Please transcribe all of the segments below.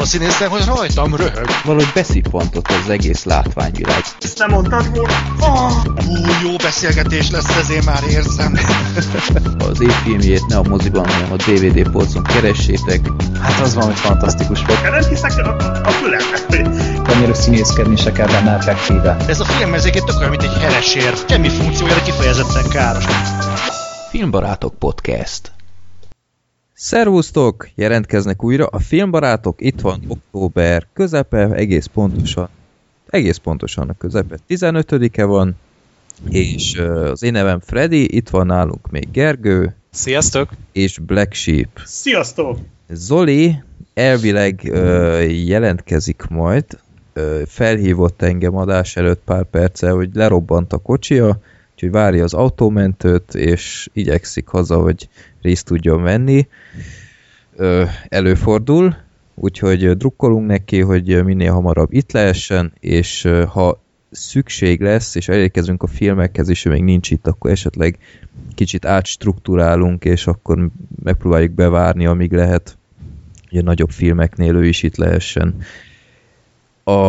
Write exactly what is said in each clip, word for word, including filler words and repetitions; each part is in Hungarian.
színészen, hogy rajtam röhög. Valahogy beszippantott az egész látványvilág. Ezt nem mondtad volna? Oh, hú, jó beszélgetés lesz, ezért már érzem. Az év filmjét ne a moziban, hanem a dé vé dé polcon keressétek. Hát az valami fantasztikus volt. Nem hiszek a, a fülemnek. Annyira színészkedni se kell benne effektíve. Ez a film ezeket tök olyan, mint egy heresér. Semmi funkciójára kifejezetten káros. Filmbarátok Podcast. Szervusztok! Jelentkeznek újra a Filmbarátok. Itt van október közepe, egész pontosan, egész pontosan a közepe. tizenötödike van, és az én nevem Freddy, itt van nálunk még Gergő. Sziasztok! És Black Sheep. Sziasztok! Zoli elvileg ö, jelentkezik majd, ö, felhívott engem adás előtt pár perccel, hogy lerobbant a kocsia, úgyhogy várja az autómentőt, és igyekszik haza, hogy részt tudjon venni. Ö, előfordul, úgyhogy drukkolunk neki, hogy minél hamarabb itt lehessen, és ö, ha szükség lesz, és elérkezünk a filmekhez, és ő még nincs itt, akkor esetleg kicsit átstruktúrálunk, és akkor megpróbáljuk bevárni, amíg lehet, hogy a nagyobb filmeknél ő is itt lehessen. A...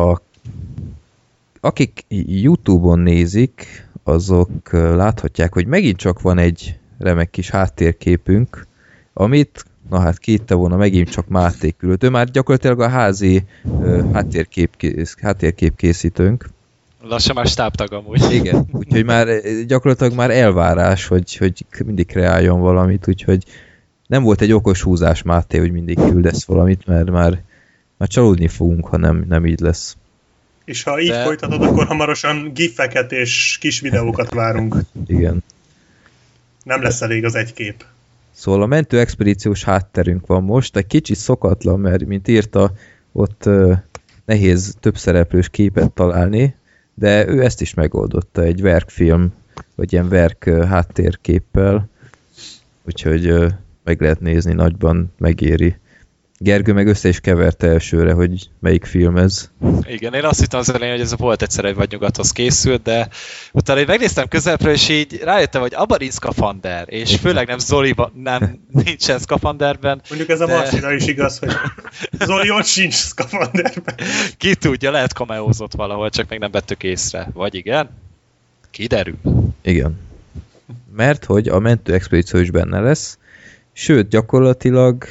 Akik YouTube-on nézik, azok láthatják, hogy megint csak van egy remek kis háttérképünk, amit, na hát ki itte volna, megint csak Máté küldött. Ő már gyakorlatilag a házi uh, háttérkép, háttérkép készítőnk. Lassan már stábtag amúgy. Igen, úgyhogy már gyakorlatilag már elvárás, hogy, hogy mindig kreáljon valamit, úgyhogy nem volt egy okos húzás, Máté, hogy mindig küldesz valamit, mert már, már csalódni fogunk, ha nem, nem így lesz. És ha így De... folytatod, akkor hamarosan gifeket és kis videókat várunk. Igen. Nem lesz elég az egy kép. Szóval a mentőexpedíciós hátterünk van most, egy kicsit szokatlan, mert mint írta, ott uh, nehéz többszereplős képet találni, de ő ezt is megoldotta egy verkfilm, vagy ilyen verk uh, háttérképpel, úgyhogy uh, meg lehet nézni, nagyban megéri. Gergő meg össze is keverte elsőre, hogy melyik film ez. Igen, én azt hittem az elején, hogy ez volt egyszer egy vagy nyugathoz készült, de utána én megnéztem közelről, és így rájöttem, hogy abban nincs szkafander, és főleg nem Zoliban nem nincsen szkafanderben. Mondjuk ez a de... Marcira is igaz, hogy Zoli ott sincs szkafanderben. Ki tudja, lehet kameózott valahol, csak még nem vettük észre. Vagy igen? Kiderül. Igen. Mert hogy a mentőexpedíció is benne lesz, sőt, gyakorlatilag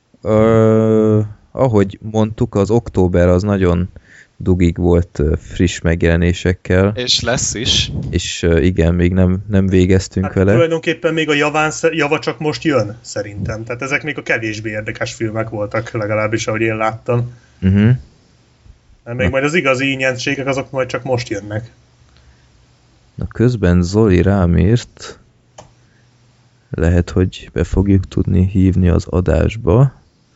Uh, ahogy mondtuk, az október az nagyon dugig volt uh, friss megjelenésekkel. És lesz is. És uh, igen, még nem, nem végeztünk hát vele. Tulajdonképpen még a javán, java csak most jön, szerintem. Tehát ezek még a kevésbé érdekes filmek voltak, legalábbis ahogy én láttam. Uh-huh. Még Na. majd az igazi ínyentségek azok majd csak most jönnek. Na közben Zoli rám írt, lehet, hogy be fogjuk tudni hívni az adásba,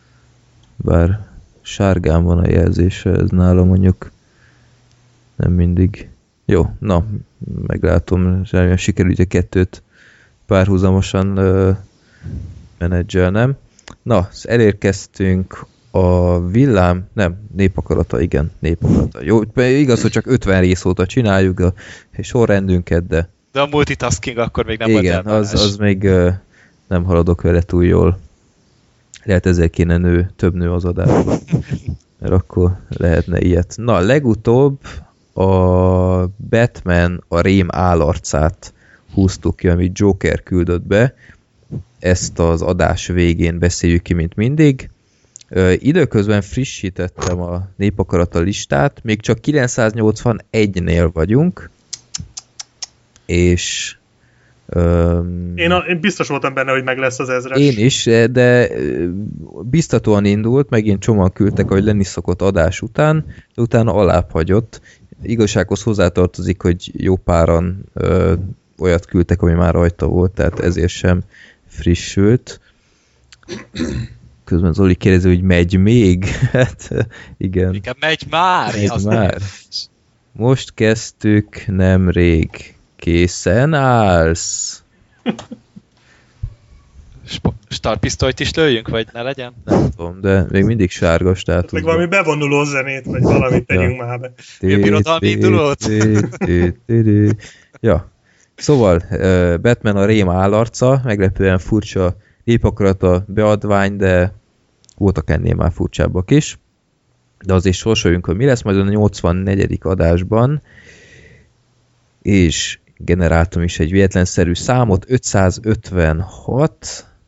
bár sárgán van a jelzése, ez nálam mondjuk nem mindig. Jó, na, meglátom, remélem sikerült a kettőt párhuzamosan uh, menedzselnem. Na, elérkeztünk a villám, nem, népakarata, igen, népakarata. Jó, igaz, hogy csak ötven rész óta csináljuk a sorrendünket, de de a multitasking akkor még nem igen, volt az, az még uh, nem haladok vele túl jól. Lehet ezzel kéne nő, több nő az adásban. Mert akkor lehetne ilyet. Na, legutóbb a Batman a rém állarcát húztuk ki, amit Joker küldött be. Ezt az adás végén beszéljük ki, mint mindig. Uh, időközben frissítettem a népakarata listát, még csak kilencszáznyolcvanegynél vagyunk, és um, én, a, én biztos voltam benne, hogy meg lesz az ezres. Én is, de biztatóan indult, megint csomóan küldtek, ahogy lenni szokott adás után, de utána alább hagyott. Igazsághoz hozzátartozik, hogy jó páran ö, olyat küldtek, ami már rajta volt, tehát ezért sem frissült. Közben Zoli kérdezi, hogy megy még? Hát igen. Inkább megy már! Megy már. Most kezdtük nemrég. Készen állsz? Startpisztolyt is lőjünk, vagy ne legyen? Nem tudom, de még mindig sárga státuszban. Meg valami bevonuló zenét, vagy valamit tegyünk ja. már be. Mi a birodalmi indulót? Ja. Szóval Batman a rém állarca, meglepően furcsa népakarata beadvány, de voltak ennél már furcsábbak is. de azért sorsoljunk, hogy mi lesz majd a nyolcvannegyedik adásban, és generáltam is egy véletlenszerű számot, ötszázötvenhat,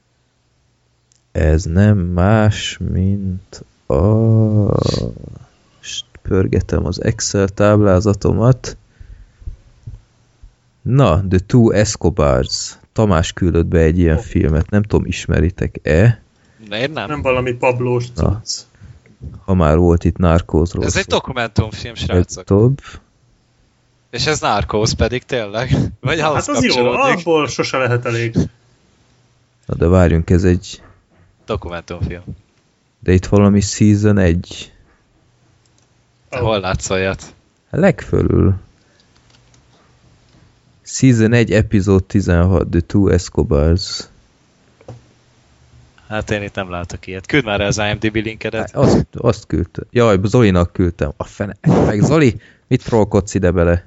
ez nem más, mint a... pörgetem az Excel táblázatomat. Na, The Two Escobars. Tamás küldött be egy ilyen filmet, nem tudom, ismeritek-e? Én nem. Nem valami Pablós cucc. Ha már volt itt Narcosról. Ez egy dokumentumfilm, srácok. Több. És ez Narcos pedig tényleg? Vagy Hát az jó, abból sose lehet elég. Na de várjunk, ez egy... dokumentumfilm. De itt valami Season egy. Te hol látsz olyat? A legfölül. Season egy, epizód tizenhat, The Two Escobars. Hát én itt nem látok ilyet. Küld már az IMDb linkedet. Hát azt, azt küldtem. Jaj, Zolinak küldtem. A fene. Meg Zoli, mit trollkodsz ide bele?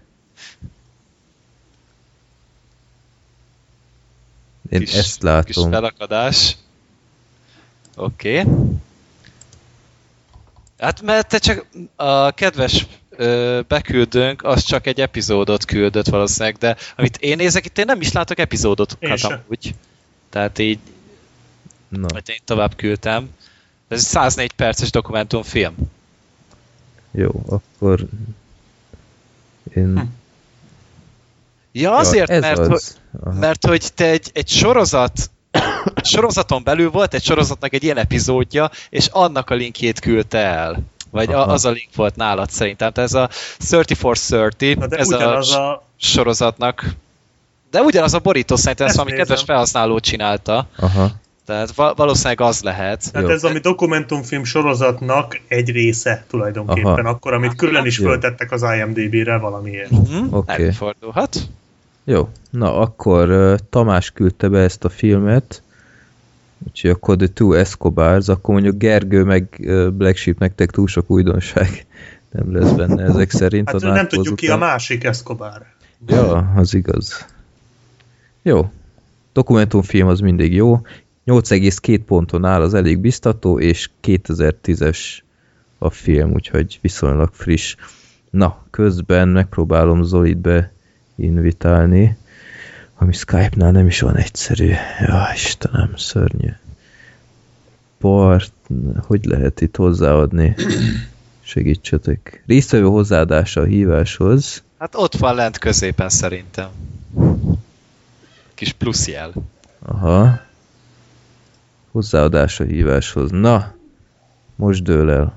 Én kis, ezt látom. Kis felakadás. Oké. Okay. Hát mert te csak a kedves ö, beküldőnk, az csak egy epizódot küldött valószínűleg, de amit én nézek, itt én nem is látok epizódot úgy. Tehát így, no. Hogy én tovább küldtem. Ez egy száznégy perces dokumentumfilm. Jó, akkor én... Hm. Ja, azért, ja, mert, az. Hogy, mert hogy te egy, egy sorozat sorozaton belül volt egy sorozatnak egy ilyen epizódja, és annak a linkjét küldte el. Vagy a, az a link volt nálad szerintem. Tehát ez a harmincnégy harminc, ez a, a sorozatnak. De ugyanaz a borító szerintem, ezt valami kedves felhasználó csinálta. Aha. Tehát valószínűleg az lehet. Tehát jó. Ez ami dokumentumfilm sorozatnak egy része tulajdonképpen. Aha. Akkor, amit külön is föltettek az IMDb-re valamiért. Uh-huh. Oké. Okay. Előfordulhat. Jó, na akkor uh, Tamás küldte be ezt a filmet, úgyhogy akkor The Two Escobars, akkor mondjuk Gergő meg uh, Black Sheep, nektek túl sok újdonság nem lesz benne ezek szerint. Hát nem tudjuk ki a másik Escobar. Ja, az igaz. Jó, dokumentumfilm az mindig jó, nyolc egész két ponton áll, az elég biztató, és kétezer-tízes a film, úgyhogy viszonylag friss. Na, közben megpróbálom Zolit be invitálni, ami Skype-nál nem is van egyszerű. Ja, Istenem, szörnyű. Part, hogy lehet itt hozzáadni? Segítsetek. Résztvevő hozzáadása a híváshoz. Hát ott van lent középen szerintem. Kis plusz jel. Aha. Hozzáadás a híváshoz. Na, most dől el.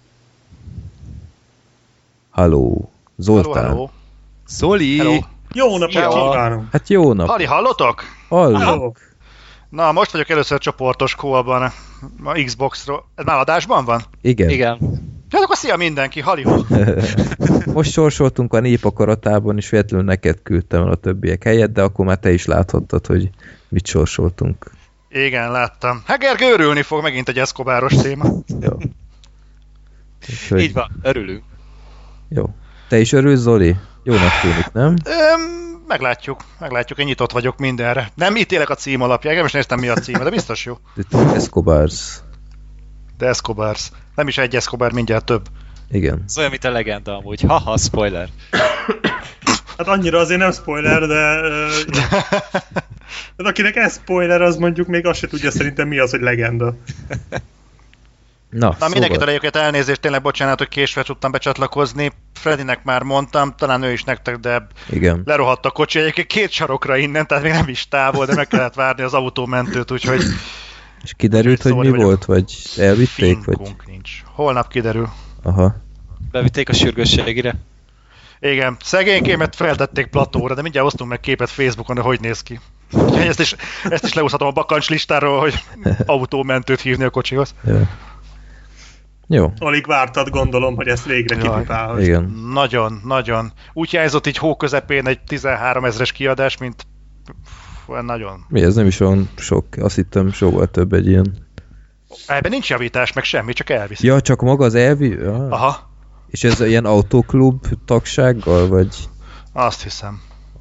Halló, Zoltán. Hello, hello. Zoli! Hello. Jó napot kívánunk! Hát jó nap! Hali, hallotok? Hallok! Na, most vagyok először csoportos callban a Xboxról. Ez már adásban van? Igen. Igen. Ja, akkor szia mindenki, Hali! Most sorsoltunk a nép akaratában, és véletlenül neked küldtem el a többiek helyett, de akkor már te is láthattad, hogy mit sorsoltunk. Igen, láttam. Hát Gergő örülni fog, megint egy Escobaros téma. Jó. Úgyhogy... Így van, örülünk. Jó. Te is örülsz, Zoli? Jónak tűnik, nem? Öm, meglátjuk, meglátjuk, én nyitott vagyok mindenre. Nem ítélek a cím alapján, nem is néztem mi a címe, de biztos jó. De Escobars. De Escobars. Nem is egy Escobar, mindjárt több. Igen. Ez olyan, mint a legenda amúgy. Haha, spoiler. Hát annyira azért nem spoiler, de... Uh, de akinek ez spoiler, az mondjuk még azt se tudja szerintem mi az, hogy legenda. Na, Na szóval... mindenkitől egyébként elnézést, tényleg bocsánat, hogy késve tudtam becsatlakozni. Fredinek már mondtam, talán ő is nektek, de igen. Lerohadt a kocsi egyébként két sarokra innen, tehát még nem is távol, de meg kellett várni az autómentőt, úgyhogy... És kiderült, hogy mi volt, vagy elvitték? Finkunk vagy... nincs. Holnap kiderül. Aha. Bevitték a sürgősségire? Igen, szegénykémet feltették platóra, de mindjárt osztunk meg képet Facebookon, de hogy néz ki. Úgyhogy ezt is, ezt is lehúzhatom a bakancs listáról, hogy autómentőt hívni a kocsihoz. Ja. Jó. Alig vártad, gondolom, hogy ezt végre kipipálhass. Igen. Nagyon, nagyon. Úgy hiányzott így hó közepén egy tizenhárom ezres kiadás, mint nagyon. Mi, ez nem is olyan sok, azt hittem sokkal több egy ilyen. Ebben nincs javítás, meg semmi, csak elviszi. Ja, csak maga az elvi? Ah. Aha. És ez ilyen autóklub tagsággal, vagy? Azt hiszem. Aha.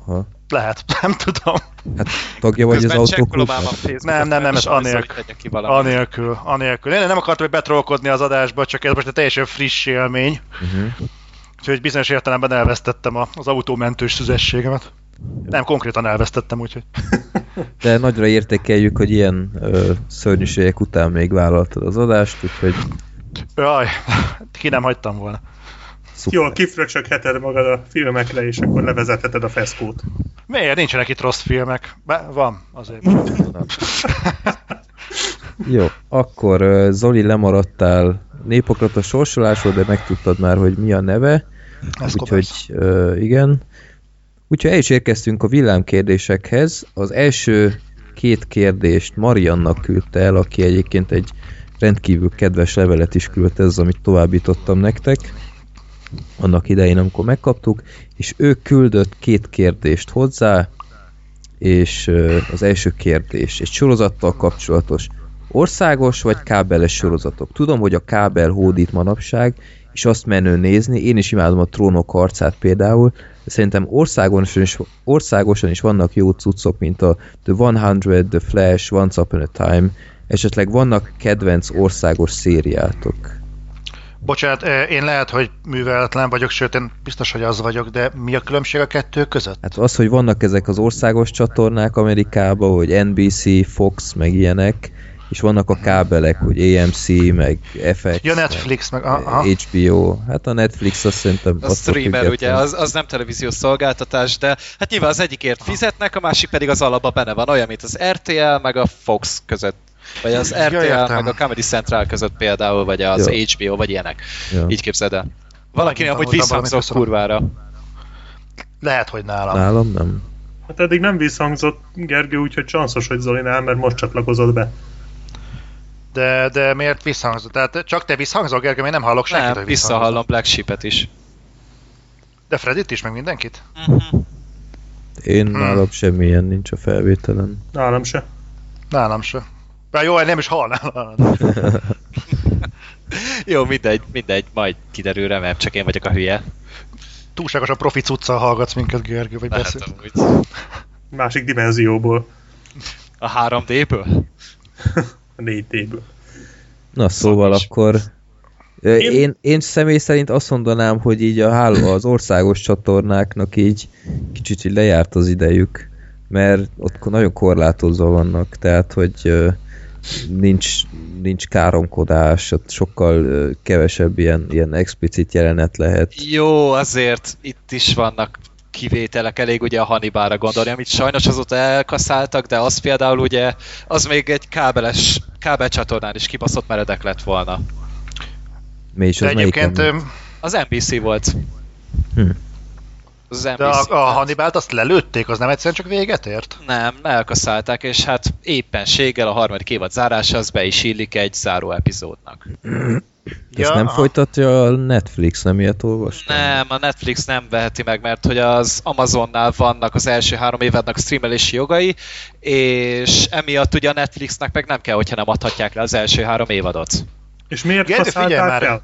Lehet, nem tudom. Hát tagja vagy az autóklub? Nem, nem, nem, ez anélkül. Anélkül, anélkül. Én nem akartam, hogy betrollkodni az adásba, csak ez most egy teljesen friss élmény. Uh-huh. Úgyhogy bizonyos értelemben elvesztettem az autómentős szüzességemet. Nem, konkrétan elvesztettem, úgyhogy. De nagyra értékeljük, hogy ilyen ö, szörnyűségek után még vállaltad az adást, úgyhogy... Jaj, ki nem hagytam volna. Szuper. Jó, kifröcsögheted magad a filmekre, és akkor levezetheted a feszkót. Miért? Nincsenek itt rossz filmek. Be, van, azért. Jó, akkor Zoli, lemaradtál Népokrata sorsolásról, de megtudtad már, hogy mi a neve. Úgyhogy uh, igen. Úgyhogy el is érkeztünk a villámkérdésekhez. Az első két kérdést Mariannak küldte el, aki egyébként egy rendkívül kedves levelet is küldte, ez az, amit továbbítottam nektek. Annak idején, amikor megkaptuk, és ő küldött két kérdést hozzá, és uh, az első kérdés egy sorozattal kapcsolatos. Országos vagy kábeles sorozatok? Tudom, hogy a kábel hódít manapság, és azt menő nézni, én is imádom a Trónok harcát például, de szerintem országosan is, országosan is vannak jó cuccok, mint a The száz, The Flash, Once Upon a Time, esetleg vannak kedvenc országos szériátok. Bocsánat, én lehet, hogy műveletlen vagyok, sőt, én biztos, hogy az vagyok, de mi a különbség a kettő között? Hát az, hogy vannak ezek az országos csatornák Amerikában, hogy en bé cé, Fox, meg ilyenek, és vannak a kábelek, hogy á em cé, meg ef iksz, ja, Netflix, meg, meg há bé ó. Hát a Netflix azt szerintem... A streamer, ugye, az, az nem televíziós szolgáltatás, de hát nyilván az egyikért fizetnek, a másik pedig az alapban benne van, olyan, mint az er té el, meg a Fox között. Vagy az er té el, ja, meg a Comedy Central között például, vagy az ja. há bé ó, vagy ilyenek. Ja. Így képzeld el. Valakinél, hogy visszhangzott kurvára. Lehet, hogy nálam. Nálam nem. Hát eddig nem visszhangzott, Gergő, úgyhogy csanszos, hogy Zolinál, mert most csatlakozott be. De, de miért visszhangzott? Tehát csak te visszhangzol, Gergő, én nem hallok senkit, nem, visszahallom Black Sheep-et is. De Fredit is, meg mindenkit? Uh-huh. Én hmm. nálam semmilyen nincs a felvételen. Nálam se. Nálam se. Bár jó, nem is hallnál. Jó, mindegy, mindegy, majd kiderül, remélem, csak én vagyok a hülye. Túlságosan profi cuccal hallgatsz minket, Gergő, vagy beszél. Másik dimenzióból. A három déből? A négy déből. Na szóval Szakos. akkor én... Én, én személy szerint azt mondanám, hogy így a háló, az országos csatornáknak így kicsit így lejárt az idejük, mert ott nagyon korlátozva vannak, tehát hogy nincs, nincs káromkodás, ott sokkal kevesebb ilyen, ilyen explicit jelenet lehet. Jó, azért itt is vannak kivételek, elég ugye a Hannibalra gondolni, amit sajnos azóta elkaszáltak, de az például ugye, az még egy kábeles, kábelcsatornán is kibaszott meredek lett volna. Mi is az egyébként... Az en bé cé volt. Hm. Az en bé cé cé de a, a Hannibalt azt lelőtték, az nem egyszerűen csak véget ért? Nem, elkaszálták, és hát éppenséggel a harmadik évad zárása az be is illik egy záró epizódnak. Ezt ja, nem aha. folytatja a Netflix, nem ilyet olvastam? Nem, a Netflix nem veheti meg, mert hogy az Amazonnál vannak az első három évadnak streamelési jogai, és emiatt ugye a Netflixnek meg nem kell, hogyha nem adhatják le az első három évadot. És miért kaszálták el?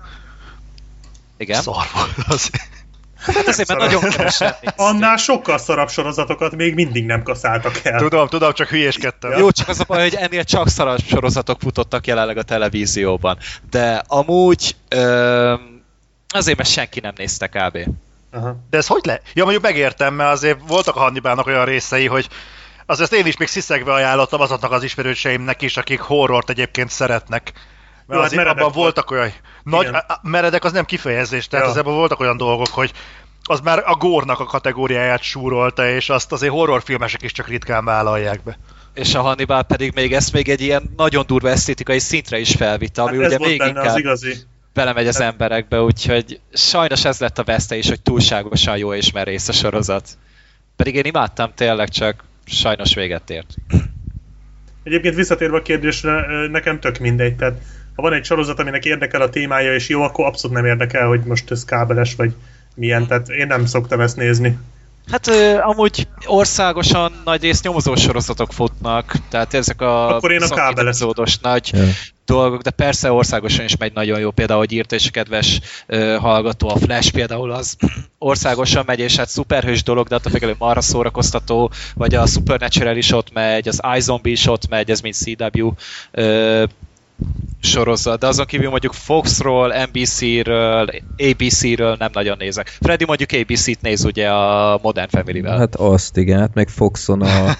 Igen. Szar volt azért. Hát azért, mert nagyon kevesen annál sokkal szarabb sorozatokat még mindig nem kaszáltak el. Tudom, tudom, csak hülyéskedtem. Jó, csak az a baj, hogy ennél csak szarabb sorozatok futottak jelenleg a televízióban. De amúgy ö, azért, mert senki nem nézte kb. Aha. De ez hogy le? Ja, mondjuk megértem, mert azért voltak a Hannibalnak olyan részei, hogy azért én is még sziszegve ajánlottam azoknak az ismerőseimnek is, akik horrort egyébként szeretnek. Mert jó, azért abban voltak olyan... Nagy, a, meredek az nem kifejezés, tehát ja. Azért voltak olyan dolgok, hogy az már a gore-nak a kategóriáját súrolta, és azt azért horrorfilmesek is csak ritkán vállalják be. És a Hannibal pedig még ezt még egy ilyen nagyon durva esztétikai szintre is felvitte, ami hát ugye még inkább belemegy az hát. emberekbe, úgyhogy sajnos ez lett a veszte is, hogy túlságosan jó és merész a sorozat. Pedig én imádtam tényleg, csak sajnos véget ért. Egyébként visszatérve a kérdésre, nekem tök mindegy, tehát ha van egy sorozat, aminek érdekel a témája, és jó, akkor abszolút nem érdekel, hogy most ez kábeles, vagy milyen, tehát én nem szoktam ezt nézni. Hát ö, amúgy országosan nagy rész nyomozós sorozatok futnak, tehát ezek a akkor én a kábeles nagy, yeah. dolgok, de persze országosan is megy nagyon jó. Például, hogy írta is a kedves uh, hallgató, a Flash például az országosan megy, és hát szuperhős dolog, de attól függően marra szórakoztató, vagy a Supernatural is ott megy, az iZombie is ott megy, ez mind cé dupla vé uh, sorozat, de azon kívül mondjuk Foxról, en bé cé-ről, á bé cé-ről nem nagyon nézek. Freddy mondjuk á bé cé-t néz ugye a Modern Family-vel. Hát azt igen, hát meg Foxon a,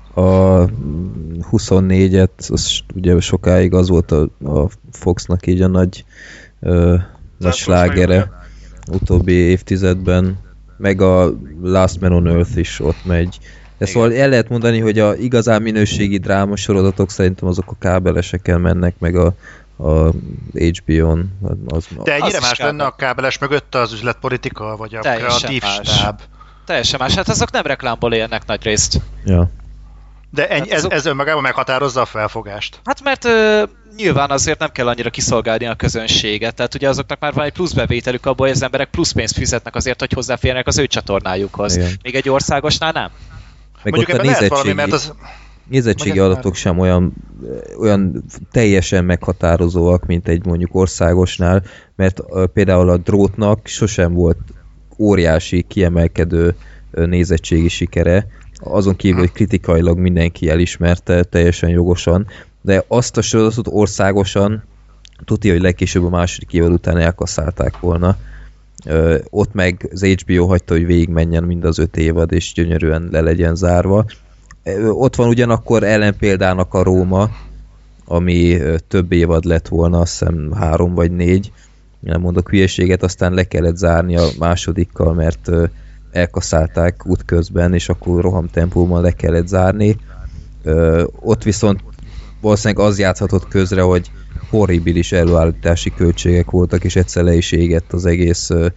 a huszonnégyet, az ugye sokáig az volt a, a Foxnak így a nagy, ö, nagy slágere utóbbi évtizedben, meg a Last Man on Earth is ott megy. De szóval el lehet mondani, hogy a igazán minőségi drámasorozatok szerintem azok a kábeleseken mennek, meg a, a há bé ó-n. Az, de ennyire más lenne a kábeles mögött az üzletpolitika, vagy a kreatív stáb? Teljesen más. Hát azok nem reklámból élnek nagy részt. Ja. De ennyi, ez, azok... ez önmagában meghatározza a felfogást? Hát mert ö, nyilván azért nem kell annyira kiszolgálni a közönséget. Tehát ugye azoknak már van egy plusz bevételük abból, hogy az emberek plusz pénzt fizetnek azért, hogy hozzáférjenek az ő csatornájukhoz. Igen. Még egy országosnál nem. Meg mondjuk ott a nézettségi, valami, mert az... nézettségi adatok már... sem olyan, olyan teljesen meghatározóak, mint egy mondjuk országosnál, mert például a Drótnak sosem volt óriási, kiemelkedő nézettségi sikere, azon kívül, hogy kritikailag mindenki elismerte teljesen jogosan, de azt a sorozatot országosan tudja, hogy legkésőbb a második évad után elkasszálták volna. Ö, ott meg az há bé ó hagyta, hogy végigmenjen mind az öt évad, és gyönyörűen le legyen zárva. Ö, ott van ugyanakkor ellenpéldának a Róma, ami ö, több évad lett volna, azt hiszem három vagy négy, nem mondok hülyeséget, aztán le kellett zárni a másodikkal, mert ö, elkaszálták útközben, és akkor rohamtempóban le kellett zárni. Ö, ott viszont valószínűleg az játszhatott közre, hogy horribilis előállítási költségek voltak, és egyszer le is égett az egész uh,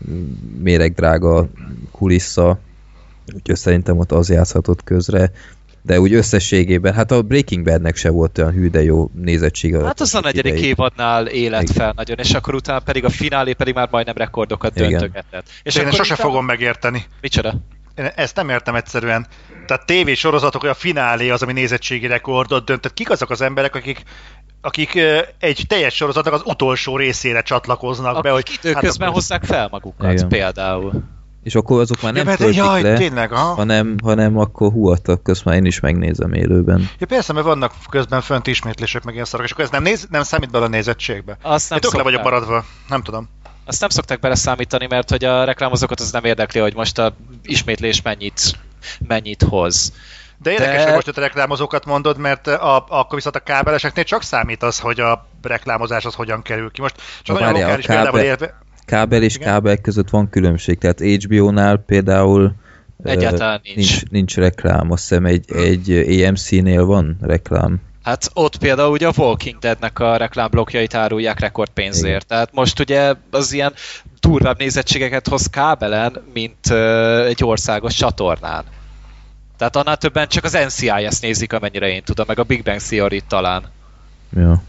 méregdrága kulissza, úgyhogy szerintem ott az játszhatott közre, de úgy összességében, hát a Breaking Badnek se volt olyan hű, de jó nézettsége. Hát az a negyedik évadnál élet fel nagyon, és akkor utána pedig a finálé pedig már majdnem rekordokat döntögetett. És én sose utána... fogom megérteni. Micsoda? Én ezt nem értem egyszerűen. Tehát tévésorozatok, hogy a finálé az, ami nézettségi rekordot döntött. Kik azok az emberek, akik akik egy teljes sorozatnak az utolsó részére csatlakoznak akik be, hogy... időközben hát, hozzák fel magukat, igen. Például. És akkor azok már nem ja, töltik jaj, le, tényleg, hanem, hanem akkor húattak, közt már én is megnézem élőben. Ja persze, mert vannak közben fönt ismétlések, meg ilyen szarok, és akkor ez nem, néz, nem számít bele a nézettségbe. Azt nem én tök le vagyok maradva, nem tudom. Azt nem szokták beleszámítani, mert hogy a reklámozókat az nem érdekli, hogy most a ismétlés mennyit, mennyit hoz. De érdekes, De... hogy most a reklámozókat mondod, mert a, akkor viszont a kábeleseknél csak számít az, hogy a reklámozás az hogyan kerül ki. Most csak nagyon várjál, lokális kábel, példával érve... Kábel és igen? Kábel között van különbség, tehát há bé ó-nál például egyáltalán nincs. nincs. Nincs reklám, azt hiszem egy, egy á em cé-nél van reklám. Hát ott például ugye a Walking Deadnek a reklámblokkjait árulják rekordpénzért. Igen. Tehát most ugye az ilyen durvább nézettségeket hoz kábelen, mint uh, egy országos csatornán. Tehát annál többen csak az en cé i es nézik, amennyire én tudom, meg a Big Bang Theory talán. Ja.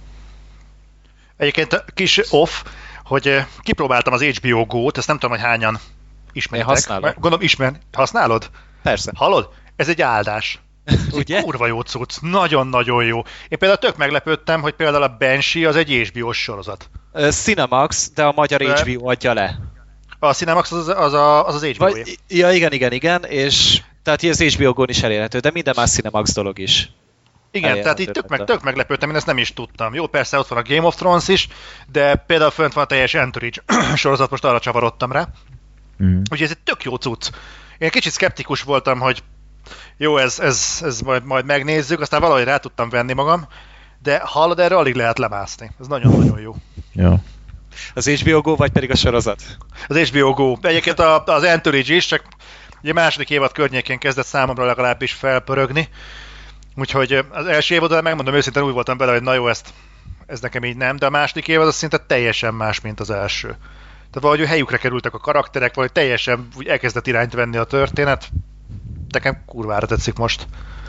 Egyébként kis off, hogy kipróbáltam az há bé ó Go-t, ezt nem tudom, hogy hányan ismeritek. Én használom. Gondolom ismer. Használod? Persze. Hallod? Ez egy áldás. Ugye? Kurva jó cucc, nagyon-nagyon jó. Én például tök meglepődtem, hogy például a Banshee az egy há bé ó-s sorozat. Uh, Cinemax, de a magyar há bé ó adja le. A Cinemax az az, a, az, az há bé ó-ja. Ja, igen, igen, igen, és tehát ez há bé ó Go-n is elérhető, de minden más Cinemax dolog is. Igen, tehát itt tök, meg, tök meglepődtem, én ezt nem is tudtam. Jó, persze ott van a Game of Thrones is, de például fönt van a teljes Entourage sorozat, most arra csavarodtam rá. Mm. Úgyhogy ez egy tök jó cucc. Én kicsit szkeptikus voltam, hogy jó, ez, ez, ez majd, majd megnézzük, aztán valahogy rá tudtam venni magam, de hallod, erre alig lehet lemászni. Ez nagyon-nagyon jó. Ja. Az há bé ó Go, vagy pedig a sorozat? Az há bé ó Go. Egyébként a, az Entourage is, csak ugye második évad környékén kezdett számomra legalábbis felpörögni. Úgyhogy az első évadban megmondom őszintén, úgy voltam bele, hogy na jó, ezt, ez nekem így nem, de a második évad az szinte teljesen más, mint az első. Tehát valahogy helyükre kerültek a karakterek, valahogy teljesen úgy elkezdett irányt venni a történet. Nekem kurvára tetszik most.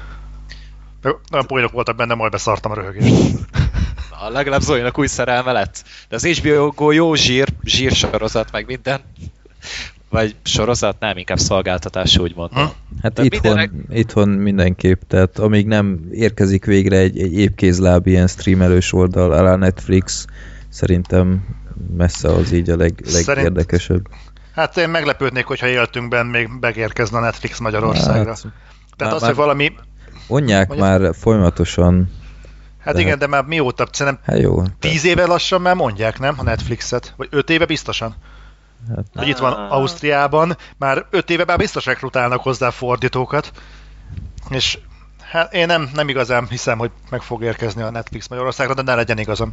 Nagyon poénok voltak benne, majd beszartam a röhögést. Na, legalább Zolinak új szerelme lett. De az há bé ó Go jó zsír, zsír sorozat, meg minden. Vagy sorozat? Nem, inkább szolgáltatás, úgy mondom. Hát De itthon, mindenek... itthon mindenképp, tehát amíg nem érkezik végre egy, egy épkézláb ilyen streamelős oldal alá Netflix, szerintem messze az így a leg, legérdekesebb. Hát én meglepődnék, hogyha éltünkben még megérkezne a Netflix Magyarországra. Hát, tehát az, hogy valami... Mondják Magyar... már folyamatosan. Hát igen, de már mióta? Szerintem hát jó, tíz de... éve lassan már mondják, nem? A Netflixet. Vagy öt éve biztosan. Hát, hogy itt van Ausztriában, már öt éve már biztos rekrutálnak hozzá fordítókat. És hát én nem, nem igazán hiszem, hogy meg fog érkezni a Netflix Magyarországra, de ne legyen igazam.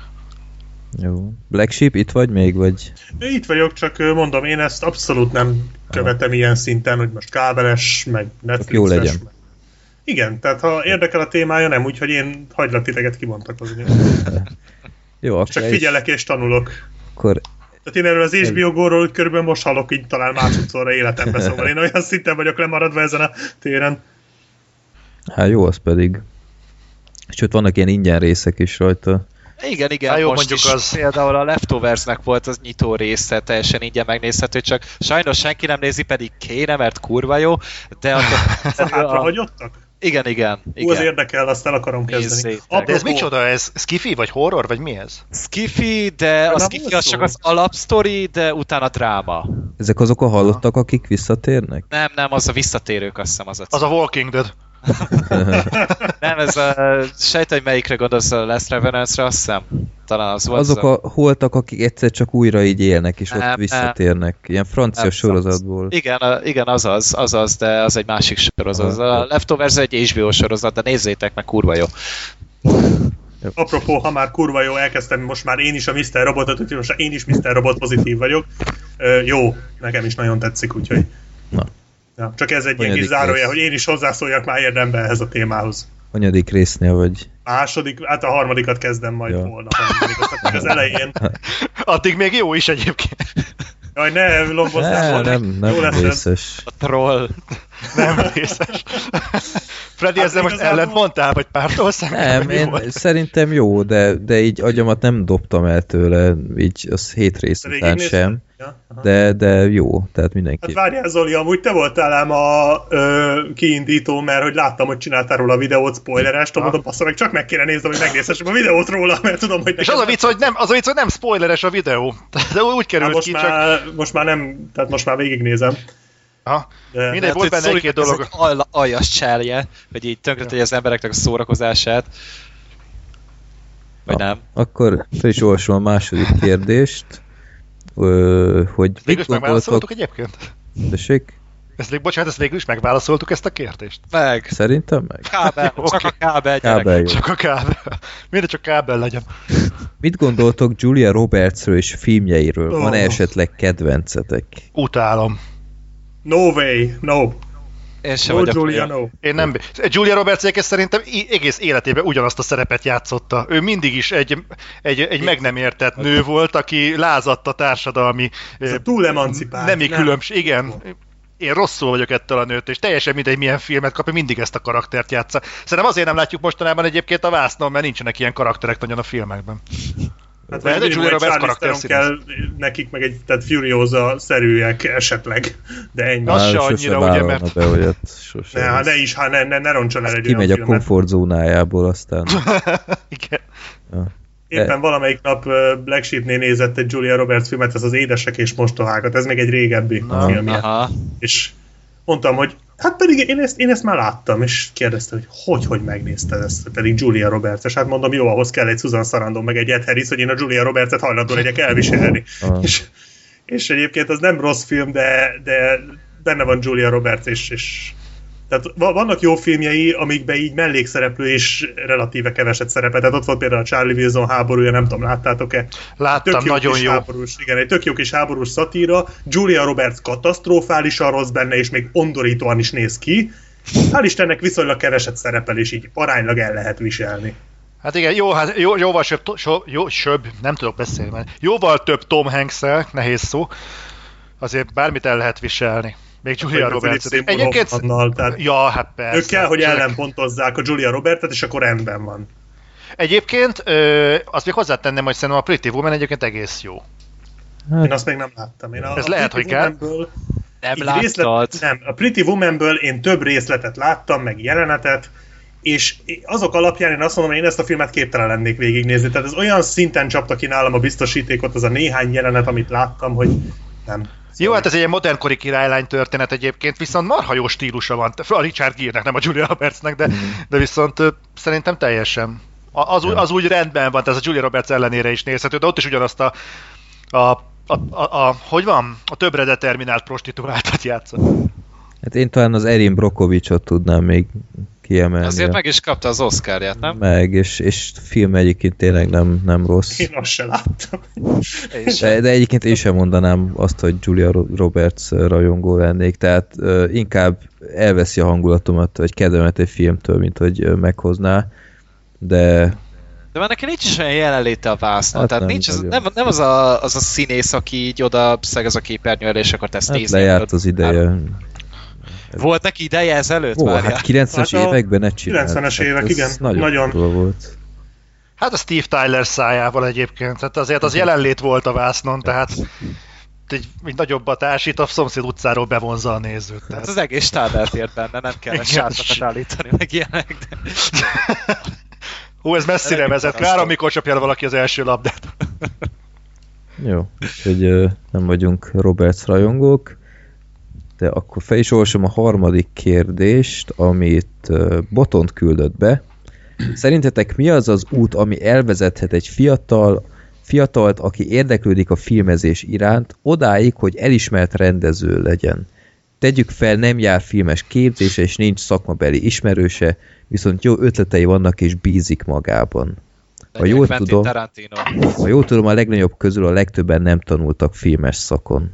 Jó. Black Sheep, itt vagy még, vagy? Itt vagyok, csak mondom, én ezt abszolút nem követem ilyen szinten, hogy most kábeles, meg Netflixes. Jó legyen. Meg... Igen, tehát ha érdekel a témája, nem úgy, hogy én hagylak titeket kibontakozni. Jó, csak figyelek és tanulok. Akkor... Tehát én erről az há bé o Go-ról körülbelül most hallok így talán másodszorra életemben, szóval én olyan szinten vagyok lemaradva ezen a téren. Hát jó, az pedig. Sőt, vannak ilyen ingyen részek is rajta. Igen, igen, Há, jó, most is az... például a Leftoversnek volt az nyitó része, teljesen ingyen megnézhető, csak sajnos senki nem nézi, pedig kéne, mert kurva jó, de akkor... Hátra hagyottak? Igen, igen. Hú, az érdekel, azt el akarom kezdeni. De ez micsoda? Ez skifi, vagy horror, vagy mi ez? Skifi, de a skifi az csak az alapsztori, de utána dráma. Ezek azok a hallottak, akik visszatérnek? Nem, nem, az a visszatérők, azt hiszem az a cím. Az a Walking Dead. Nem, ez a... Sejt, hogy melyikre gondolsz, a Last Revenants-re, azt hiszem. Talán az volt. Azok a holtak, akik egyszer csak újra így élnek, és nem, ott visszatérnek. Nem. Ilyen francia nem, sorozatból. Igen, a, igen, azaz, azaz, de az egy másik sorozat. A Leftovers egy há bé o sorozat, de nézzétek meg, kurva jó. Apropó, ha már kurva jó, elkezdtem most már én is a miszter Robotot, úgyhogy most én is miszter Robot pozitív vagyok. Ö, jó, nekem is nagyon tetszik, úgyhogy... Na. Ja, csak ez egy ilyen kis zárója, hogy én is hozzászóljak már érdemben ehhez a témához. Hanyadik résznél vagy? Második, hát a harmadikat kezdem majd ja. holnap. Az elején. Addig még jó is egyébként. Jaj, ne lombozzál. Ne, nem, nem részes. A troll. Nem részes. Freddy, hát ezzel most ellent mondtál, vagy pártolsz? Nem, én volt? Szerintem jó, de, de így agyamat nem dobtam el tőle, így az hét rész de után sem. Ja, de, de jó, tehát mindenki. Hát várjál Zoli, amúgy te voltál ám a ö, kiindító, mert hogy láttam, hogy csináltál róla a videót, spoileres, tudom, mondom, bassza meg, csak meg kéne néznem, hogy megnézhessem a videót róla, mert tudom, hogy... És az a vicc, hogy nem, az a vicc, hogy nem spoileres a videó. De úgy került most ki, már, csak... Most már nem, tehát most már végignézem. Aha. De... Mindegy, volt benne egy-két dolog. Ez egy aljas cselje, hogy így tönkretegye az embereknek a szórakozását. Vagy nem? Akkor fel is olvasom a második kérdést. Ö, hogy végül is megválaszoltuk egyébként? Tessék? Ezt még, bocsánat, ezt végül is megválaszoltuk ezt a kérdést? Meg. Szerintem meg. Kábel, jó, csak okay. a kábel, kábel Csak a kábel. Mindegy, csak kábel legyen. Mit gondoltok Julia Robertsről és filmjeiről? Oh. Van-e esetleg kedvencetek? Utálom. No way, no. Én sem no, vagyok Julia, no. Én nem. Julia Roberts szerintem egész életében ugyanazt a szerepet játszotta. Ő mindig is egy, egy, egy meg nem értett nő volt, aki lázadt a társadalmi... Ez a túl emancipált. Nemi különbség, igen. Én rosszul vagyok ettől a nőt, és teljesen mindegy, milyen filmet kapja, mindig ezt a karaktert játsza. Szerintem azért nem látjuk mostanában egyébként a vásznon, mert nincsenek ilyen karakterek nagyon a filmekben. Hát vagy egy Julia Roberts karakter kell nekik, meg egy tehát Furiosa-szerűek esetleg, de ennyi. Az se annyira, ugye, mert... Be, olyat, ne, hát ne is, hát ne, ne, ne roncson el egy olyan kimegy a komfortzónájából aztán. Igen. Ja. Éppen valamelyik nap Black Sheepnél nézett egy Julia Roberts filmet, ez az Édesek és mostohákat, ez még egy régebbi Na, filmje. Aha. És mondtam, hogy hát pedig én ezt, én ezt már láttam, és kérdezte, hogy hogy, hogy megnézted ezt, pedig Julia Roberts, és hát mondom, jó, ahhoz kell egy Susan Sarandon, meg egy Ed Harris, hogy én a Julia Robertset hajlandó legyek elviselni. és, és egyébként az nem rossz film, de, de benne van Julia Roberts, és, és tehát vannak jó filmjei, amikben így mellékszereplő is relatíve keveset szerepel. Tehát ott volt például a Charlie Wilson háborúja, nem tudom, láttátok-e? Láttam, jó nagyon jó. Háborús, igen, egy tök jó kis háborús szatíra. Julia Roberts katasztrofálisan rossz benne, és még undorítóan is néz ki. Hál' Istennek viszonylag keveset szerepel, és így aránylag el lehet viselni. Hát igen, jó, hát jó, jóval söbb, so, jó, söbb, nem tudok beszélni, mert jóval több Tom Hanks-el, nehéz szó, azért bármit el lehet viselni. Még Julia Roberts. Egyébként... Tehát ja, hát persze. Ők kell, hogy ellenpontozzák a Julia Robertet, és akkor rendben van. Egyébként ö, azt még hozzátenném, hogy szerintem a Pretty Woman egyébként egész jó. Hát, én azt még nem láttam. Én a, ez a lehet, hogy kell. Nem láttad? Részlet, nem, a Pretty Womanből én több részletet láttam, meg jelenetet, és azok alapján én azt mondom, hogy én ezt a filmet képtelen lennék végignézni. Tehát ez olyan szinten csapta ki nálam a biztosítékot, az a néhány jelenet, amit láttam, hogy nem. Jó, hát ez egy ilyen modernkori királylány történet egyébként, viszont marha jó stílusa van. A Richard Gere-nek, nem a Julia Robertsnek, de, de viszont szerintem teljesen. Az, ja. az úgy rendben van, tehát ez a Julia Roberts ellenére is nézhető, de ott is ugyanazt a, a, a, a, a hogy van? A többre determinált prostituáltat játszott. Hát én talán az Erin Brockovichot tudnám még kiemelni. Azért meg is kapta az Oscarját, nem? Meg, és, és film egyébként tényleg nem, nem rossz. Én azt sem láttam. De, de egyébként én sem mondanám azt, hogy Julia Roberts rajongó lennék, tehát uh, inkább elveszi a hangulatomat, vagy kedvemet egy filmtől, mint hogy uh, meghozná, de... De már neki nincs is olyan jelenléte a vásznon, hát tehát nem, nincs az, nem, nem az, a, az a színész, aki így oda szegez a képernyő elé, és akar ezt hát nézni. lejárt az ideje. Volt neki ideje ezelőtt? Ó, hát kilencvenes hát években ne csinált. kilencvenes évek, hát igen. Nagyon, nagyon. volt. Hát a Steve Tyler szájával egyébként, tehát azért az jelenlét volt a vásznon, tehát egy, egy nagyobbat társít, a szomszéd utcáról bevonza a nézőt. Tehát. Hát az egész stábelt ért benne, nem kell sátokat állítani, meg ilyenek. De... Hú, ez messzire vezet. Kár, amikor csapja el valaki az első labdát. Jó, úgyhogy uh, nem vagyunk Roberts rajongók, de akkor fel is olvasom a harmadik kérdést, amit uh, Botont küldött be. Szerintetek mi az az út, ami elvezethet egy fiatal, fiatalt, aki érdeklődik a filmezés iránt, odáig, hogy elismert rendező legyen? Tegyük fel, nem jár filmes képzése, és nincs szakmabeli ismerőse, viszont jó ötletei vannak, és bízik magában. Ha jól, tudom, ha jól tudom, a legnagyobb közül a legtöbben nem tanultak filmes szakon.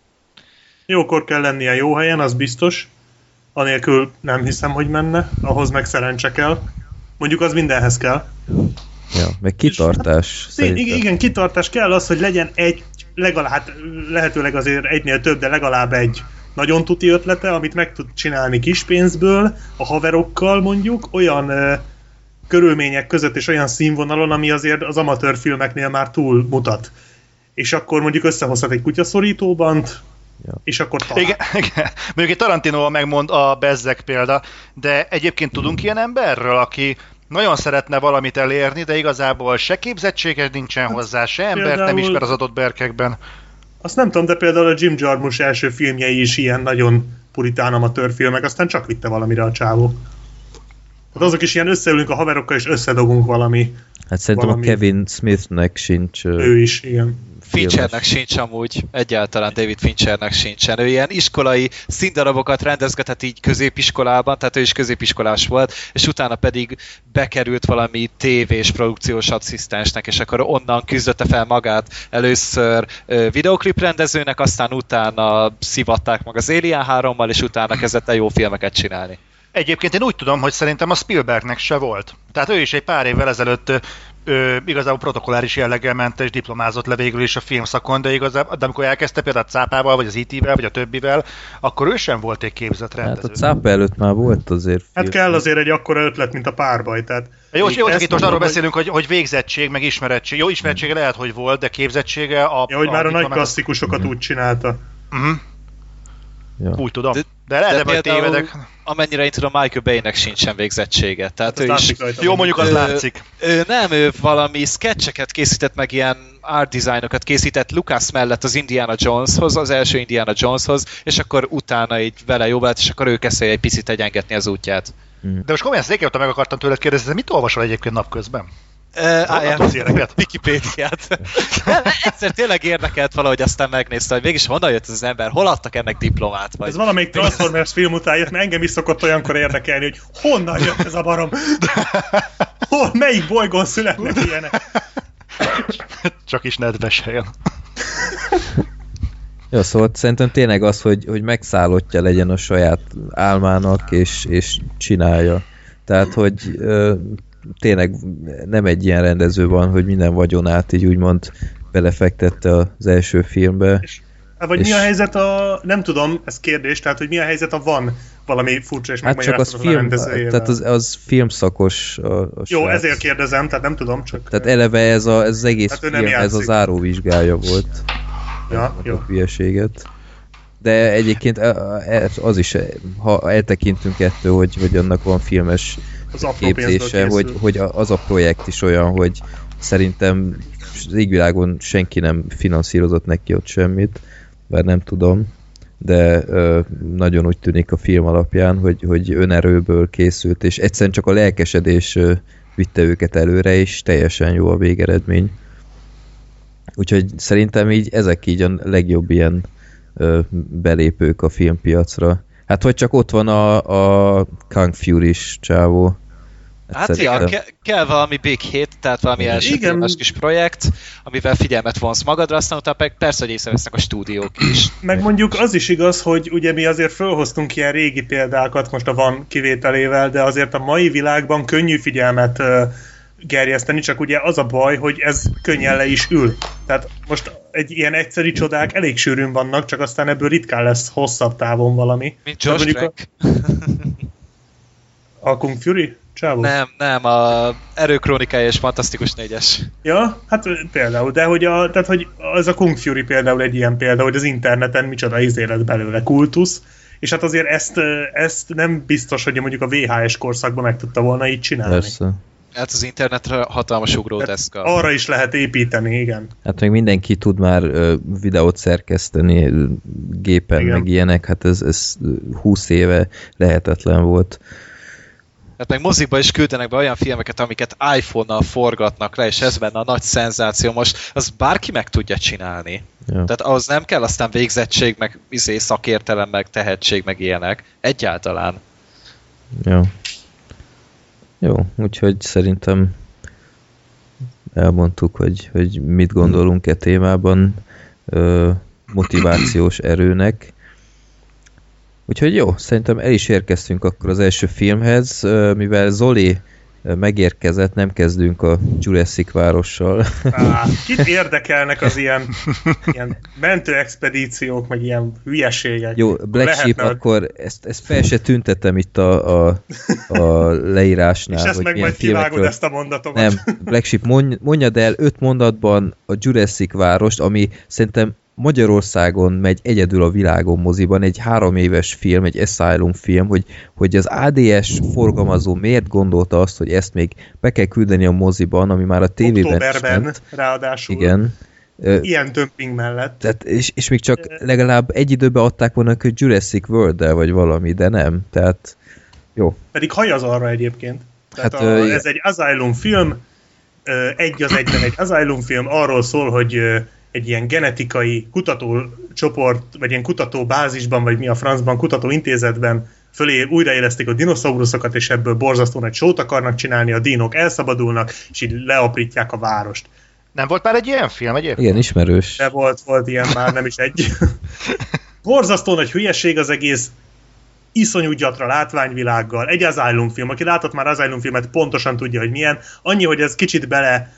Jókor kell lennie jó helyen, az biztos. Anélkül nem hiszem, hogy menne. Ahhoz meg szerencse kell. Mondjuk az mindenhez kell. Ja, meg kitartás. Hát, igen, kitartás kell az, hogy legyen egy, legalább, hát lehetőleg azért egynél több, de legalább egy nagyon tuti ötlete, amit meg tud csinálni kis pénzből, a haverokkal mondjuk, olyan ö, körülmények között és olyan színvonalon, ami azért az amatőr filmeknél már túl mutat. És akkor mondjuk összehozhat egy kutyaszorítóbant, ja. És akkor talán. Igen, igen. Mondjuk egy Tarantino megmond a Bezzek példa, de egyébként tudunk ilyen emberről, aki nagyon szeretne valamit elérni, de igazából se képzettsége nincsen hát, hozzá, se embert például... nem ismer az adott berkekben. Azt nem tudom, de például a Jim Jarmusch első filmjei is ilyen nagyon puritán amatőr filmek, aztán csak vitte valamire a csávó. Hát azok is ilyen összeülünk a haverokkal, és összedobunk valami. Hát szerintem valami... a Kevin Smithnek sincs... Ő is, igen. Finchernek sincs amúgy, egyáltalán David Finchernek sincsen. Ő ilyen iskolai színdarabokat rendezgetett így középiskolában, tehát ő is középiskolás volt, és utána pedig bekerült valami tévés produkciós asszisztensnek, és akkor onnan küzdötte fel magát először videoklip rendezőnek, aztán utána szivatták meg az Alien hárommal, és utána kezdett el jó filmeket csinálni. Egyébként én úgy tudom, hogy szerintem a Spielbergnek se volt. Tehát ő is egy pár évvel ezelőtt ő igazából protokolláris jelleggel ment és diplomázott le végül is a filmszakon, de igazából, de amikor elkezdte például a Cápával, vagy az í té-vel, vagy a többivel, akkor ő sem volt egy képzett rendező. Hát a Cápa előtt már volt azért film. Hát kell azért egy akkora ötlet, mint a Párbaj, tehát... Jó, jó csak itt most arról beszélünk, hogy, hogy végzettség, meg ismerettség. Jó, ismerettsége lehet, hogy volt, de képzettsége a... Ja, hogy a már a nagy klasszikusokat úgy csinálta. Uh-huh. Ja. Úgy tudom. De, de lehet, hogy tévedek. Amennyire én tudom, Michael Bay-nek sincsen végzettsége. Tehát ő is, jó, mondjuk az ő, látszik. Ő, nem, ő valami sketcheket készített, meg ilyen art designokat készített Lucas mellett az Indiana Joneshoz, az első Indiana Joneshoz, és akkor utána így vele jó lett, és akkor ő kezdte egy picit egyengetni az útját. De most komolyan székjeltem, meg akartam tőled kérdezni, mit olvasol egyébként napközben? Uh, Wikipédiát. Egyszer tényleg érdekelt valahogy, aztán megnézte, hogy mégis honnan jött ez az ember, hol adtak ennek diplomát? Vagy... Ez valamelyik Transformers film után jött, mert engem is szokott olyankor érdekelni, hogy honnan jött ez a barom. Hol, melyik bolygón születnek ilyenek? Csak is nedves helyen. Jó, szóval szerintem tényleg az, hogy, hogy megszállottja legyen a saját álmának, és, és csinálja. Tehát, hogy ö, tényleg nem egy ilyen rendező van, hogy minden vagyonát így úgymond belefektette az első filmbe. És, vagy és... mi a helyzet a... Nem tudom, ez kérdés, tehát, hogy mi a helyzet a van valami furcsa és hát megmagyaráztatott film, a rendezőjével. Tehát az, az filmszakos a, a Jó, srác. Ezért kérdezem, tehát nem tudom, csak... Tehát eleve ez, a, ez az egész hát film, ez a záróvizsgája volt. Ja, jó. hülyeséget. De egyébként az is, ha eltekintünk ettől, hogy, hogy annak van filmes képzése, hogy, hogy az a projekt is olyan, hogy szerintem az égvilágon senki nem finanszírozott neki ott semmit, bár nem tudom, de ö, nagyon úgy tűnik a film alapján, hogy, hogy önerőből készült, és egyszerűen csak a lelkesedés ö, vitte őket előre, és teljesen jó a végeredmény. Úgyhogy szerintem így ezek így a legjobb ilyen ö, belépők a filmpiacra. Hát vagy csak ott van a, a Kung Fury-s csávó. Hát ja, ke- kell valami big hit, tehát valami első filmes kis projekt, amivel figyelmet vonsz magadra, aztán utána persze, hogy észrevesznek a stúdiók is. Meg mondjuk az is igaz, hogy ugye mi azért fölhoztunk ilyen régi példákat, most a van kivételével, de azért a mai világban könnyű figyelmet uh, gerjeszteni, csak ugye az a baj, hogy ez könnyen le is ül. Tehát most egy ilyen egyszeri csodák elég sűrűn vannak, csak aztán ebből ritkán lesz hosszabb távon valami. Mint Josh Trank. A, a Kung Fury? Csávó? Nem, nem, a Erőkrónikája és Fantasztikus négyes. Ja, hát például, de hogy, a, tehát, hogy az a Kung Fury például egy ilyen példa, hogy az interneten micsoda izé lett belőle, kultusz, és hát azért ezt, ezt nem biztos, hogy mondjuk a vé há es korszakban meg tudta volna így csinálni. Persze. Hát az internetre hatalmas ugródeszka. Arra is lehet építeni, igen. Hát meg mindenki tud már uh, videót szerkeszteni gépen, igen. Meg ilyenek, hát ez, ez húsz éve lehetetlen volt. Hát meg mozikba is küldenek be olyan filmeket, amiket iPhone-nal forgatnak le, és ez benne a nagy szenzáció. Most az bárki meg tudja csinálni. Ja. Tehát ahhoz nem kell aztán végzettség, meg izé, szakértelem, meg tehetség, meg ilyenek. Egyáltalán. Jó. Jó, úgyhogy szerintem elmondtuk, hogy, hogy mit gondolunk e témában ö, motivációs erőnek. Úgyhogy jó, szerintem el is érkeztünk akkor az első filmhez, mivel Zoli megérkezett, nem kezdünk a Jurassic várossal. Á, kit érdekelnek az ilyen, ilyen mentőexpedíciók, meg ilyen hülyeségek? Jó, Black Sheep, a... akkor ezt, ezt fel se tüntetem itt a, a, a leírásnál. És ezt meg majd kivágod ezt a mondatomat. Nem, Black Sheep, mondjad el öt mondatban a Jurassic várost, ami szerintem Magyarországon megy egyedül a világon moziban, egy három éves film, egy Asylum film, hogy, hogy az á dé es forgalmazó miért gondolta azt, hogy ezt még be kell küldeni a moziban, ami már a tévében Októberben, is ment. Ráadásul. Igen. Ilyen dömping mellett. Tehát, és, és még csak legalább egy időben adták volna a Jurassic World-del, vagy valami, de nem. Tehát, jó. Pedig haj az arra egyébként. Tehát hát, a, ez egy Asylum film, egy az egyben egy Asylum film, arról szól, hogy egy ilyen genetikai kutatócsoport, vagy ilyen kutatóbázisban, vagy mi a francban, kutatóintézetben fölé újraélesztik a dinoszauruszokat, és ebből borzasztó nagy sót akarnak csinálni, a dinók elszabadulnak, és így leaprítják a várost. Nem volt már egy ilyen film egyébként? Igen, ismerős. De volt, volt ilyen már, nem is egy. Borzasztó nagy hülyeség az egész, iszonyú gyatra látványvilággal. Egy Asylum film, aki látott már Asylum filmet, pontosan tudja, hogy milyen. Annyi, hogy ez kicsit bele...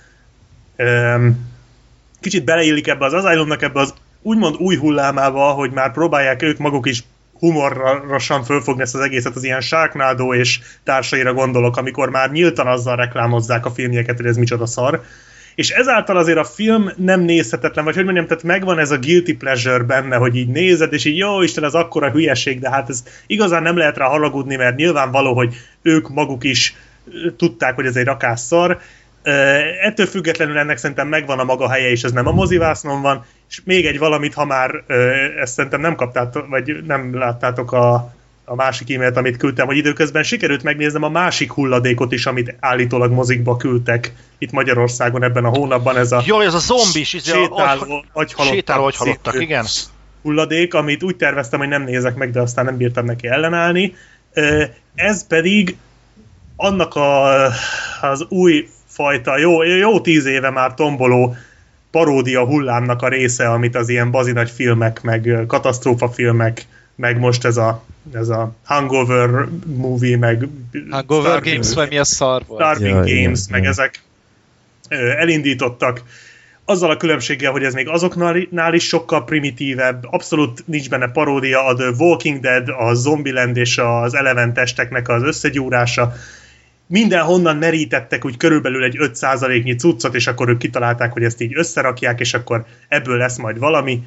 Um, kicsit beleillik ebbe az Asylumnak, ebbe az úgymond új hullámába, hogy már próbálják ők maguk is humorosan fölfogni ezt az egészet, az ilyen Sharknado és társaira gondolok, amikor már nyíltan azzal reklámozzák a filmjeket, hogy ez micsoda szar. És ezáltal azért a film nem nézhetetlen, vagy hogy mondjam, tehát megvan ez a guilty pleasure benne, hogy így nézed, és így jó Isten, ez akkora hülyeség, de hát ez igazán nem lehet rá haragudni, mert nyilvánvaló, hogy ők maguk is tudták, hogy ez egy rakás szar. Uh, ettől függetlenül ennek szerintem megvan a maga helye, és ez nem a mozivásznon van, és még egy valamit, ha már uh, ezt szerintem nem kaptátok, vagy nem láttátok a, a másik e-mailt, amit küldtem, hogy időközben sikerült megnéznem a másik hulladékot is, amit állítólag mozikba küldtek itt Magyarországon ebben a hónapban. Ez a jó, ez a zombis, sétáló, agyhalottak igen. hulladék, amit úgy terveztem, hogy nem nézek meg, de aztán nem bírtam neki ellenállni. Uh, ez pedig annak a, az új fajta, jó, jó tíz éve már tomboló paródia hullámnak a része, amit az ilyen bazinagy filmek, meg katasztrófa filmek, meg most ez a, ez a Hangover movie, meg Hangover Starving, Games, vagy mi a szar volt? Starving ja, Games, ja, meg ja. ezek elindítottak. Azzal a különbséggel, hogy ez még azoknál is sokkal primitívebb, abszolút nincs benne paródia, a The Walking Dead, a Zombieland és az Eleven testeknek az összegyúrása. Mindenhonnan merítettek úgy körülbelül egy öt százaléknyi cuccot, és akkor ők kitalálták, hogy ezt így összerakják, és akkor ebből lesz majd valami.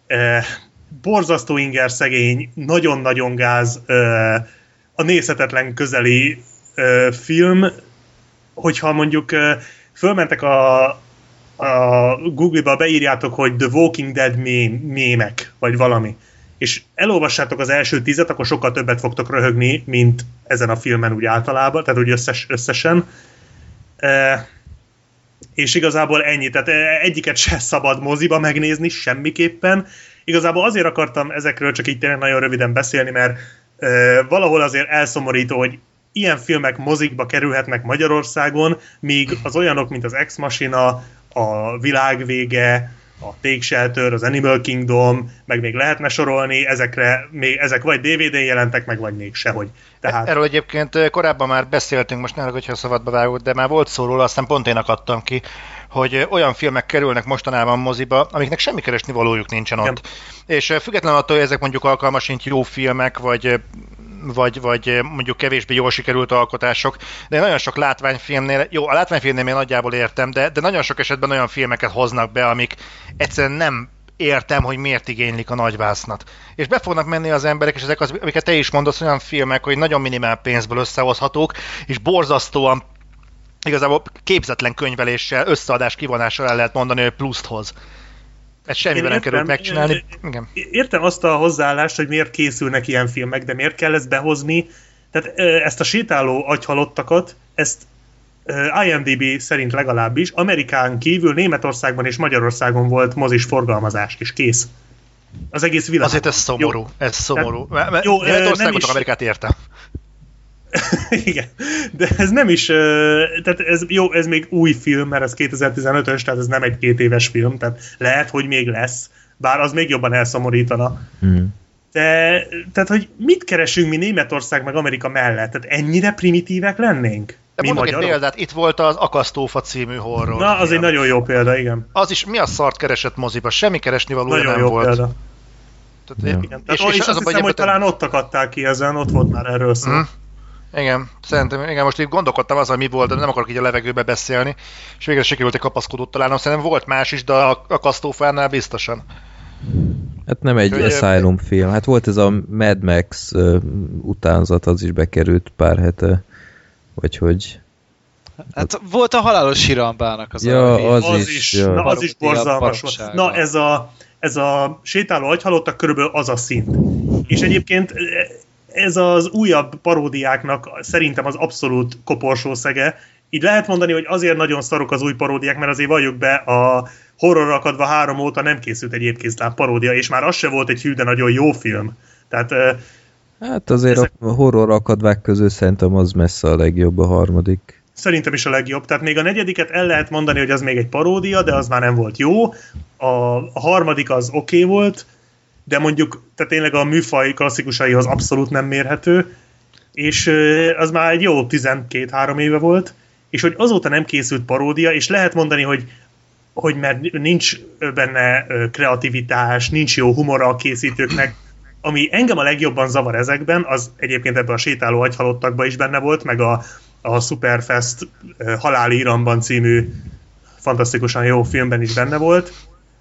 uh, borzasztó inger szegény, nagyon-nagyon gáz, uh, a nézhetetlen közeli uh, film, hogyha mondjuk uh, fölmentek a, a Google-ba, beírjátok, hogy The Walking Dead mémek, vagy valami, és elolvassátok az első tízet, akkor sokkal többet fogtok röhögni, mint ezen a filmen úgy általában, tehát úgy összes, összesen. Uh, és igazából ennyi, tehát egyiket se szabad moziba megnézni, semmiképpen. Igazából azért akartam ezekről csak így tényleg nagyon röviden beszélni, mert uh, valahol azért elszomorító, hogy ilyen filmek mozikba kerülhetnek Magyarországon, míg az olyanok, mint az Ex Machina, a Világvége, a Take Shelter, az Animal Kingdom, meg még lehetne sorolni, ezekre még, ezek vagy dé vé dén jelentek meg, vagy még sehogy. Tehát... Erről egyébként korábban már beszéltünk, most nem, hogyha szabadba vágod, de már volt szó róla, aztán pont én akadtam ki, hogy olyan filmek kerülnek mostanában moziba, amiknek semmi keresni valójuk nincsen ott. Igen. És függetlenül attól, hogy ezek mondjuk alkalmasint jó filmek, vagy Vagy, vagy mondjuk kevésbé jól sikerült alkotások, de nagyon sok látványfilmnél, jó, a látványfilmnél én nagyjából értem, de, de nagyon sok esetben olyan filmeket hoznak be, amik egyszerűen nem értem, hogy miért igénylik a nagyvásznat. És be fognak menni az emberek, és ezek az, amiket te is mondasz, olyan filmek, hogy nagyon minimál pénzből összehozhatók, és borzasztóan igazából képzetlen könyveléssel, összeadás kivonással el lehet mondani, hogy pluszt hoz. Ez semmiben nem került megcsinálni. Igen. Értem azt a hozzáállást, hogy miért készülnek ilyen filmek, de miért kell ezt behozni. Tehát ezt a sétáló agyhalottakat, ezt I M D B szerint legalábbis Amerikán kívül Németországban és Magyarországon volt mozis forgalmazás, és kész. Az egész világ. Azért ez szomorú. Jó. Ez szomorú. Tehát, jó, Németországot, is... Amerikát értem. Igen, de ez nem is, tehát ez jó, ez még új film, mert ez kétezer-tizenötös, tehát ez nem egy két éves film, tehát lehet, hogy még lesz, bár az még jobban elszomorítana. Mm. De, tehát, hogy mit keresünk mi Németország meg Amerika mellett? Tehát ennyire primitívek lennénk? De mondok egy példát, itt volt az Akasztófa című horror. Na, az film. Egy nagyon jó példa, igen. Az is mi a szart keresett moziba? Semmi keresni valója nem volt. Nagyon jó példa. Tehát, ja. Igen, tehát és, és, és az azt hiszem, hogy talán ott akadták ki ezen, ott volt már erről szó. Mm. Igen, szerintem, igen, most így gondolkodtam azon, mi volt, de nem akarok így a levegőbe beszélni, és végre sikerült egy kapaszkodót találnom, szerintem volt más is, de a Akasztófánál biztosan. Hát nem egy Asylum film, hát volt ez a Mad Max uh, utánzat, az is bekerült pár hete, vagy hogy... Hát volt a Halálos Sirambának az ja, a az, az is, is, ja. Na az is borzalmas volt. Na ez a, ez a sétáló agyhalottak körülbelül az a szint. És egyébként ez az újabb paródiáknak szerintem az abszolút koporsószege. Így lehet mondani, hogy azért nagyon szarok az új paródiák, mert azért valljuk be, a Horror Akadva három óta nem készült egy épkézláb paródia, és már az se volt egy hű, de nagyon jó film. Tehát, hát azért ezek... a Horror Akadvák közül szerintem az messze a legjobb, a harmadik. Szerintem is a legjobb. Tehát még a negyediket el lehet mondani, hogy az még egy paródia, de az már nem volt jó. A, a harmadik az oké okay volt, de mondjuk, tehát tényleg a műfaj klasszikusaihoz abszolút nem mérhető, és az már egy jó tizenkét-három éve volt, és hogy azóta nem készült paródia, és lehet mondani, hogy, hogy mert nincs benne kreativitás, nincs jó humora a készítőknek, ami engem a legjobban zavar ezekben, az egyébként ebben a sétáló agyhalottakban is benne volt, meg a, a Superfest Haláli Iramban című fantasztikusan jó filmben is benne volt.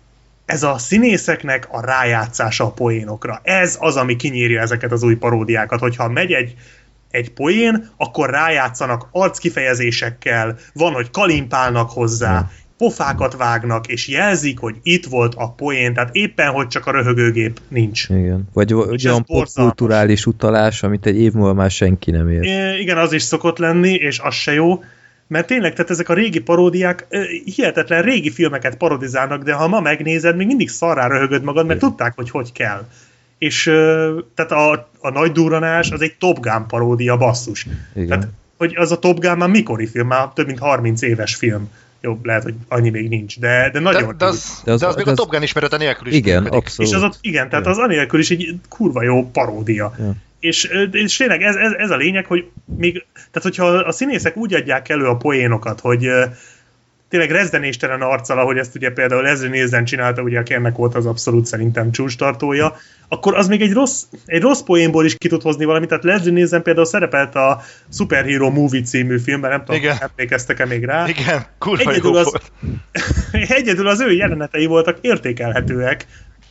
Ez a színészeknek a rájátszása a poénokra. Ez az, ami kinyírja ezeket az új paródiákat, hogyha megy egy, egy poén, akkor rájátszanak arckifejezésekkel, van, hogy kalimpálnak hozzá, pofákat vágnak, és jelzik, hogy itt volt a poén, tehát éppen, hogy csak a röhögőgép nincs. Igen. Vagy olyan popkulturális utalás, amit egy év múlva már senki nem ér. É, igen, az is szokott lenni, és az se jó. Mert tényleg, tehát ezek a régi paródiák hihetetlen régi filmeket parodizálnak, de ha ma megnézed, még mindig szarrá röhögöd magad, mert igen. Tudták, hogy hogy kell. És tehát a, a Nagy Durranás az egy Top Gun paródia, basszus. Igen. Tehát, hogy az a Top Gun már mikori film, már több mint harminc éves film. Jó, lehet, hogy annyi még nincs, de, de nagyon... De, de, az, de, az, de az még de az, a Top Gun ismerete nélkül is igen, működik. Abszolút. És az ott, igen, tehát ja. Az anélkül is egy kurva jó paródia. Ja. És, és tényleg ez, ez, ez a lényeg, hogy még, tehát hogyha a színészek úgy adják elő a poénokat, hogy uh, tényleg rezdenéstelen arccal, ahogy ezt ugye például Leslie Nielsen csinálta, ugye aki ennek volt az abszolút szerintem csúcstartója, akkor az még egy rossz, egy rossz poénból is ki tud hozni valamit. Tehát Leslie Nielsen például szerepelt a Superhero Movie című filmben, nem tudom, emlékeztek-e még rá. Igen, kurva egyedül jó az, volt. Egyedül az ő jelenetei voltak értékelhetőek,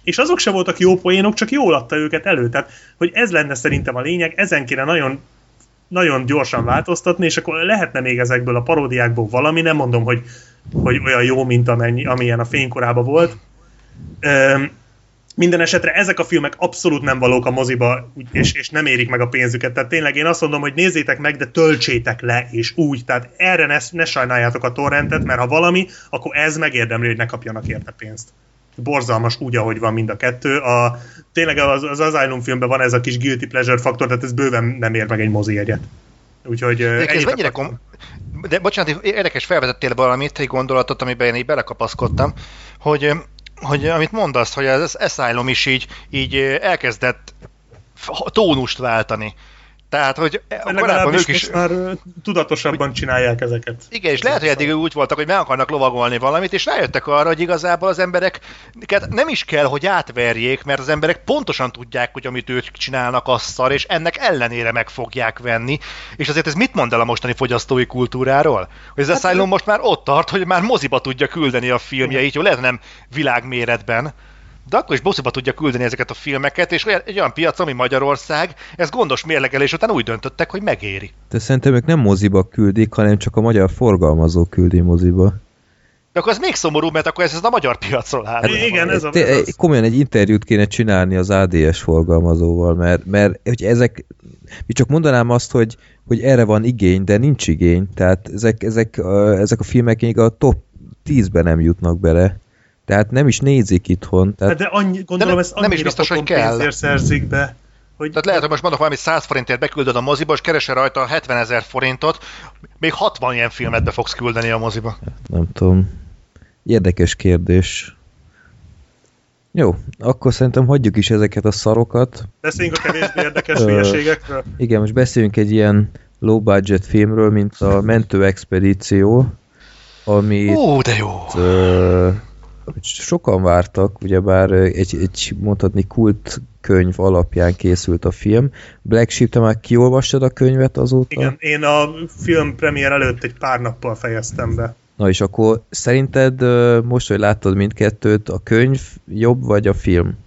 és azok se voltak jó poénok, csak jól adta őket elő. Tehát, hogy ez lenne szerintem a lényeg, ezen kéne nagyon, nagyon gyorsan változtatni, és akkor lehetne még ezekből a paródiákból valami, nem mondom, hogy, hogy olyan jó, mint amennyi, amilyen a fénykorában volt. Üm, Minden esetre ezek a filmek abszolút nem valók a moziba, és, és nem érik meg a pénzüket. Tehát tényleg én azt mondom, hogy nézzétek meg, de töltsétek le, és úgy. Tehát erre ne, ne sajnáljátok a torrentet, mert ha valami, akkor ez megérdemli, hogy ne kapjanak érte pénzt. Borzalmas úgy, ahogy van mind a kettő. A, tényleg az, az Asylum filmben van ez a kis guilty pleasure faktor, tehát ez bőven nem ér meg egy mozi egyet. Úgyhogy... De, ez mennyire kom... de bocsánat, érdekes, felvezettél valamit, egy gondolatot, amiben én így belekapaszkodtam, hogy... hogy amit mondasz, hogy az Asylum is így, így elkezdett tónust váltani. Tehát, hogy korábban ők is már tudatosabban csinálják ezeket. Igen, és lehet, hogy eddig úgy voltak, hogy meg akarnak lovagolni valamit, és rájöttek arra, hogy igazából az embereket nem is kell, hogy átverjék, mert az emberek pontosan tudják, hogy amit ők csinálnak, az szar, és ennek ellenére meg fogják venni. És azért ez mit mond el a mostani fogyasztói kultúráról? Hogy az hát Asylum most már ott tart, hogy már moziba tudja küldeni a filmjeit, jó, lehet nem világméretben, de akkor is moziba tudja küldeni ezeket a filmeket, és olyan, egy olyan piac, ami Magyarország, ez gondos mérlegelés után úgy döntöttek, hogy megéri. De szerintem ők nem moziba küldik, hanem csak a magyar forgalmazó küldi moziba. De akkor ez még szomorú, mert akkor ez, ez a magyar piacról áll. Hát, igen, ez a... Te, komolyan egy interjút kéne csinálni az á dé es forgalmazóval, mert, mert hogy ezek... Mi csak mondanám azt, hogy, hogy erre van igény, de nincs igény. Tehát ezek, ezek, ezek a filmek még a top tízben nem jutnak bele. Tehát nem is nézik itthon. Tehát... De annyi, gondolom, de ezt annyira nem is biztos, hogy kell. Pénzért szerzik be. Hogy... Tehát lehet, hogy most mondok valami száz forintért beküldöd a moziba, és keresel rajta hetvenezer forintot, még hatvan ilyen filmet be fogsz küldeni a moziba. Nem tudom. Érdekes kérdés. Jó, akkor szerintem hagyjuk is ezeket a szarokat. Beszéljünk a kevésbé érdekes hülyeségekről. Igen, most beszéljünk egy ilyen low budget filmről, mint a Mentő Expedíció, ami... Ó, de jó! Ö, sokan vártak, ugyebár egy, egy mondhatni kult könyv alapján készült a film. Black Sheep, te már kiolvastad a könyvet azóta? Igen, én a film premier előtt egy pár nappal fejeztem be. Na és akkor szerinted most, hogy láttad mindkettőt, a könyv jobb, vagy a film?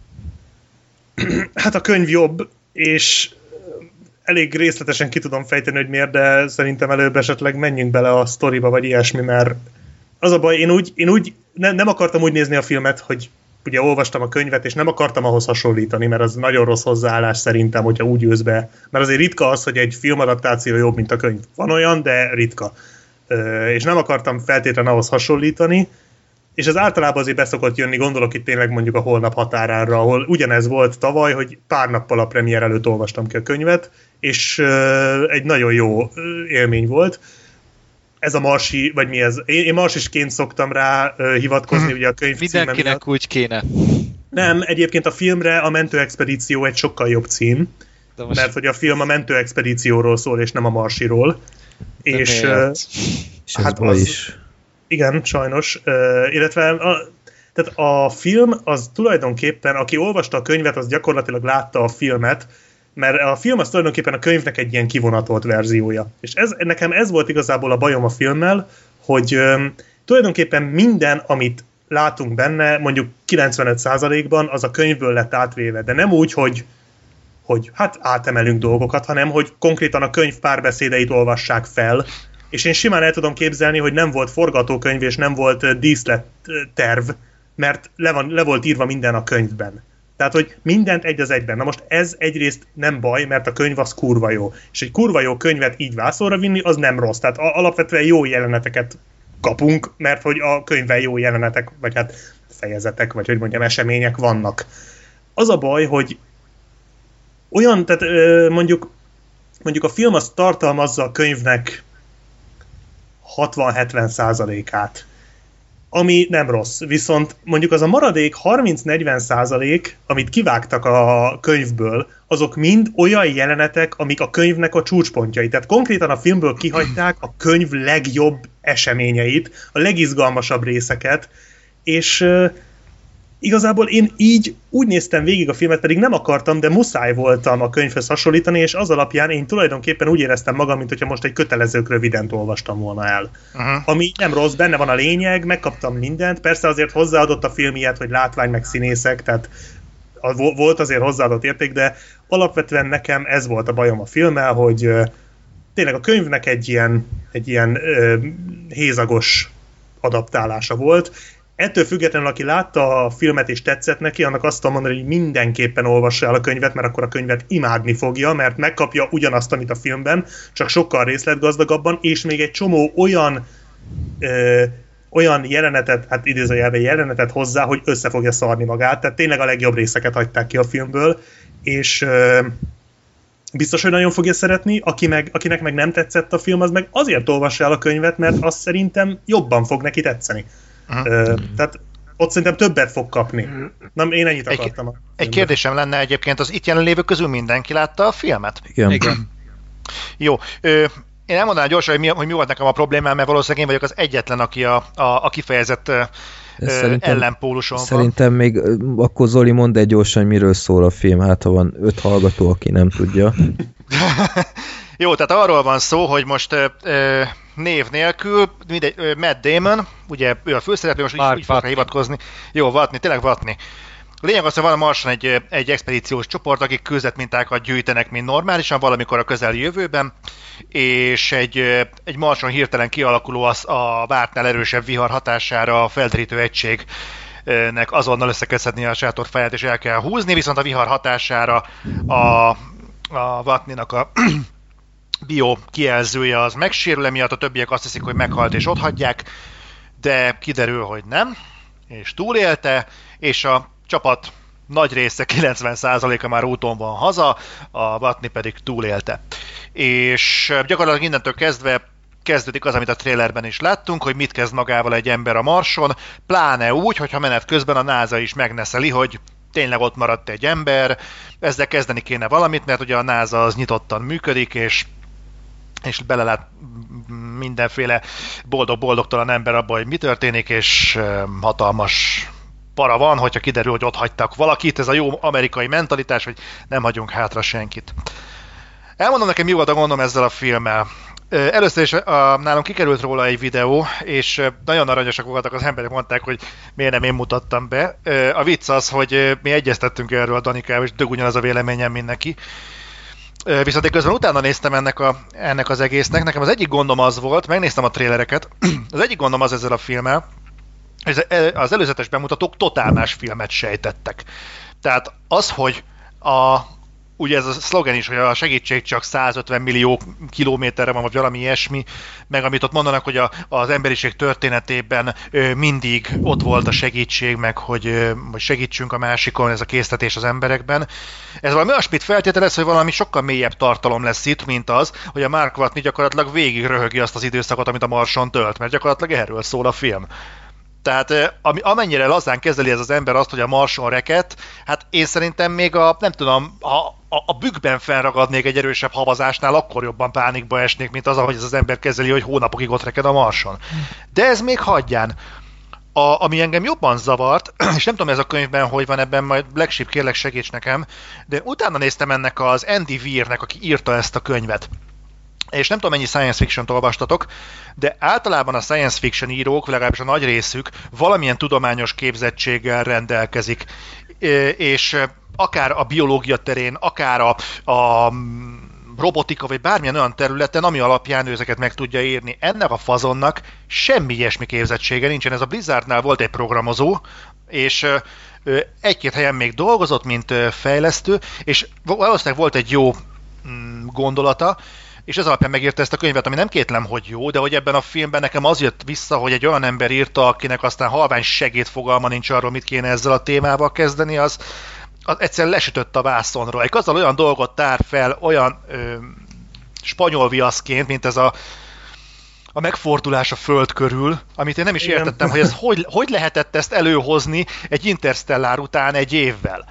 Hát a könyv jobb, és elég részletesen ki tudom fejteni, hogy miért, de szerintem előbb esetleg menjünk bele a sztoriba, vagy ilyesmi, mert az a baj, én úgy, én úgy ne, nem akartam úgy nézni a filmet, hogy ugye olvastam a könyvet, és nem akartam ahhoz hasonlítani, mert az nagyon rossz hozzáállás szerintem, hogyha úgy jössz be. Mert azért ritka az, hogy egy filmadaptáció jobb, mint a könyv. Van olyan, de ritka. És nem akartam feltétlenül ahhoz hasonlítani, és ez általában azért beszokott jönni, gondolok itt tényleg mondjuk a Holnap határára, ahol ugyanez volt tavaly, hogy pár nappal a premier előtt olvastam ki a könyvet, és egy nagyon jó élmény volt. Ez a marsi, vagy mi ez? Én, én marsisként szoktam rá hivatkozni, hmm. ugye a könyv címe Mindenkinek miatt. Úgy kéne. Nem, egyébként a filmre a Mentő Expedíció egy sokkal jobb cím, most... mert hogy a film a Mentő Expedícióról szól, és nem a marsiról. De és, uh, és hát az is. Igen, sajnos. Uh, illetve a, tehát a film az tulajdonképpen, aki olvasta a könyvet, az gyakorlatilag látta a filmet, mert a film az tulajdonképpen a könyvnek egy ilyen kivonatolt verziója. És ez, nekem ez volt igazából a bajom a filmmel, hogy um, tulajdonképpen minden, amit látunk benne, mondjuk kilencvenöt százalékban az a könyvből lett átvéve, de nem úgy, hogy hogy hát átemelünk dolgokat, hanem hogy konkrétan a könyv párbeszédeit olvassák fel, és én simán el tudom képzelni, hogy nem volt forgatókönyv, és nem volt díszletterv, mert le, van, le volt írva minden a könyvben. Tehát, hogy mindent egy az egyben. Na most ez egyrészt nem baj, mert a könyv az kurva jó. És egy kurva jó könyvet így vászorra vinni, az nem rossz. Tehát alapvetően jó jeleneteket kapunk, mert hogy a könyvben jó jelenetek, vagy hát fejezetek, vagy hogy mondjam, események vannak. Az a baj, hogy olyan, tehát mondjuk, mondjuk a film az tartalmazza a könyvnek hatvan-hetven százalékát, ami nem rossz. Viszont mondjuk az a maradék harminc-negyven százalék, amit kivágtak a könyvből, azok mind olyan jelenetek, amik a könyvnek a csúcspontjai. Tehát konkrétan a filmből kihagyták a könyv legjobb eseményeit, a legizgalmasabb részeket, és igazából én így úgy néztem végig a filmet, pedig nem akartam, de muszáj voltam a könyvhöz hasonlítani, és az alapján én tulajdonképpen úgy éreztem magam, mint hogyha most egy kötelező rövident olvastam volna el. Uh-huh. Ami nem rossz, benne van a lényeg, megkaptam mindent, persze azért hozzáadott a film ilyet, hogy látvány meg színészek, tehát volt azért hozzáadott érték, de alapvetően nekem ez volt a bajom a filmmel, hogy tényleg a könyvnek egy ilyen, egy ilyen ö, hézagos adaptálása volt. Ettől függetlenül, aki látta a filmet és tetszett neki, annak azt tudom mondani, hogy mindenképpen olvassa el a könyvet, mert akkor a könyvet imádni fogja, mert megkapja ugyanazt, amit a filmben, csak sokkal részletgazdagabban, és még egy csomó olyan ö, olyan jelenetet, hát idézőjelben jelenetet hozzá, hogy össze fogja szarni magát, tehát tényleg a legjobb részeket hagyták ki a filmből, és ö, biztos, hogy nagyon fogja szeretni, aki meg, akinek meg nem tetszett a film, az meg azért olvassa el a könyvet, mert azt szerintem jobban fog neki tetszeni. Uh-huh. Ö, tehát ott szerintem többet fog kapni. Na, én ennyit akartam. Egy, egy kérdésem lenne egyébként, az itt jelenlévő közül mindenki látta a filmet? Igen. Igen. Jó. Ö, én elmondanám gyorsan, hogy mi, hogy mi volt nekem a problémám, mert valószínűleg én vagyok az egyetlen, aki a, a, a kifejezett szerintem, ellenpóluson van. Szerintem még akkor Zoli, mondd egy gyorsan, hogy miről szól a film, hát ha van öt hallgató, aki nem tudja. Jó, tehát arról van szó, hogy most ö, név nélkül, mindegy, ö, Matt Damon, ugye ő a főszereplő, most Mark így, így fogok hivatkozni. Jó, Watney, tényleg Watney. A lényeg az, hogy van a Marson egy, egy expedíciós csoport, akik kőzetmintákat gyűjtenek, mint normálisan, valamikor a közeli jövőben, és egy, egy Marson hirtelen kialakuló az a vártnál erősebb vihar hatására a felderítő egységnek azonnal összeköszedni a sátorfáját, és el kell húzni, viszont a vihar hatására a, a Watney-nak a bio kijelzője az megsérül, emiatt a többiek azt hiszik, hogy meghalt és otthagyják, de kiderül, hogy nem, és túlélte, és a csapat nagy része, kilencven százaléka már úton van haza, a Watney pedig túlélte. És gyakorlatilag innentől kezdve kezdődik az, amit a trailerben is láttunk, hogy mit kezd magával egy ember a Marson, pláne úgy, hogyha menet közben a NASA is megneszeli, hogy tényleg ott maradt egy ember, ezzel kezdeni kéne valamit, mert ugye a NASA az nyitottan működik, és és belelát mindenféle boldog-boldogtalan ember abban, hogy mi történik, és hatalmas para van, hogyha kiderül, hogy ott hagytak valakit, ez a jó amerikai mentalitás, hogy nem hagyunk hátra senkit. Elmondom nekem, mi volt a gondom ezzel a filmmel. Először is a, nálunk kikerült róla egy videó, és nagyon aranyosak voltak az emberek, mondták, hogy miért nem én mutattam be. A vicc az, hogy mi egyeztettünk erről a Danikával, és dög ugyanaz a véleményem, mint neki. Viszont én közben utána néztem ennek, a, ennek az egésznek. Nekem az egyik gondom az volt, megnéztem a trélereket, az egyik gondom az ezzel a filmmel, az előzetes bemutatók totál más filmet sejtettek. Tehát az, hogy a, ugye ez a szlogen is, hogy a segítség csak százötven millió kilométerre van, vagy valami ilyesmi, meg amit ott mondanak, hogy a, az emberiség történetében ö, mindig ott volt a segítség, meg hogy, ö, hogy segítsünk a másikon, ez a késztetés az emberekben. Ez valami olyasmit feltételez, hogy valami sokkal mélyebb tartalom lesz itt, mint az, hogy a Mark Watney gyakorlatilag végig röhögi azt az időszakot, amit a Marson tölt, mert gyakorlatilag erről szól a film. Tehát ami, amennyire lazán kezeli ez az ember azt, hogy a Marson rekedt, hát én szerintem még a, nem tudom, a, a, a bükkben fennragadnék egy erősebb havazásnál, akkor jobban pánikba esnék, mint az, ahogy ez az ember kezeli, hogy hónapokig ott reked a Marson. De ez még hagyján. A, ami engem jobban zavart, és nem tudom ez a könyvben, hogy van ebben, majd Black Sheep, kérlek segíts nekem, de utána néztem ennek az Andy Weirnek, aki írta ezt a könyvet. És nem tudom, mennyi science fiction-t olvastatok, de általában a science fiction írók, legalábbis a nagy részük valamilyen tudományos képzettséggel rendelkezik, és akár a biológia terén, akár a, a robotika, vagy bármilyen olyan területen, ami alapján ő ezeket meg tudja írni. Ennek a fazonnak semmi ilyesmi képzettsége nincsen. Ez a Blizzardnál volt egy programozó, és egy-két helyen még dolgozott, mint fejlesztő, és valószínűleg volt egy jó gondolata, és ez alapján megírta ezt a könyvet, ami nem kétlem, hogy jó, de hogy ebben a filmben nekem az jött vissza, hogy egy olyan ember írta, akinek aztán halvány segédfogalma nincs arról, mit kéne ezzel a témával kezdeni, az, az egyszerűen lesütött a vászonról. Egy azzal olyan dolgot tár fel, olyan ö, spanyol viaszként, mint ez a, a megfordulás a föld körül, amit én nem is értettem, hogy ez hogy, hogy lehetett ezt előhozni egy Interstellar után egy évvel.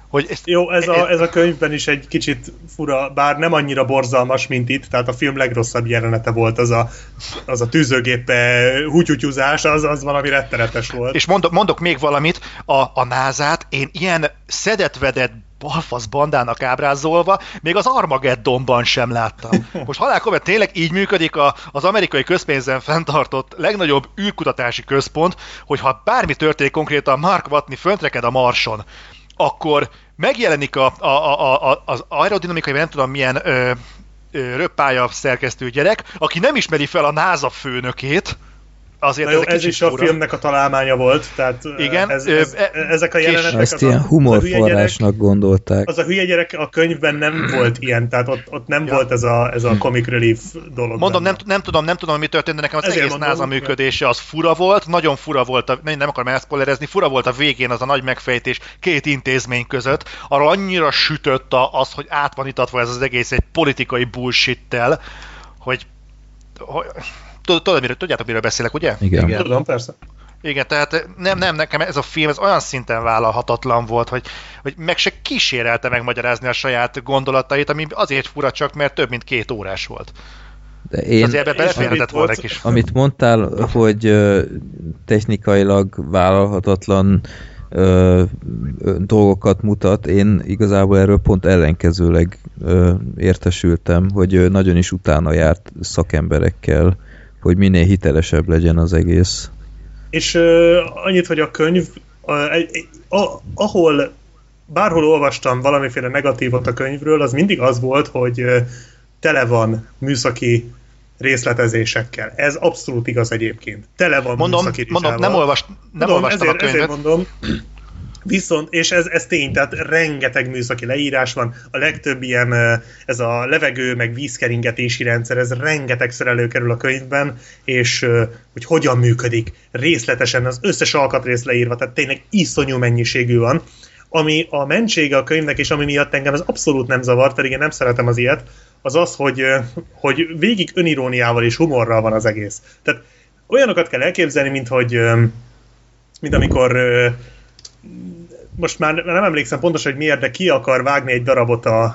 Hogy ezt, Jó, ez a, ez a könyvben is egy kicsit fura, bár nem annyira borzalmas, mint itt, tehát a film legrosszabb jelenete volt az a, az a tűzőgépe hútyutyuzás, az, az valami rettenetes volt. És mondok, mondok még valamit, a, a názát én ilyen szedett-vedett balfasz bandának ábrázolva, még az Armageddonban sem láttam. Most halálkomolyan tényleg így működik a, az amerikai közpénzen fenntartott legnagyobb űrkutatási központ, hogy ha bármi történik konkrétan, Mark Watney föntreked a Marson, akkor megjelenik a, a, a, a, az aerodinamikai, nem tudom milyen ö, ö, röppálya szerkesztő gyerek, aki nem ismeri fel a NASA főnökét. Azért Na jó, ez, ez is fura. A filmnek a találmánya volt, tehát igen, ez, ez, ez, ezek a jelenetek... Ezt ilyen humorforrásnak gondolták. Az a hülye gyerek a könyvben nem volt ilyen, tehát ott, ott nem ja. volt ez a, ez a comic relief dolog. Mondom, nem, nem tudom, nem tudom, mi történt, de nekem az Ezért egész mondom, NASA működése az fura volt, nagyon fura volt, a, nem akarom elszpoilerezni, fura volt a végén az a nagy megfejtés két intézmény között, arra annyira sütött az, hogy át van itatva ez az egész egy politikai bullshittel, hogy... hogy Tudod, miről, tudjátok, miről beszélek, ugye? Igen. Igen. Tudom, persze. Igen, tehát nem, nem, nekem ez a film ez olyan szinten vállalhatatlan volt, hogy, hogy meg se kísérelte megmagyarázni a saját gondolatait, ami azért fura csak, mert több mint két órás volt. De én, azért ebbe beleférhetett volna egy kis. Amit mondtál, hogy uh, technikailag vállalhatatlan uh, dolgokat mutat, én igazából erről pont ellenkezőleg uh, értesültem, hogy uh, nagyon is utána járt szakemberekkel, hogy minél hitelesebb legyen az egész. És uh, annyit, hogy a könyv, uh, uh, ahol bárhol olvastam valamiféle negatívot a könyvről, az mindig az volt, hogy uh, tele van műszaki részletezésekkel. Ez abszolút igaz egyébként. Tele van mondom, műszaki mondom, nem, olvast, nem mondom, olvastam ezért, a könyvet. Ezért mondom, viszont, és ez, ez tény, tehát rengeteg műszaki leírás van, a legtöbb ilyen, ez a levegő, meg vízkeringetési rendszer, ez rengetegszer előkerül a könyvben, és hogy hogyan működik, részletesen az összes alkatrész leírva, tehát tényleg iszonyú mennyiségű van, ami a mentsége a könyvnek, és ami miatt engem ez abszolút nem zavar, pedig én nem szeretem az ilyet, az az, hogy, hogy végig öniróniával és humorral van az egész. Tehát olyanokat kell elképzelni, mint hogy mint amikor most már nem emlékszem pontosan, hogy miért, de ki akar vágni egy darabot a,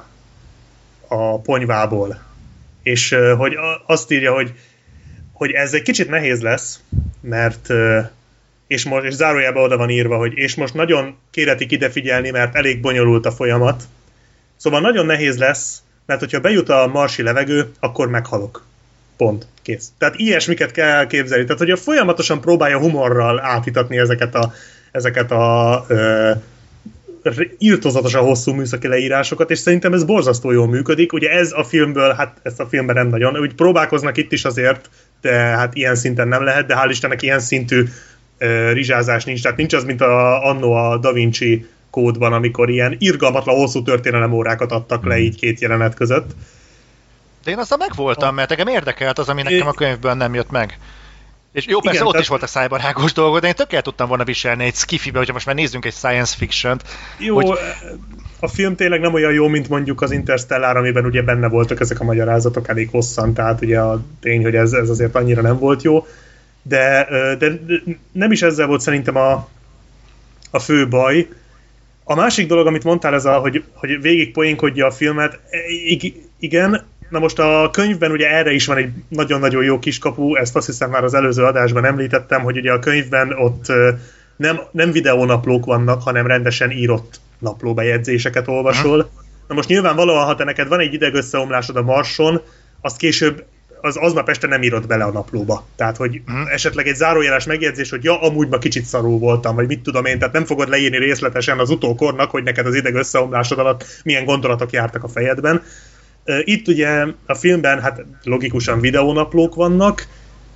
a ponyvából. És hogy azt írja, hogy, hogy ez egy kicsit nehéz lesz, mert és most, és zárójában oda van írva, hogy és most nagyon kéretik ide figyelni, mert elég bonyolult a folyamat. Szóval nagyon nehéz lesz, mert hogyha bejut a marsi levegő, akkor meghalok. Pont. Kész. Tehát ilyesmiket kell képzelni. Tehát, hogy folyamatosan próbálja humorral átítatni ezeket a, ezeket a ö, irtózatosan hosszú műszaki leírásokat, és szerintem ez borzasztó jól működik. Ugye ez a filmből, hát ezt a filmben nem nagyon, úgy próbálkoznak itt is azért, de hát ilyen szinten nem lehet, de hál' Istennek ilyen szintű ö, rizsázás nincs. Tehát nincs az, mint a, annó a Da Vinci kódban, amikor ilyen irgalmatlan hosszú történelemórákat adtak le így két jelenet között. De én azzal megvoltam, mert engem érdekelt az, ami nekem a könyvből nem jött meg. És jó, persze igen, ott tehát... is volt a cyberhágos dolgok, de én tök el tudtam volna viselni egy skifibe, hogyha most már nézzünk egy science fiction-t. Jó, hogy... a film tényleg nem olyan jó, mint mondjuk az Interstellar, amiben ugye benne voltak ezek a magyarázatok elég hosszan, tehát ugye a tény, hogy ez, ez azért annyira nem volt jó, de, de nem is ezzel volt szerintem a, a fő baj. A másik dolog, amit mondtál, ez a, hogy, hogy végig poénkodja a filmet, igen. Na most a könyvben ugye erre is van egy nagyon-nagyon jó kiskapu, ezt azt hiszem már az előző adásban említettem, hogy ugye a könyvben ott nem, nem videónaplók vannak, hanem rendesen írott naplóbejegyzéseket olvasol. Na most nyilvánvalóan, ha te neked van egy idegösszeomlásod a Marson, azt később az aznap este nem írod bele a naplóba. Tehát, hogy esetleg egy zárójeles megjegyzés, hogy ja, amúgy ma kicsit szarul voltam, vagy mit tudom én, tehát nem fogod leírni részletesen az utókornak, hogy neked az idegösszeomlásod alatt milyen gondolatok jártak a fejedben. Itt ugye a filmben hát logikusan videónaplók vannak.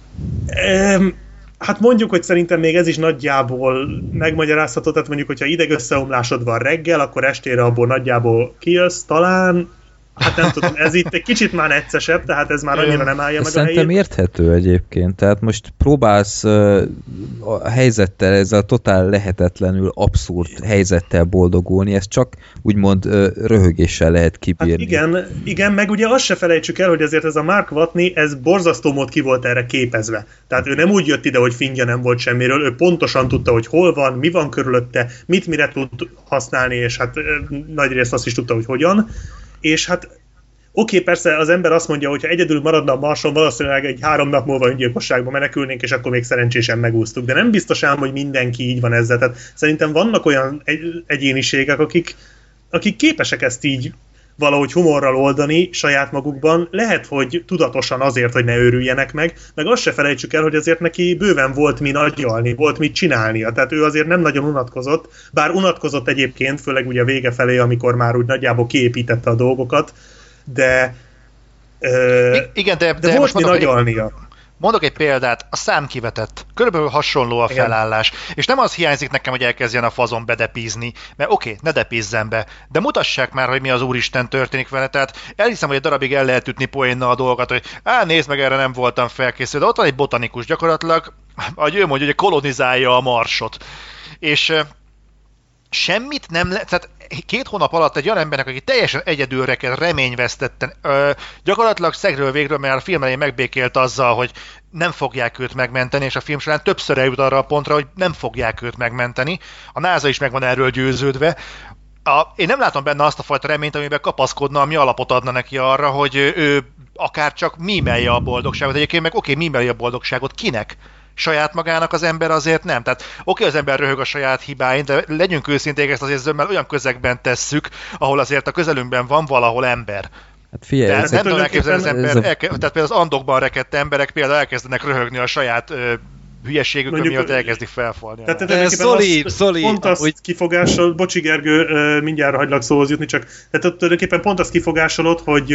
Hát mondjuk, hogy szerintem még ez is nagyjából megmagyarázható, tehát mondjuk, hogyha idegösszeomlásod van reggel, akkor estére abból nagyjából kijössz talán. Hát nem tudom, ez itt egy kicsit már neccesebb, tehát ez már annyira nem állja meg a helyét. Szerintem érthető egyébként, tehát most próbálsz uh, a helyzettel, ezzel a totál lehetetlenül abszurd helyzettel boldogulni, ez csak úgymond uh, röhögéssel lehet kibírni. Hát igen, igen, meg ugye azt se felejtsük el, hogy azért ez a Mark Watney, ez borzasztó mód ki volt erre képezve. Tehát ő nem úgy jött ide, hogy fingja nem volt semmiről, ő pontosan tudta, hogy hol van, mi van körülötte, mit mire tud használni, és hát nagyrészt azt is tudta, hogy hogyan. És hát oké, okay, persze az ember azt mondja, hogy ha egyedül maradna a Marson, valószínűleg egy három nap múlva öngyilkosságba menekülnénk, és akkor még szerencsésen megúsztuk. De nem biztos ám, hogy mindenki így van ezzel. Tehát szerintem vannak olyan egy- egyéniségek, akik, akik képesek ezt így valahogy humorral oldani saját magukban. Lehet, hogy tudatosan azért, hogy ne őrüljenek meg, meg azt se felejtsük el, hogy azért neki bőven volt mi nagyjalni, volt mit csinálnia. Tehát ő azért nem nagyon unatkozott, bár unatkozott egyébként, főleg ugye a vége felé, amikor már úgy nagyjából kiépítette a dolgokat, de, ö, I- igen, de, de, de volt most mi mondok nagyalnia. Egy, mondok egy példát, a számkivetett. Körülbelül hasonló a Igen. felállás. És nem az hiányzik nekem, hogy elkezdjen a fazon bedepízni, mert oké, okay, ne depízzen be, de mutassák már, hogy mi az úristen történik vele. Tehát elhiszem, hogy egy darabig el lehet ütni poénnal a dolgokat, hogy á, nézd meg, erre nem voltam felkészülve. De ott van egy botanikus, gyakorlatilag, ahogy ő mondja, hogy kolonizálja a Marsot. És semmit nem lehet, tehát két hónap alatt egy olyan embernek, aki teljesen egyedül reked, reményvesztetten, ö, gyakorlatilag szegről végről, mert a film elején megbékélt azzal, hogy nem fogják őt megmenteni, és a film során többször eljut arra a pontra, hogy nem fogják őt megmenteni. A NASA is meg van erről győződve. A, én nem látom benne azt a fajta reményt, amiben kapaszkodna, ami alapot adna neki arra, hogy ő, ő akár csak mímelje a boldogságot. Egyébként meg oké, okay, mímelje a boldogságot. Kinek? Saját magának az ember azért nem. Tehát oké, okay, az ember röhög a saját hibáin, de legyünk őszinték, ezt azért zömmel olyan közegben tesszük, ahol azért a közelünkben van valahol ember. Hát figyelj, tehát nem tudom elképzelni az ez ember, a... elke, tehát például az andokban rekedt emberek például elkezdenek röhögni a saját ö, hülyeségükön, miatt elkezdik felfalni. Tehát De Zoli, azt, Zoli, pont azt úgy... kifogásol, bocsi Gergő, mindjárt hagylak szóhoz jutni, csak tehát tulajdonképpen pont azt kifogásolod, hogy,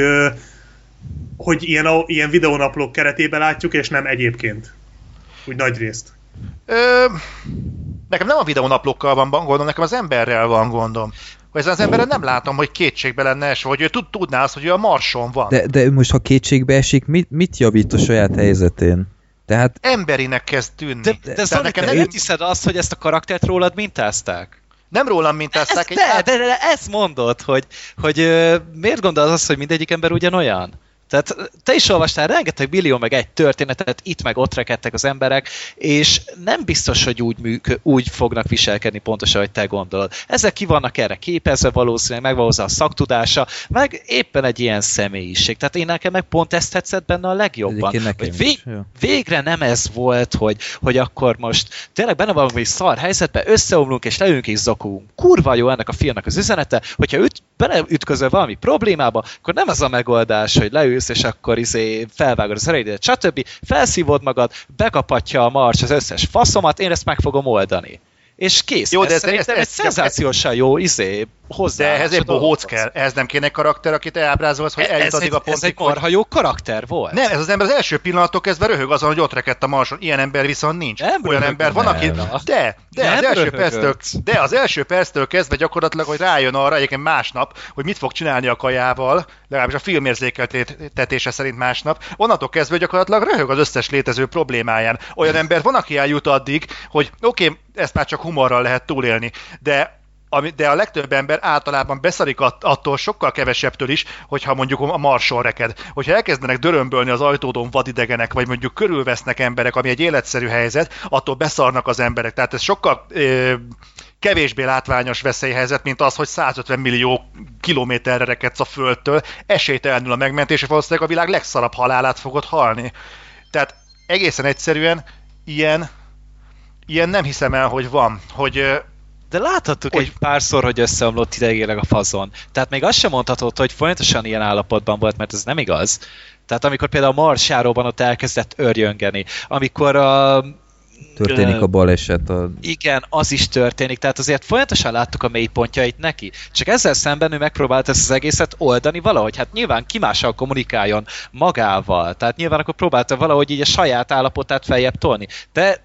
hogy ilyen, ilyen videónaplók keretében látjuk, és nem egyébként. Úgy nagy részt. Ö, nekem nem a videónaplókkal van gondom, nekem az emberrel van gondom. Hogy ezen az emberen nem látom, hogy kétségbe lenne esve, hogy ő tud, tudná azt, hogy ő a Marson van. De, de most, ha kétségbe esik, mit, mit javít a saját helyzetén? Tehát... Emberinek kezd tűnni. De, de, de Zoli, nekem nem hiszed azt, hogy ezt a karaktert rólad mintázták? Nem rólam mintázták. Ezt, egy de, át... de, de, de ezt mondod, hogy, hogy uh, miért gondolod azt, hogy mindegyik ember ugyanolyan? Tehát te is olvastál rengeteg millió meg egy történetet, itt meg ott rekedtek az emberek, és nem biztos, hogy úgy, műk, úgy fognak viselkedni pontosan, hogy te gondolod. Ezek ki vannak erre képezve valószínűleg, megvan hozzá a szaktudása, meg éppen egy ilyen személyiség. Tehát én nekem meg pont ezt tetszett benne a legjobban. Hogy vég, végre nem ez volt, hogy, hogy akkor most tényleg benne van valami szar helyzetben, összeomlunk és leülünk és zokogunk. Kurva jó ennek a filmnek az üzenete, hogyha üt, beleütközöl valami problémába, akkor nem az a megoldás, hogy leülsz és akkor izé felvágod az eredetet, stb. Felszívod magad, bekapatja a Mars az összes faszomat, én ezt meg fogom oldani. És kész. Jó, ez de ez, szerintem ez, egy szenzációsan jó izé hozzá. De ehhez egy bohóc kell. Ehhez nem kéne egy karakter, akit elábrázolsz, hogy eljut addig a pontig. Ez egy marha jó karakter volt. Nem, ez az ember az első pillanattól kezdve röhög azon, hogy ott rekedt a Marson. Ilyen ember viszont nincs. Nem olyan ember van, aki... De, de az, első perctől, de az első perctől kezdve gyakorlatilag, hogy rájön arra egyébként másnap, hogy mit fog csinálni a kajával, legalábbis a filmérzékeltetése szerint másnap, onnantól kezdve gyakorlatilag röhög az összes létező problémáján. Olyan ember van, aki eljut addig, hogy oké, okay, ezt már csak humorral lehet túlélni, de de a legtöbb ember általában beszarik attól sokkal kevesebbtől is, hogyha mondjuk a Marson reked. Hogyha elkezdenek dörömbölni az ajtódon vadidegenek, vagy mondjuk körülvesznek emberek, ami egy életszerű helyzet, attól beszarnak az emberek. Tehát ez sokkal ö, kevésbé látványos veszélyhelyzet, mint az, hogy százötven millió kilométerre rekedsz a Földtől, esélytelenül a megmentés, és valószínűleg a világ legszarabb halálát fogod halni. Tehát egészen egyszerűen ilyen, ilyen nem hiszem el, hogy van, hogy... De láthattuk egy párszor, hogy összeomlott idegileg a fazon. Tehát még azt sem mondhatod, hogy folyamatosan ilyen állapotban volt, mert ez nem igaz. Tehát amikor például a Mars járóban ott elkezdett örjöngeni, amikor a... Történik a baleset. A... Igen, az is történik, tehát azért folyamatosan láttuk a mélypontjait neki. Csak ezzel szemben ő megpróbált ezt az egészet oldani valahogy. Hát nyilván ki mással kommunikáljon magával. Tehát nyilván akkor próbálta valahogy így a saját állapotát feljebb tolni. De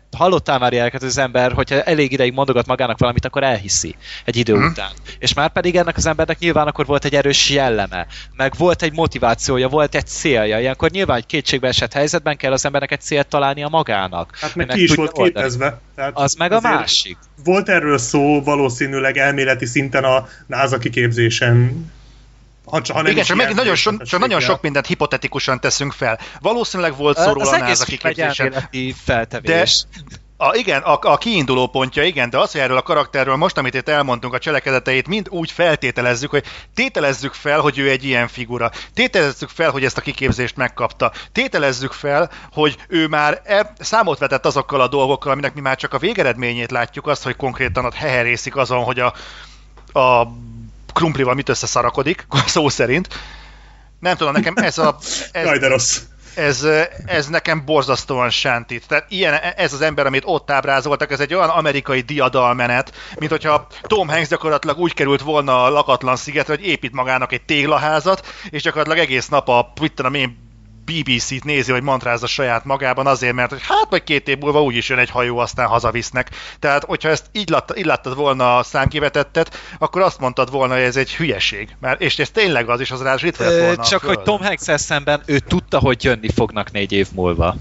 hallottál már ilyeneket, az ember, hogyha elég ideig mondogat magának valamit, akkor elhiszi egy idő hmm. után. És már pedig ennek az embernek nyilván akkor volt egy erős jelleme, meg volt egy motivációja, volt egy célja. Ilyenkor nyilván egy kétségbe esett helyzetben kell az embernek egy célt találnia magának. Hát meg ki is volt képezve. Az meg a másik. Volt erről szó valószínűleg elméleti szinten a NASA kiképzésen. Ha, ha nem Igen, csak, meg nagyon, so, csak nagyon sok mindent hipotetikusan teszünk fel. Valószínűleg volt szó róla a NASA kiképzésen. De a, igen, a, a kiinduló pontja, igen, de az, hogy erről a karakterről most, amit itt elmondtunk, a cselekedeteit mind úgy feltételezzük, hogy tételezzük fel, hogy ő egy ilyen figura. Tételezzük fel, hogy ezt a kiképzést megkapta. Tételezzük fel, hogy ő már e, számot vetett azokkal a dolgokkal, aminek mi már csak a végeredményét látjuk, azt, hogy konkrétan ott heherészik azon, hogy a, a krumplival mit összeszarakodik, szó szerint. Nem tudom, nekem ez a... Ez, Jaj, de rossz. Ez, ez nekem borzasztóan sántít. Tehát ilyen, ez az ember, amit ott ábrázoltak, ez egy olyan amerikai diadalmenet, mint hogyha Tom Hanks gyakorlatilag úgy került volna a lakatlan szigetre, hogy épít magának egy téglaházat, és gyakorlatilag egész nap a tudom én bé bé cét nézi, hogy mantrázza saját magában azért, mert hogy hát vagy két év múlva úgyis jön egy hajó, aztán hazavisznek. Tehát, hogyha ezt így, látta, így láttad volna a számkivetettet, akkor azt mondtad volna, hogy ez egy hülyeség. Mert, és ez tényleg az, és az rá itt lett volna. Csak hogy Tom Hanks-el szemben ő tudta, hogy jönni fognak négy év múlva.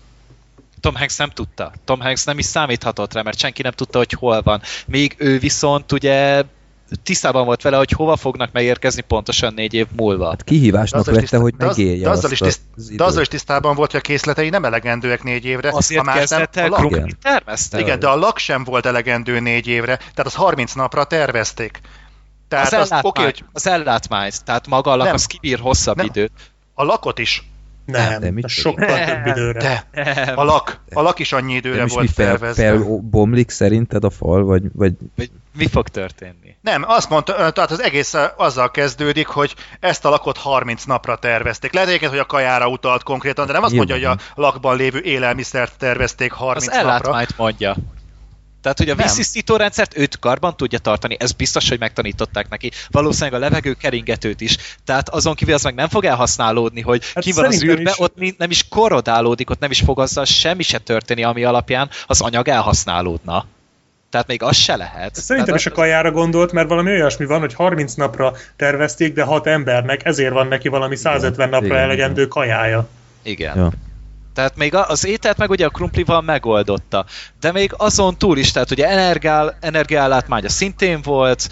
Tom Hanks nem tudta. Tom Hanks nem is számíthatott rá, mert senki nem tudta, hogy hol van. Még ő viszont ugye tisztában volt vele, hogy hova fognak megérkezni pontosan négy év múlva. Hát kihívásnak vette, tiszt... hogy megérje de az, azt tiszt... az De azzal is tisztában volt, hogy a készletei nem elegendőek négy évre. Azért kezdett el krumplit tervezte. Igen, de a lak sem volt elegendő négy évre, tehát az harminc napra tervezték. Tehát az, az, ellátmány, okay, hogy... az ellátmány, tehát maga a lak, nem, az kibír hosszabb nem. időt. A lakot is. Nem, nem de sokkal több időre. De, a lak, a lak is annyi időre nem volt tervezve. Felbomlik szerinted a fal, vagy, vagy... vagy mi fog történni? Nem, azt mondta, tehát az egész azzal kezdődik, hogy ezt a lakot harminc napra tervezték. Lehet egyébként, hogy a kajára utalt konkrétan, de nem azt mondja, hogy a lakban lévő élelmiszert tervezték harminc napra. Az ellátmányt mondja. Tehát, hogy a víztisztító rendszert őt karban tudja tartani, ez biztos, hogy megtanították neki. Valószínűleg a levegő keringetőt is. Tehát azon kívül az meg nem fog elhasználódni, hogy hát ki van az űrbe, is... ott nem is korrodálódik, ott nem is fog azzal semmi se történni, ami alapján az anyag elhasználódna. Tehát még az se lehet. Szerintem Tehát is a kajára gondolt, mert valami olyasmi van, hogy harminc napra tervezték, de hat embernek, ezért van neki valami százötven napra igen, elegendő igen. kajája. Igen. Ja. Tehát még az ételt meg ugye a krumplival megoldotta. De még azon túl is, tehát ugye energiál, energiállátmánya szintén volt,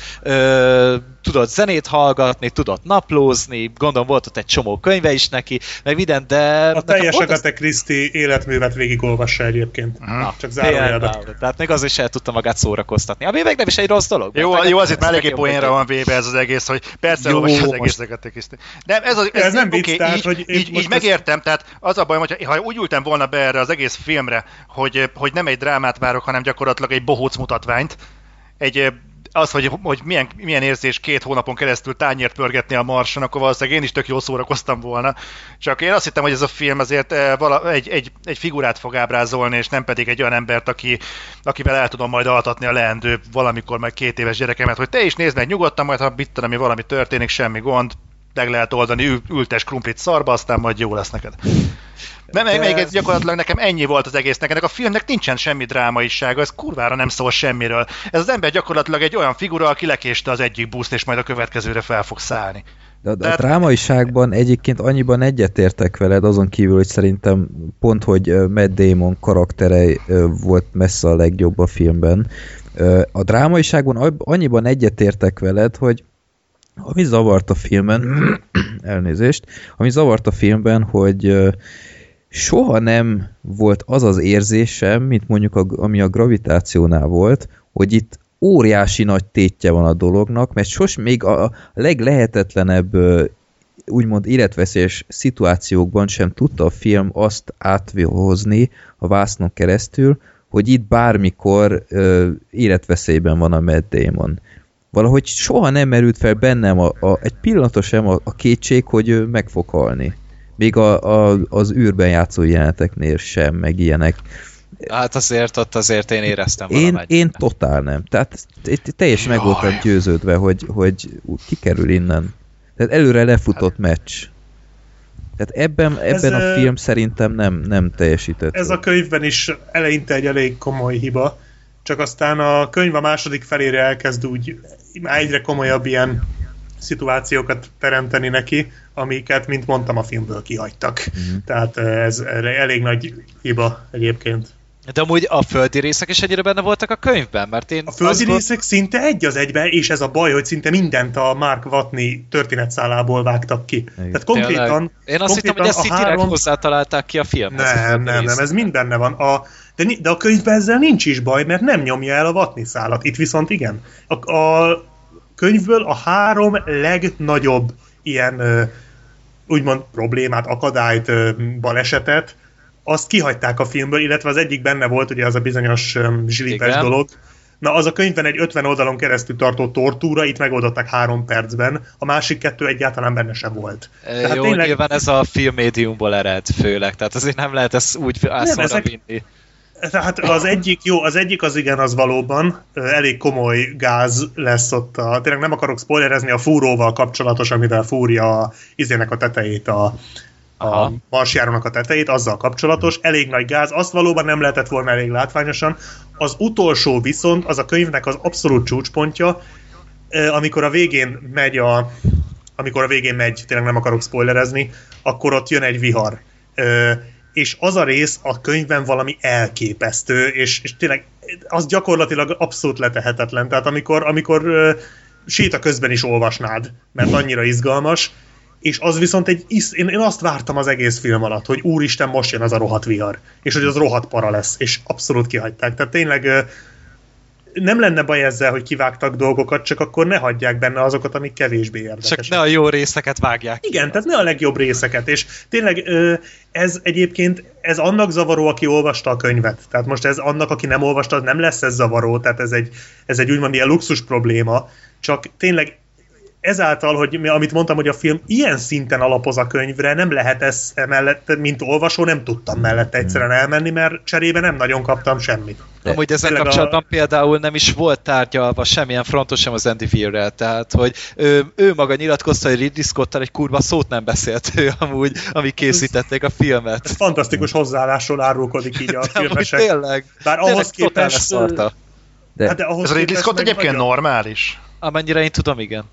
ö, tudott zenét hallgatni, tudott naplózni, gondolom volt ott egy csomó könyve is neki, meg minden, de... A teljes Agatha Christie életművet végigolvassa egyébként. Na, csak zárójelbe. Tehát még az is el tudta magát szórakoztatni. Ami meg nem is egy rossz dolog. Jó, jó azért már eléggé poénra van véve ez az egész, hogy persze olvassa az egész Agatha Christie. De ez, az, ez, ez nem vicc, okay, tehát, így, hogy így, így megértem, tehát az a baj, hogy ha úgy ültem volna be erre az egész filmre, hogy, hogy nem egy drámát várok, hanem gyakorlatilag egy bohóc mutatványt, egy az, hogy, hogy milyen, milyen érzés két hónapon keresztül tányért pörgetni a Marson, akkor valószínűleg én is tök jól szórakoztam volna. Csak én azt hittem, hogy ez a film azért vala, egy, egy, egy figurát fog ábrázolni, és nem pedig egy olyan embert, aki, akivel el tudom majd altatni a leendő valamikor majd két éves gyerekemet, hogy te is nézd meg nyugodtan, majd ha mit tudom, ami valami történik, semmi gond, meg lehet oldani, ül, ültes krumplit szarba, aztán majd jó lesz neked. Nem, de... még gyakorlatilag nekem ennyi volt az egésznek, ennek a filmnek nincsen semmi drámaisága, ez kurvára nem szól semmiről. Ez az ember gyakorlatilag egy olyan figura, aki lekéste az egyik buszt, és majd a következőre fel fog szállni. De a, Tehát... a drámaiságban egyébként annyiban egyetértek veled, azon kívül, hogy szerintem pont, hogy Matt Damon karaktere volt messze a legjobb a filmben. A drámaiságban annyiban egyetértek veled, hogy ami zavart a filmben, elnézést, ami zavart a filmben, hogy soha nem volt az az érzésem, mint mondjuk a, ami a gravitációnál volt, hogy itt óriási nagy tétje van a dolognak, mert sos még a leglehetetlenebb úgymond életveszélyes szituációkban sem tudta a film azt áthozni a vásznon keresztül, hogy itt bármikor ö, életveszélyben van a Matt Damon. Valahogy soha nem merült fel bennem a, a, egy pillanatos sem a, a kétség, hogy ő meg fog halni. Még a, a, az űrben játszó jeleneteknél sem, meg ilyenek. Hát azért ott azért én éreztem én, valamennyit. Én totál nem. Tehát teljesen meg voltam győződve, hogy, hogy kikerül innen. Tehát előre lefutott hát, meccs. Tehát ebben, ebben ez, a film szerintem nem, nem teljesített. Ez a könyvben is eleinte egy elég komoly hiba, csak aztán a könyv a második felére elkezd úgy egyre komolyabb ilyen szituációkat teremteni neki, amiket, mint mondtam, a filmből kihagytak. Uh-huh. Tehát ez elég nagy hiba egyébként. De amúgy a földi részek is egyre benne voltak a könyvben, mert én... A földi részek volt... szinte egy az egyben, és ez a baj, hogy szinte mindent a Mark Watney történetszálából vágtak ki. Igen. Tehát konkrétan... Én azt hittem, hogy ezt így direkt három... hozzátalálták ki a filmhez. Nem, nem, nem, ez mind benne van. A, de, de a könyvben ezzel nincs is baj, mert nem nyomja el a Watney szálat. Itt viszont igen. A, a könyvből a három legnagyobb ilyen úgymond problémát, akadályt, balesetet, azt kihagyták a filmből, illetve az egyik benne volt, ugye az a bizonyos um, zsilipes dolog. Na, az a könyvben egy ötven oldalon keresztül tartó tortúra, itt megoldották három percben, a másik kettő egyáltalán benne sem volt. E, tehát jó, tényleg... nyilván ez a film médiumból ered főleg, tehát azért nem lehet ezt úgy ászolra ezek... vinni. Tehát az egyik, jó, az egyik az igen, az valóban elég komoly gáz lesz ott. A, tényleg nem akarok spoilerezni a fúróval kapcsolatos, amivel fúrja a izének a tetejét, a, a marsjárónak a tetejét, azzal kapcsolatos, elég nagy gáz, azt valóban nem lehetett volna elég látványosan. Az utolsó viszont, az a könyvnek az abszolút csúcspontja, amikor a végén megy a, amikor a végén megy, tényleg nem akarok spoilerezni, akkor ott jön egy vihar. És az a rész a könyvben valami elképesztő, és, és tényleg az gyakorlatilag abszolút letehetetlen. Tehát amikor, amikor uh, séta közben is olvasnád, mert annyira izgalmas, és az viszont egy, isz, én, én azt vártam az egész film alatt, hogy úristen, most jön az a rohadt vihar, és hogy az rohadt para lesz, és abszolút kihagyták. Tehát tényleg uh, nem lenne baj ezzel, hogy kivágtak dolgokat, csak akkor ne hagyják benne azokat, amik kevésbé érdekesek. Csak ne a jó részeket vágják. Igen, tehát ne a legjobb részeket, és tényleg ez egyébként, ez annak zavaró, aki olvasta a könyvet. Tehát most ez annak, aki nem olvasta, az nem lesz ez zavaró, tehát ez egy, ez egy úgymond ilyen luxus probléma, csak tényleg ezáltal, hogy amit mondtam, hogy a film ilyen szinten alapoz a könyvre, nem lehet ez mellett, mint olvasó, nem tudtam mellette egyszerűen elmenni, mert cserébe nem nagyon kaptam semmit. Amúgy ezzel kapcsolatban a... például nem is volt tárgyalva semmilyen frontos sem az Andy Weir-rel, tehát hogy ő, ő maga nyilatkozta, hogy Ridley Scott-tal egy kurva szót nem beszélt ő amúgy, amíg készítették a filmet. Ez fantasztikus hozzáállásról árulkodik így a de filmesek. Tényleg, bár ahhoz képest... De, hát de ahhoz ez a Ridley Scott egyébként nagyon... normális. Amennyire én tudom, igen.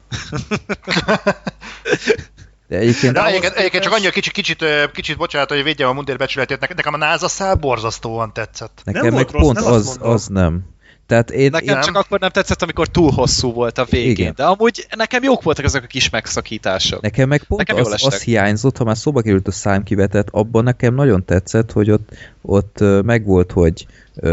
De egyébként, de egyébként, egyébként csak annyira kicsit, kicsit, kicsit bocsánat, hogy védjem a mundér becsületét, nekem a NASA szál borzasztóan tetszett. Nekem nem meg rossz, pont nem az, az nem. Tehát én, nekem én csak nem. Akkor nem tetszett, amikor túl hosszú volt a végén, igen. De amúgy nekem jók voltak ezek a kis megszakítások. Nekem meg pont nekem az, az hiányzott, ha már szóba került a számkivetet, abban nekem nagyon tetszett, hogy ott, ott megvolt, hogy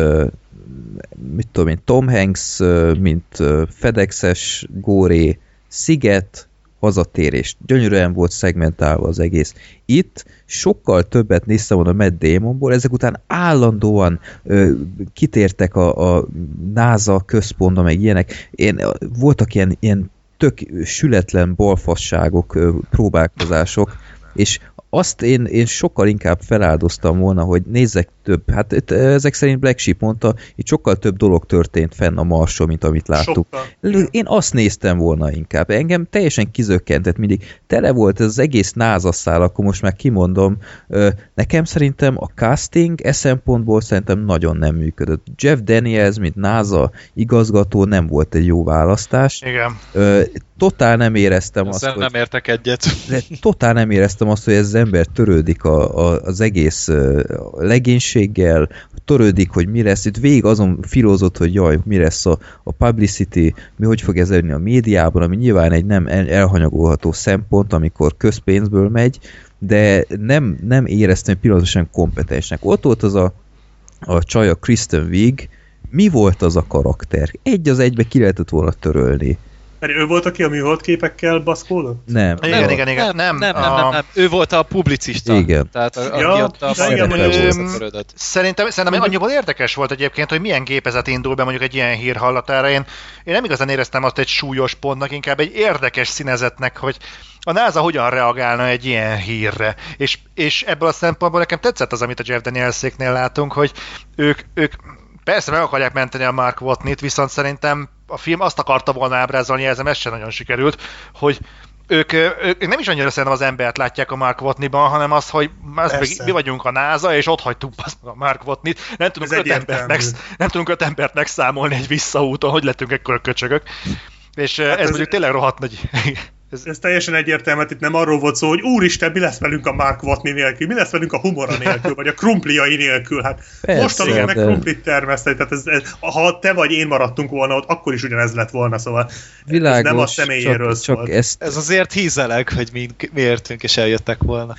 mit tudom én, Tom Hanks, mint FedExes góré, sziget, hazatérés. Gyönyörűen volt szegmentálva az egész. Itt sokkal többet néztem volna a Matt Damonból, ezek után állandóan ö, kitértek a, a NASA központba, meg ilyenek. Én, voltak ilyen, ilyen tök sületlen balfasságok, ö, próbálkozások, és azt én, én sokkal inkább feláldoztam volna, hogy nézzek több. Hát itt, ezek szerint Black Sheep mondta, itt sokkal több dolog történt fenn a Marson, mint amit láttuk. Sokkal. Én azt néztem volna inkább. Engem teljesen kizökkentett mindig. Tele volt ez az egész NASA szál, akkor most már kimondom. Nekem szerintem a casting e szempontból szerintem nagyon nem működött. Jeff Daniels, mint NASA igazgató nem volt egy jó választás. Igen. Totál nem éreztem azt, hogy... nem értek egyet. Totál nem éreztem azt, hogy ez az ember törődik a, a, az egész legénységgel, törődik, hogy mi lesz. Itt végig azon filózott, hogy jaj, mi lesz a, a publicity, mi hogy fog ez lenni a médiában, ami nyilván egy nem elhanyagolható szempont, amikor közpénzből megy, de nem, nem éreztem pillanatosan kompetensnek. Ott volt az a, a csaj, a Kristen Wiig, mi volt az a karakter? Egy az egybe ki lehetett volna törölni. Mert ő volt, aki a műholdképekkel baszkódott? Nem. Igen, nem, igen, igen. Nem, nem, nem, nem, nem, nem. Ő volt a publicista. Igen. Tehát a, ja, aki ott a igen, igen, Szerintem, szerintem annyiból érdekes volt egyébként, hogy milyen gépezet indul be mondjuk egy ilyen hír hallatára. Én, én nem igazán éreztem azt egy súlyos pontnak, inkább egy érdekes színezetnek, hogy a NASA hogyan reagálna egy ilyen hírre. És, és ebből a szempontból nekem tetszett az, amit a Jeff Danielséknél látunk, hogy ők, ők persze meg akarják menteni a Mark Watney-t, viszont szerintem a film azt akarta volna ábrázolni, ezzel ez sem nagyon sikerült, hogy ők, ők nem is annyira szerintem az embert látják a Mark Watney-ban, hanem az, hogy az mi vagyunk a NASA, és ott hagytuk a Mark Watney-t. Nem tudunk, öt embert, meg, nem tudunk öt embert megszámolni egy visszaúton, hogy lettünk ekkora köcsögök. És hát ez, ez mondjuk tényleg rohadt nagy... Ez, ez teljesen egyértelmű, itt nem arról volt szó, hogy úristen, mi lesz velünk a Mark Watney nélkül, mi lesz velünk a humora nélkül, vagy a krumpliai nélkül. Hát persze, most tanulunk meg de... krumplit termeszteni, tehát ez, ez, ha te vagy én maradtunk volna ott, akkor is ugyanez lett volna, szóval világos, ez nem a személyéről csak, szól. Csak ezt... Ez azért hízeleg, hogy mi, mi értünk és eljöttek volna.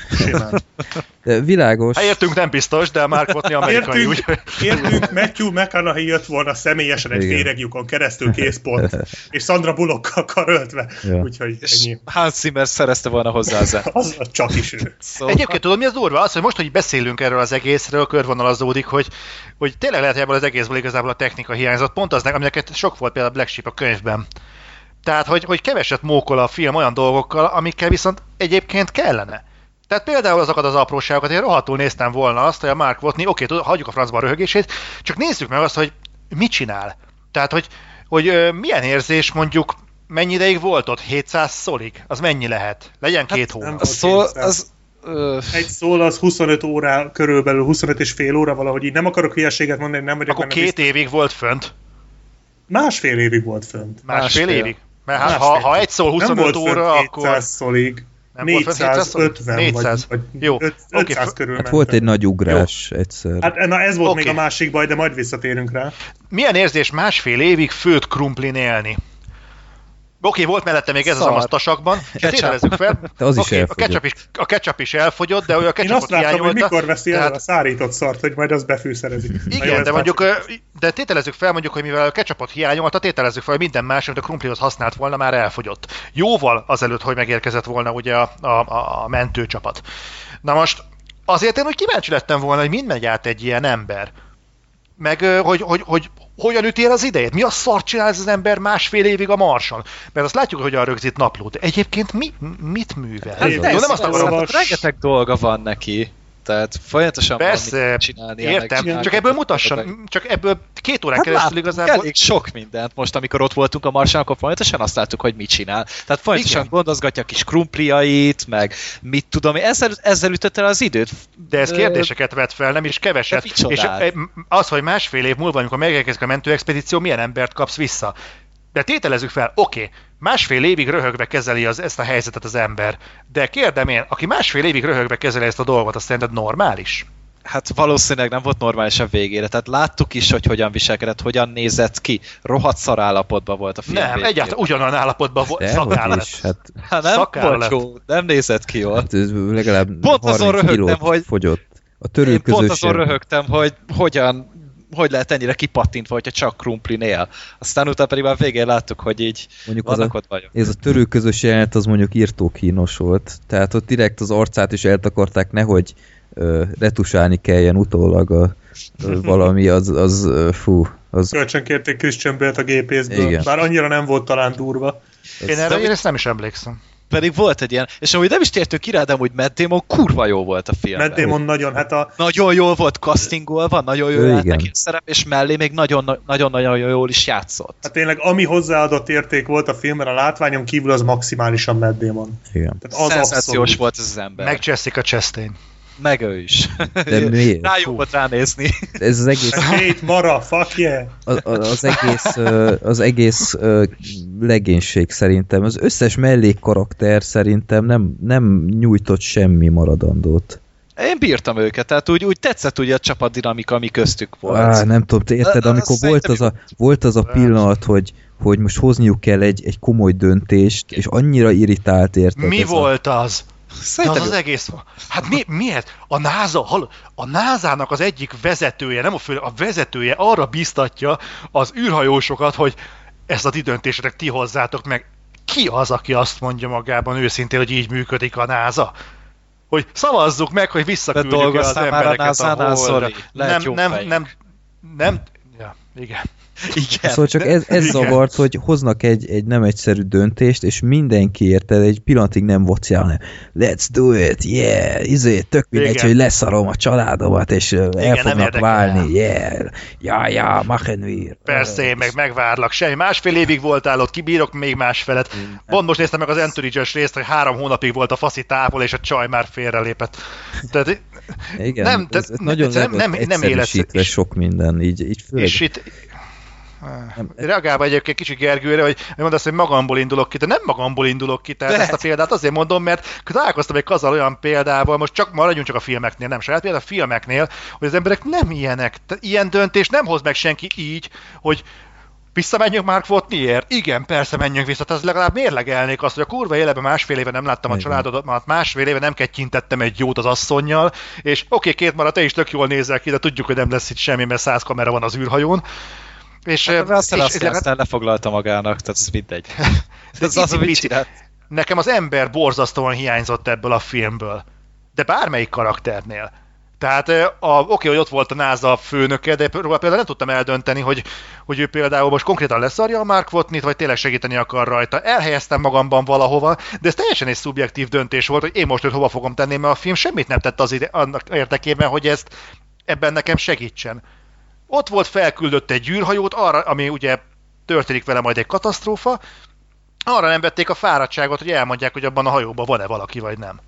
De világos. Hát értünk nem biztos, de a Mark Watney amerikai úgy. Értünk, Matthew McConaughey jött volna személyesen egy féregjukon keresztül, készpont, és Sandra Bullockkal karöltve. Ja. Úgyhogy ennyi. Hans Zimmer szerezte volna hozzá az az csak is ő. Szóval... Egyébként tudod, mi az durva? Az, hogy most, hogy beszélünk erről az egészről, körvonalazódik, hogy, hogy tényleg lehet, hogy ebből az egészből igazából a technika hiányzott. Pont az, aminek sok volt például a Black Sheep a könyvben. Tehát, hogy, hogy keveset mókol a film olyan dolgokkal, amikkel viszont egyébként kellene. Tehát például azokat az apróságokat, én rohadtul néztem volna azt, hogy a Mark Watney, oké, okay, hagyjuk a francba a röhögését, csak nézzük meg azt, hogy mit csinál. Tehát, hogy, hogy ö, milyen érzés mondjuk, mennyi ideig volt ott? hétszáz szólig? Az mennyi lehet? Legyen két hát, hónap. Szól, az, ö... Egy szól az huszonöt óra, körülbelül huszonöt és fél óra valahogy így. Nem akarok hülyeséget mondani, nem vagyok Akkor két biztos. évig volt fönt? Másfél évig volt fönt. Másfél, Másfél évig? Mert Másfél. ha, ha egy szól huszonöt nem óra, volt akkor... hétszáz szólig. négyszázötven négyszáz. vagy, vagy jó. ötszáz okay. körül. Hát volt egy nagy ugrás jó. egyszer. Hát na ez volt okay. még a másik baj, de majd visszatérünk rá. Milyen érzés másfél évig főtt krumplin élni? Oké, okay, volt mellette még ez Szar. az amasztasakban. Tételezzük fel. Az okay, is a, ketchup is, a ketchup is elfogyott, de olyan a ketchupot hiányolta. Én azt láttam, hogy mikor veszi el tehát... a szárított szart, hogy majd az befűszerezik. Igen, de mondjuk, de tételezzük fel mondjuk, hogy mivel a ketchupot hiányolta, tételezzük fel, hogy minden más, amit a krumplihoz használt volna, már elfogyott. Jóval azelőtt, hogy megérkezett volna ugye a, a, a mentőcsapat. Na most azért én úgy kíváncsi lettem volna, hogy mind megy át egy ilyen ember. Meg hogy, hogy, hogy hogyan üti el az idejét? Mi a szart csinál ez az ember másfél évig a Marson? Mert azt látjuk, hogy hogyan rögzít naplót. De egyébként mi, mit művel? Hát jó, nem azt akarom, hogy rengeteg dolga van neki. Tehát folyamatosan persze, van mit csinálni. értem, csak ebből mutasson, csak ebből két órán hát keresztül igazából... elég sok mindent most, amikor ott voltunk a Marson, akkor folyamatosan azt láttuk, hogy mit csinál. Tehát folyamatosan igen. gondozgatja a kis krumpliait, meg mit tudom, ezzel, ezzel ütött el az időt. De ez kérdéseket vet fel, nem is keveset. És az, hogy másfél év múlva, amikor megérkezik a mentőexpedíció, milyen embert kapsz vissza? De tételezzük fel, oké, okay, másfél évig röhögve kezeli az, ezt a helyzetet az ember. De kérdem én, aki másfél évig röhögve kezeli ezt a dolgot, azt szerinted normális? Hát valószínűleg nem volt normális a végére. Tehát láttuk is, hogy hogyan viselkedett, hogyan nézett ki. Rohadt szar állapotban volt a film. Nem, végére. Egyáltalán ugyanolyan állapotban volt. Szakállat. Hát, hát nem volt jó, nem nézett ki jól. Hát legalább pont azon röhögtem, hogy fogyott. A törőközösség. Pont azon röhögtem, hogy hogyan hogy lehet ennyire kipattintva, hogyha csak krumplin él. Aztán utána pedig már végén láttuk, hogy így mondjuk vannak ott vagyok. Ez a törőközös jelenet az mondjuk írtókínos volt. Tehát ott direkt az arcát is eltakarták, nehogy uh, retusálni kelljen utólag a, uh, valami, az, az uh, fú. Az... Kölcsönkérték Christian Bale-t a gépészből, igen. Bár annyira nem volt talán durva. Én erre én ezt nem is emlékszem. Pedig volt egy ilyen, és amúgy nem is tértünk ki rá, de amúgy Matt Damon kurva jó volt a filmben. Matt Damon nagyon, hát a... Nagyon jól volt castingolva, nagyon jól állt neki a szerep, és mellé még nagyon-nagyon jól is játszott. Hát tényleg, ami hozzáadott érték volt a filmben, a látványon kívül, az maximálisan Matt Damon. Igen. Szenzációs volt ez az ember. Meg Jessica Chastain. Meg ő is. De miért? Rájuk volt ránézni. Ez az egész... Hét mara, fuck yeah! Az, az egész, az egész legénység szerintem, az összes mellékkarakter szerintem nem, nem nyújtott semmi maradandót. Én bírtam őket, tehát úgy, úgy tetszett ugye a csapatdinamika, ami köztük volt. Á, nem tudom, te érted, amikor a, volt, az a, volt az a pillanat, hogy, hogy most hozniuk kell egy, egy komoly döntést, és annyira irritált, érted? Mi volt a... az? De az az egész... Hát mi, miért? A NASA, hall, a nászának az egyik vezetője, nem a fő, a vezetője arra biztatja az űrhajósokat, hogy ezt a ti döntésetek ti hozzátok meg. Ki az, aki azt mondja magában őszintén, hogy így működik a NASA? Hogy szavazzuk meg, hogy visszaküldjük az embereket a Holdra. Nem, nem, nem, nem, Ja, igen. Igen. Szóval csak ez, ez zavart, hogy hoznak egy, egy nem egyszerű döntést, és mindenki érted, egy pillanatig nem vocálni. Let's do it, yeah, izé, tök mindegy, hogy leszarom a családomat, és el igen, fognak válni, yeah, ja, ja, machen wir. Persze, én meg megvárlak, semmi. Másfél évig voltál ott, kibírok még másfelet. Pont most néztem meg az Entourage-es részt, hogy három hónapig volt a faszi távol, és a csaj már félrelépett. Tehát, igen, nem, ez, ez nagyon nem, nem, nem egyszerűsítve sok minden, így, így főleg. És itt, reagálva egyébként kicsit Gergőre, hogy mondasz, hogy magamból indulok ki, de nem magamból indulok ki, tehát ezt a példát azért mondom, mert találkoztam egy azzal olyan példával, most csak maradjunk csak a filmeknél, nem saját például a filmeknél, hogy az emberek nem ilyenek, tehát ilyen döntés nem hoz meg senki így, hogy visszamenjünk Mark Watneyért? Igen, persze menjünk vissza, tehát legalább mérlegelnék azt, hogy a kurva életben másfél éve nem láttam a családodat, másfél éve nem kettyintettem egy jót az asszonnyal, és oké, okay, két maradt, te is tök jól nézel ki, de tudjuk, hogy nem lesz itt semmi, mert száz kamera van az űrhajón. És, hát, aztán azt legalább... aztán lefoglalta magának, tehát ez mindegy. ez az, amit nekem az ember borzasztóan hiányzott ebből a filmből. De bármelyik karakternél. Tehát oké, okay, hogy ott volt a NASA főnöke, de például nem tudtam eldönteni, hogy, hogy ő például most konkrétan leszarja a Mark Watneyt, vagy tényleg segíteni akar rajta. Elhelyeztem magamban valahova, de ez teljesen egy szubjektív döntés volt, hogy én most őt hova fogom tenni, mert a film semmit nem tett az ide, annak érdekében, hogy ezt ebben nekem segítsen. Ott volt, felküldött egy űrhajót, arra, ami ugye történik vele majd egy katasztrófa, arra nem vették a fáradtságot, hogy elmondják, hogy abban a hajóban van-e valaki, vagy nem.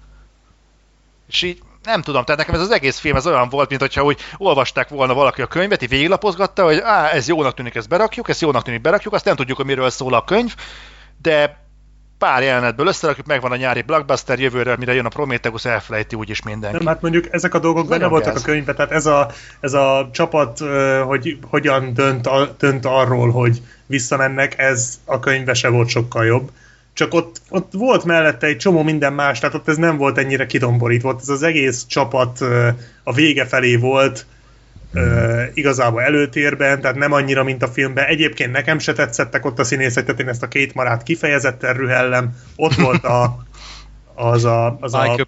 És így nem tudom, tehát nekem ez az egész film ez olyan volt, mint hogyha úgy olvasták volna valaki a könyvet, így végiglapozgatta, hogy á, ez jónak tűnik, ezt berakjuk, ez jónak tűnik, berakjuk, azt nem tudjuk, hogy miről szól a könyv, de pár jelenetből összerakjuk, megvan a nyári blockbuster, jövőre, mire jön a Prometheus, elfelejti úgyis mindenki. Nem, hát mondjuk ezek a dolgok benne voltak a könyvben, tehát ez a, ez a csapat, hogy hogyan dönt, dönt arról, hogy visszamennek, ez a könyvben se volt sokkal jobb. Csak ott, ott volt mellette egy csomó minden más, tehát ott ez nem volt ennyire kidomborít, volt ez az egész csapat a vége felé volt, Uh, igazából előtérben, tehát nem annyira, mint a filmben. Egyébként nekem se tetszettek ott a színészek, tehát én ezt a két marát kifejezetten rühellem. Ott volt a, az a... Az a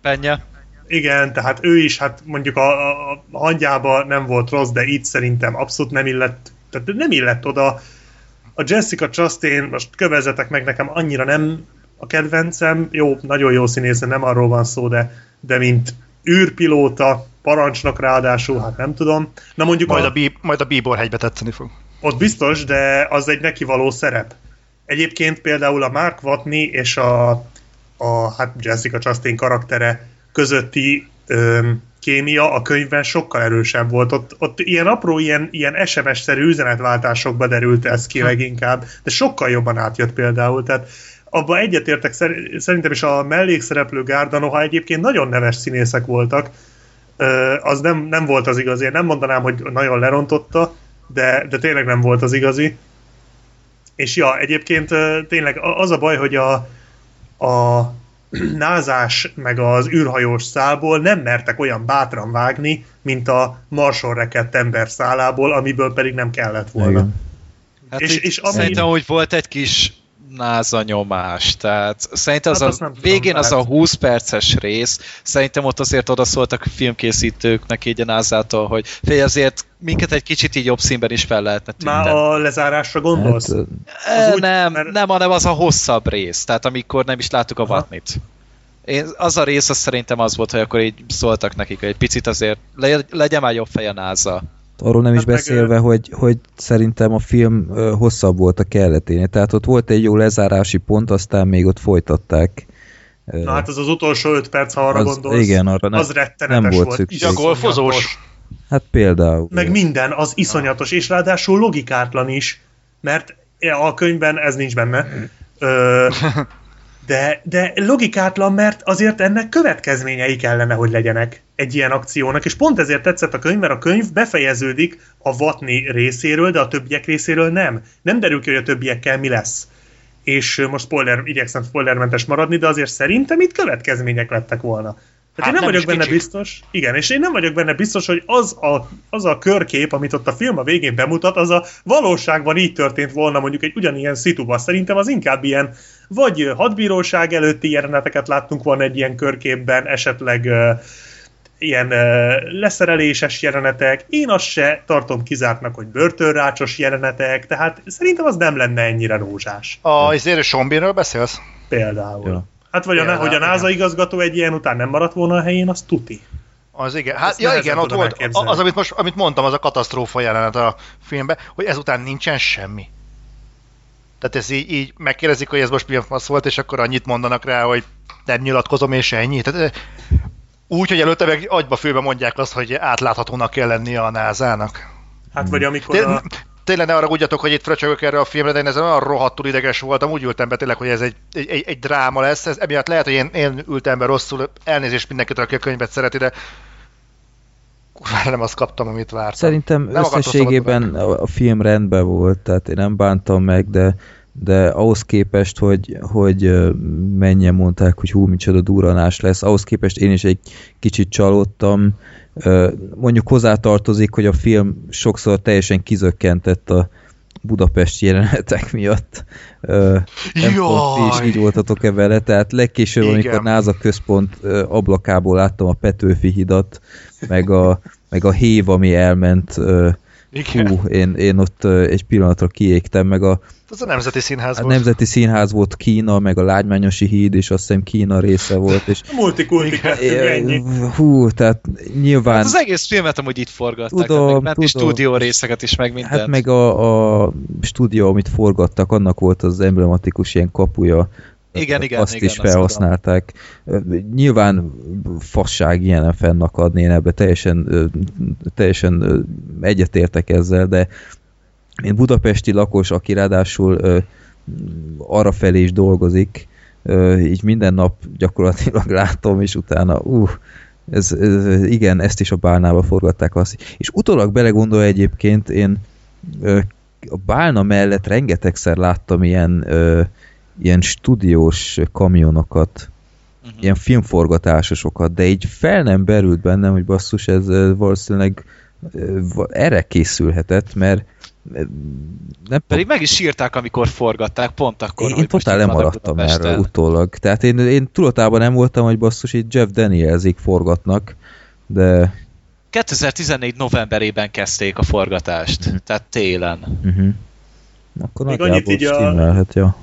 igen, tehát ő is, hát mondjuk a, a, a hangyába nem volt rossz, de itt szerintem abszolút nem illett, tehát nem illett oda. A Jessica Chastain, most kövezzetek meg, nekem annyira nem a kedvencem, jó, nagyon jó színész, nem arról van szó, de, de mint űrpilóta, parancsnok ráadásul, hát nem tudom. Na mondjuk majd a, a, bí, majd a Bíborhegybe tetszeni fog. Ott biztos, de az egy neki való szerep. Egyébként például a Mark Watney és a, a hát Jessica Chastain karaktere közötti öm, kémia a könyvben sokkal erősebb volt. Ott, ott ilyen apró, ilyen, ilyen es em es-szerű üzenetváltásokba derült ez ki leginkább, de sokkal jobban átjött például. Tehát abban egyetértek, szerintem is a mellékszereplő gárda, noha egyébként nagyon neves színészek voltak, az nem, nem volt az igazi. Én nem mondanám, hogy nagyon lerontotta, de, de tényleg nem volt az igazi. És ja, egyébként tényleg az a baj, hogy a, a názás meg az űrhajós szálból nem mertek olyan bátran vágni, mint a Marson rekedt ember szálából, amiből pedig nem kellett volna. Hát és, és ami... Szerintem, hogy volt egy kis NASA nyomás, tehát szerintem az hát a végén az a húsz perces rész, szerintem ott azért odaszóltak a filmkészítőknek így a názától, hogy fél azért minket egy kicsit így jobb színben is fel lehetne tűnni. Már a lezárásra gondolsz? Hát, úgy, nem, mert... nem, hanem az a hosszabb rész, tehát amikor nem is láttuk a Watneyt. Én, az a rész az szerintem az volt, hogy akkor így szóltak nekik, hogy egy picit azért le, legyen már jobb fej a NASA. Arról nem is beszélve, hogy, hogy szerintem a film hosszabb volt a kelleténél. Tehát ott volt egy jó lezárási pont, aztán még ott folytatták. Na hát az az utolsó öt perc, ha arra az, gondolsz, igen, arra nem, az rettenetes nem volt. volt. Szükség. A golfozós. Hát például. Meg minden, az iszonyatos, és ráadásul logikátlan is, mert a könyvben ez nincs benne. Ö, de, de logikátlan, mert azért ennek következményei kellene, hogy legyenek egy ilyen akciónak, és pont ezért tetszett a könyv, mert a könyv befejeződik a Watney részéről, de a többiek részéről nem. Nem derül ki, hogy a többiekkel mi lesz. És most spoiler, igyekszem spoilermentes maradni, de azért szerintem itt következmények lettek volna. Tehát hát én nem, nem vagyok benne kicsit. biztos, igen, és én nem vagyok benne biztos, hogy az a, az a körkép, amit ott a film a végén bemutat, az a valóságban így történt volna mondjuk egy ugyanilyen szituban. Szerintem az inkább ilyen, vagy hadbíróság előtti jeleneteket láttunk volna egy ilyen körképben, esetleg uh, ilyen uh, leszereléses jelenetek, én azt se tartom kizártnak, hogy börtönrácsos jelenetek, tehát szerintem az nem lenne ennyire rózsás. A izéről Sean beszélsz? Például. Ja. Hát vagy a, hogy a NASA igazgató egy ilyen után nem maradt volna a helyén, az tuti. Az igen, hát ja igen, ott volt, az, amit most amit mondtam, az a katasztrófa jelenet a filmben, hogy ezután nincsen semmi. Tehát ez így, így megkérdezik, hogy ez most milyen fasz volt, és akkor annyit mondanak rá, hogy nem nyilatkozom, és ennyi. Tehát úgy, hogy előtte meg agyba főbe mondják azt, hogy átláthatónak kell lennie a nászának. Hát vagy amikor Té- a... Tényleg ne arra gudjatok, hogy itt fröcsögök erre a filmre, de én ezen olyan rohadtul ideges voltam, úgy ültem be tényleg, hogy ez egy, egy, egy, egy dráma lesz. Ez, emiatt lehet, hogy én, én ültem be rosszul, elnézést mindenkitől, aki a könyvet szereti, de kurvára nem azt kaptam, amit vártam. Szerintem nem összességében a film rendben volt, tehát én nem bántam meg, de, de ahhoz képest, hogy, hogy mennyien mondták, hogy hú, micsoda durranás lesz, ahhoz képest én is egy kicsit csalódtam. Mondjuk hozzátartozik, hogy a film sokszor teljesen kizökkentett a budapesti jelenetek miatt. Nem tudom, ti is így voltatok-e vele, tehát legkésőbb, igen, amikor NASA központ ablakából láttam a Petőfi hidat, meg a, meg a hév, ami elment, igen. Hú, én, én ott egy pillanatra kiégtem, meg a az a Nemzeti Színház a volt. Nemzeti Színház volt Kína, meg a Lágymányosi híd, és azt hiszem Kína része volt. És multikulti ennyi. Hú, tehát nyilván... Hát az egész filmet amúgy itt forgatták, tudom, meg stúdió részeket is, meg mindent. Hát meg a, a stúdió, amit forgattak, annak volt az emblematikus ilyen kapuja. Igen, igen, azt igen, is felhasználták. Nyilván fasság ilyenen fennakadni, én ebbe teljesen, teljesen egyetértek ezzel, de én budapesti lakos, aki ráadásul ö, arrafelé is dolgozik, ö, így minden nap gyakorlatilag látom, és utána, uh, ez, ez, igen, ezt is a Bálnába forgatták azt. És utólag belegondolva egyébként, én ö, a Bálna mellett rengetegszer láttam ilyen, ö, ilyen stúdiós kamionokat, uh-huh. ilyen filmforgatásosokat, de így fel nem berült bennem, hogy basszus, ez ö, valószínűleg ö, erre készülhetett, mert nem pedig meg is sírták, amikor forgatták, pont akkor. Én, én totál lemaradtam erről utólag. Tehát én, én tudatában nem voltam, hogy basszus, itt Jeff Danielsig forgatnak, de... kétezer-tizennégy novemberében kezdték a forgatást, uh-huh. tehát télen. Uh-huh. Akkor még nagyjából annyit így stimmelhet, ja.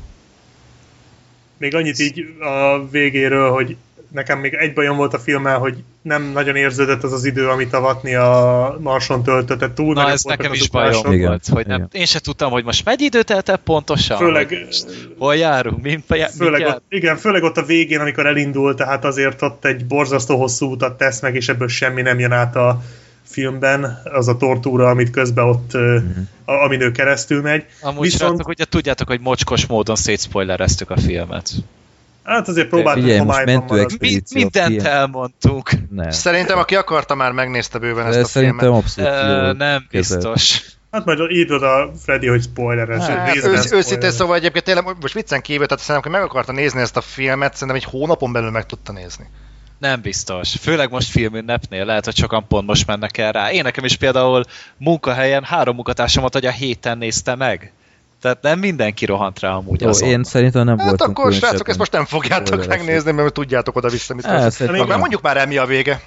Még annyit így a végéről, hogy nekem még egy bajom volt a filmmel, hogy nem nagyon érződött az az idő, amit a Watney a Marson töltött, tehát túl na ez nekem is bajom igen, volt, hogy nem, én se tudtam, hogy most mennyi időt telt el pontosan, főleg, hol járunk, mint, főleg ott, igen, főleg ott a végén, amikor elindul, tehát azért ott egy borzasztó hosszú utat tesz meg, és ebből semmi nem jön át a filmben, az a tortúra, amit közben ott, uh-huh. a, amin ő keresztül megy. Amúgy Viszont... srácok, ugye tudjátok, hogy mocskos módon szétszpoilereztük a filmet. Hát azért próbáltuk homályban maradni. Mindent elmondtunk. Nem. Szerintem, aki akarta, már megnézte bőven ezt a Szerintem filmet. Abszolút uh, nem biztos. Hát majd írd oda, Freddy, hogy spoileres. Hát, ősz, őszintén szóval egyébként tényleg, most viccen kívül, tehát szerintem, hogy meg akarta nézni ezt a filmet, szerintem egy hónapon belül meg tudta nézni. Nem biztos. Főleg most filmünnepnél, lehet, hogy sokan pont most mennek el rá. Én nekem is például munkahelyen három munkatársamat, hogy a héten nézte meg. Tehát nem mindenki rohant rá amúgy azon. Én szerintem nem hát voltunk. Hát akkor srácok, ezt most nem fogjátok megnézni, mert tudjátok oda-vissza, mit történik. Már mondjuk már el, mi a vége.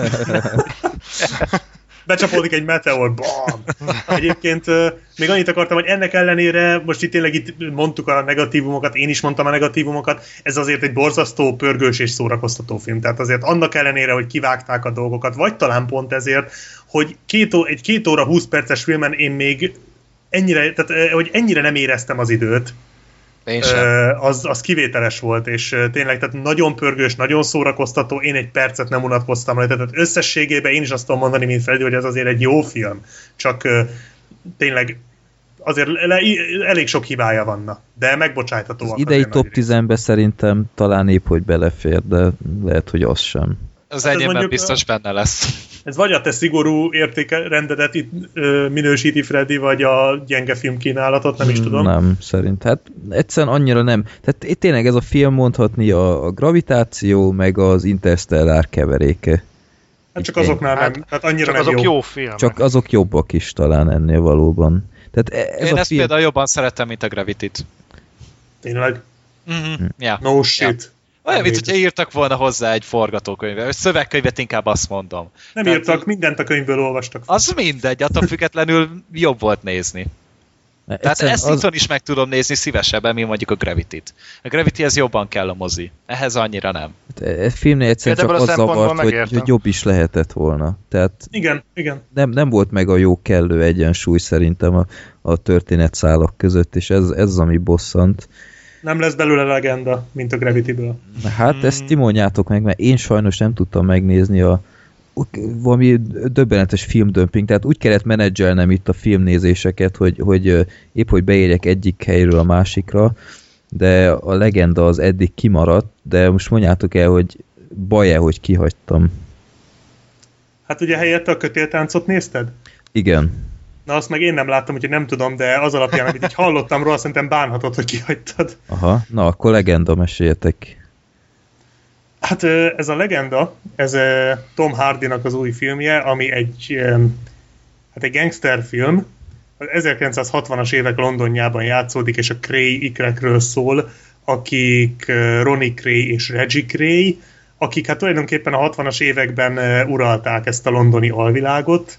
Becsapódik egy meteor, bam! Egyébként még annyit akartam, hogy ennek ellenére, most itt tényleg itt mondtuk a negatívumokat, én is mondtam a negatívumokat, ez azért egy borzasztó, pörgős és szórakoztató film. Tehát azért annak ellenére, hogy kivágták a dolgokat, vagy talán pont ezért, hogy két ó- egy két óra húsz perces filmen én még ennyire, tehát hogy ennyire nem éreztem az időt. Én sem. Az, az kivételes volt, és tényleg tehát nagyon pörgős, nagyon szórakoztató, én egy percet nem unatkoztam rá, tehát összességében én is azt tudom mondani, mint Freddy, hogy ez azért egy jó film, csak tényleg azért le, elég sok hibája vanna, de megbocsájthatóak. Az idei top tízben szerintem talán épp, hogy belefér, de lehet, hogy az sem. Az hát enyémben biztos benne lesz. Ez vagy a te szigorú értékrendedet itt ö, minősíti, Freddy, vagy a gyenge filmkínálatot, nem is tudom. Nem, szerint. Hát egyszerűen annyira nem. Tehát itt tényleg ez a film mondhatni a, a gravitáció, meg az Interstellar keveréke. Hát csak azoknál nem. Hát, tehát annyira csak nem azok jó. jó filmek. Csak azok jobbak is talán ennél valóban. Tehát ez Én a ezt film... például jobban szerettem, mint a Gravity-t. Tényleg? Mm-hmm. Yeah. No shit. Olyan, mint hogyha írtak volna hozzá egy forgatókönyvet, vagy szövegkönyvet, inkább azt mondom. Nem Tehát, írtak, mindent a könyvből olvastak. Az mindegy, attól függetlenül jobb volt nézni. Ne, Tehát ezt az... is meg tudom nézni szívesebben, mint mondjuk a Gravity-t. A Gravity-hez jobban kell a mozi. Ehhez annyira nem. A filmnél egyszerűen csak az zavart, hogy, hogy jobb is lehetett volna. Tehát igen, igen. Nem, nem volt meg a jó kellő egyensúly szerintem a, a történetszálak között, és ez, ez az, ami bosszant. Nem lesz belőle legenda, mint a Gravity-ből. Hát hmm. ezt ti mondjátok meg, mert én sajnos nem tudtam megnézni a valami döbbenetes filmdömping, tehát úgy kellett menedzselnem itt a filmnézéseket, hogy, hogy épp hogy beérjek egyik helyről a másikra, de a legenda az eddig kimaradt, de most mondjátok el, hogy baj-e, hogy kihagytam. Hát ugye helyette a kötéltáncot nézted? Igen. Na azt meg én nem láttam, úgyhogy nem tudom, de az alapján, amit így hallottam róla, szerintem bánhatod, hogy kihagytad. Aha, na akkor legenda, meséljetek. Hát ez a legenda, ez Tom Hardynak az új filmje, ami egy, hát egy gangsterfilm, az ezerkilencszázhatvanas évek Londonjában játszódik, és a Cray ikrekről szól, akik Ronnie Cray és Reggie Cray, akik hát tulajdonképpen a hatvanas években uralták ezt a londoni alvilágot.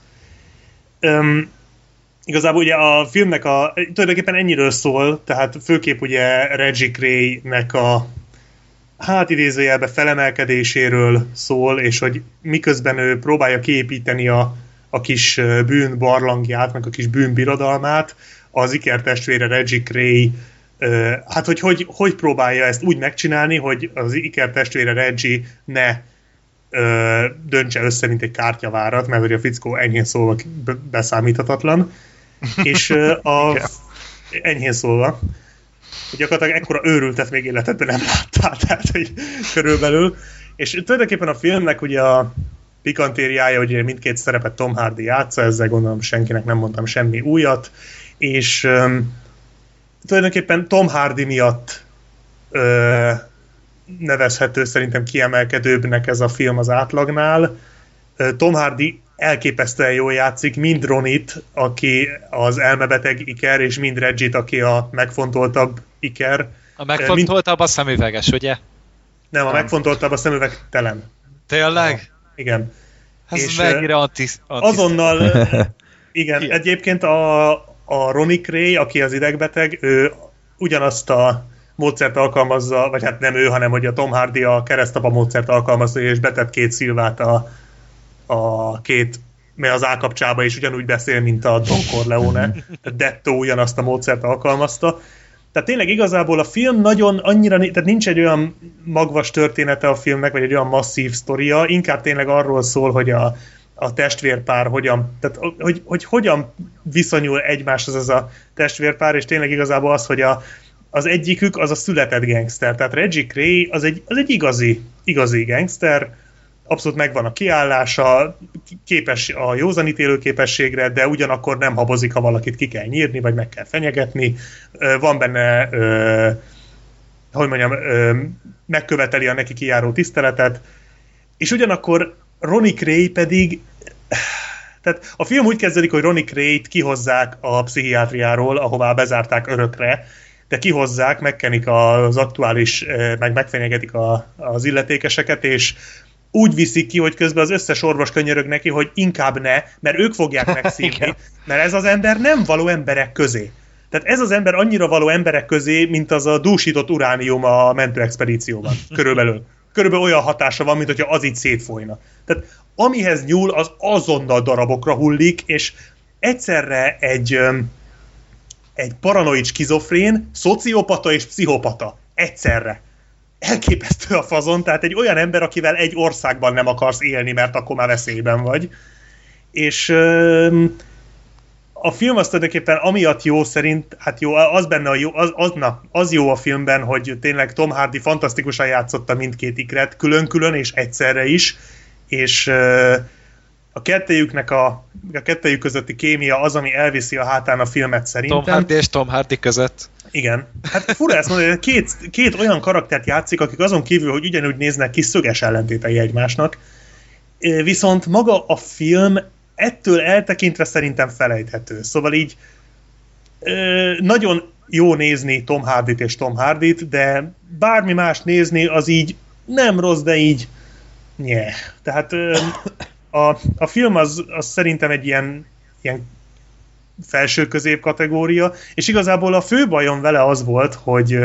Um, igazából ugye a filmnek a, tulajdonképpen ennyiről szól, tehát főképp ugye Reggie Cray-nek a hát idézőjelben felemelkedéséről szól, és hogy miközben ő próbálja kiépíteni a, a kis bűn barlangját, meg a kis bűnbirodalmát, az ikertestvére Reggie Cray, hát hogy, hogy hogy próbálja ezt úgy megcsinálni, hogy az ikertestvére Reggie ne ö, döntse össze, mint egy kártyavárat, mert hogy a fickó enyhén szólva beszámíthatatlan, és ö, a enyhén szólva, gyakorlatilag ekkora őrültet még életedben nem láttál, tehát hogy körülbelül. És tulajdonképpen a filmnek ugye a pikantériája, hogy mindkét szerepet Tom Hardy játsza, ezzel gondolom senkinek nem mondtam semmi újat, és um, tulajdonképpen Tom Hardy miatt uh, nevezhető szerintem kiemelkedőbbnek ez a film az átlagnál. Uh, Tom Hardy elképesztően jól játszik, mind Ronit, aki az elmebeteg iker, és mind Reggie-t, aki a megfontoltabb iker. A megfontoltabb mind... a szemüveges, ugye? Nem, a nem. megfontoltabb a szemüvegtelen. Tényleg? A... Igen. Ez és mennyire anti... Azonnal, igen, igen, egyébként a, a Ronnie Cray, aki az idegbeteg, ő ugyanazt a módszert alkalmazza, vagy hát nem ő, hanem hogy a Tom Hardy a keresztapa módszert alkalmazza, és betett két szilvát a a két, mert az állkapcsába is ugyanúgy beszél, mint a Don Corleone, tehát Detto ugyanazt a módszert alkalmazta. Tehát tényleg igazából a film nagyon annyira, tehát nincs egy olyan magvas története a filmnek, vagy egy olyan masszív sztoria, inkább tényleg arról szól, hogy a, a testvérpár hogyan, tehát hogy, hogy hogyan viszonyul egymáshoz ez a testvérpár, és tényleg igazából az, hogy a, az egyikük az a született gangster, tehát Reggie Cray az egy, az egy igazi, igazi gangster, abszolút megvan a kiállása, képes a józanítélő képességre, de ugyanakkor nem habozik, ha valakit ki kell nyírni, vagy meg kell fenyegetni. Van benne, hogy mondjam, megköveteli a neki kijáró tiszteletet, és ugyanakkor Ronnie Cray pedig, tehát a film úgy kezdődik, hogy Ronnie Cray-t kihozzák a pszichiátriáról, ahová bezárták örökre, de kihozzák, megkenik az aktuális, meg megfenyegetik a, az illetékeseket, és úgy viszik ki, hogy közben az összes orvos könyörög neki, hogy inkább ne, mert ők fogják megszívni, mert ez az ember nem való emberek közé. Tehát ez az ember annyira való emberek közé, mint az a dúsított uránium a mentőexpedícióban. Körülbelül. Körülbelül olyan hatása van, mint hogyha az itt szétfolyna. Tehát amihez nyúl, az azonnal darabokra hullik, és egyszerre egy, egy paranoid skizofrén, szociopata és pszichopata. Egyszerre. Elképesztő a fazon, tehát egy olyan ember, akivel egy országban nem akarsz élni, mert akkor már veszélyben vagy. És ö, a film azt tulajdonképpen amiatt jó szerint, hát jó, az benne a jó, az, az, na, az jó a filmben, hogy tényleg Tom Hardy fantasztikusan játszotta mindkét ikret, külön-külön és egyszerre is, és ö, a kettejüknek a, a kettejük közötti kémia az, ami elviszi a hátán a filmet szerintem. Tom Hardy és Tom Hardy között. Igen. Hát fura ezt mondani, hogy két, két olyan karaktert játszik, akik azon kívül, hogy ugyanúgy néznek ki, szöges ellentétei egymásnak. Viszont maga a film ettől eltekintve szerintem felejthető. Szóval így nagyon jó nézni Tom Hardyt és Tom Hardyt, de bármi más nézni, az így nem rossz, de így nye. Tehát a, a film az, az szerintem egy ilyen, ilyen felső közép kategória, és igazából a fő bajom vele az volt, hogy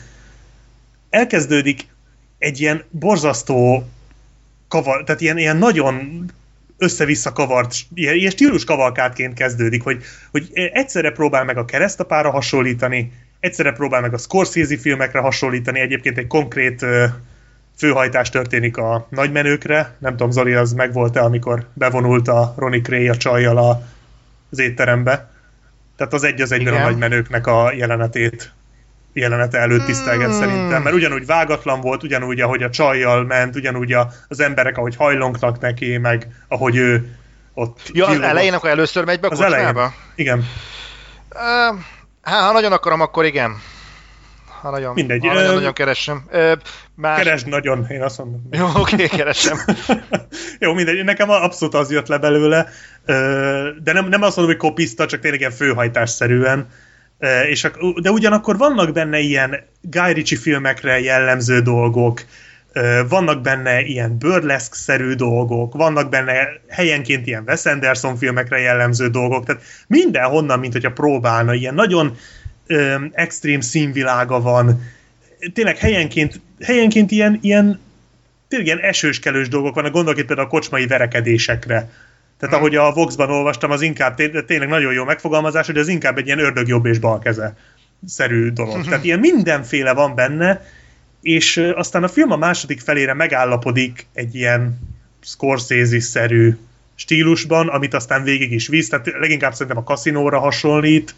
elkezdődik egy ilyen borzasztó kavar, tehát ilyen, ilyen nagyon össze-vissza kavart, ilyen, ilyen stílus kavalkádként kezdődik, hogy, hogy egyszerre próbál meg a Keresztapára hasonlítani, egyszerre próbál meg a Scorsese filmekre hasonlítani, egyébként egy konkrét főhajtás történik a nagymenőkre, nem tudom, Zoli, az megvolt-e, amikor bevonult a Ronnie Kray a csajjal a, az étterembe. Tehát az egy az egyben a nagymenőknek a jelenetét jelenete előtt tisztelget hmm. szerintem, mert ugyanúgy vágatlan volt, ugyanúgy, ahogy a csajjal ment, ugyanúgy a, az emberek, ahogy hajlongtak neki, meg ahogy ő ott... Ja, az elején akkor először megy be a kocsmába? Igen. Uh, hát, ha nagyon akarom, akkor igen. Ha nagyon, Mindegy. Ha nagyon, nagyon keresem. Uh, más... Keresd nagyon, én azt mondom. Jó, oké, okay, keresem. Jó, mindegy. Nekem abszolút az jött le belőle, de nem, nem azt mondom, hogy kopiszta, csak tényleg ilyen főhajtásszerűen. És a, de ugyanakkor vannak benne ilyen Guy Ritchie filmekre jellemző dolgok, vannak benne ilyen burlesque-szerű dolgok, vannak benne helyenként ilyen Wes Anderson filmekre jellemző dolgok, tehát mindenhonnan, mint hogyha próbálna, ilyen nagyon ö, extrém színvilága van, tényleg helyenként, helyenként ilyen, ilyen, tényleg ilyen esőskelős dolgok vannak, gondolok itt például a kocsmai verekedésekre. Tehát hmm. ahogy a Vox-ban olvastam, az inkább tényleg nagyon jó megfogalmazás, hogy az inkább egy ilyen ördög jobb és bal keze szerű dolog. Tehát ilyen mindenféle van benne, és aztán a film a második felére megállapodik egy ilyen Scorsese-szerű stílusban, amit aztán végig is visz, tehát leginkább szerintem a kaszinóra hasonlít,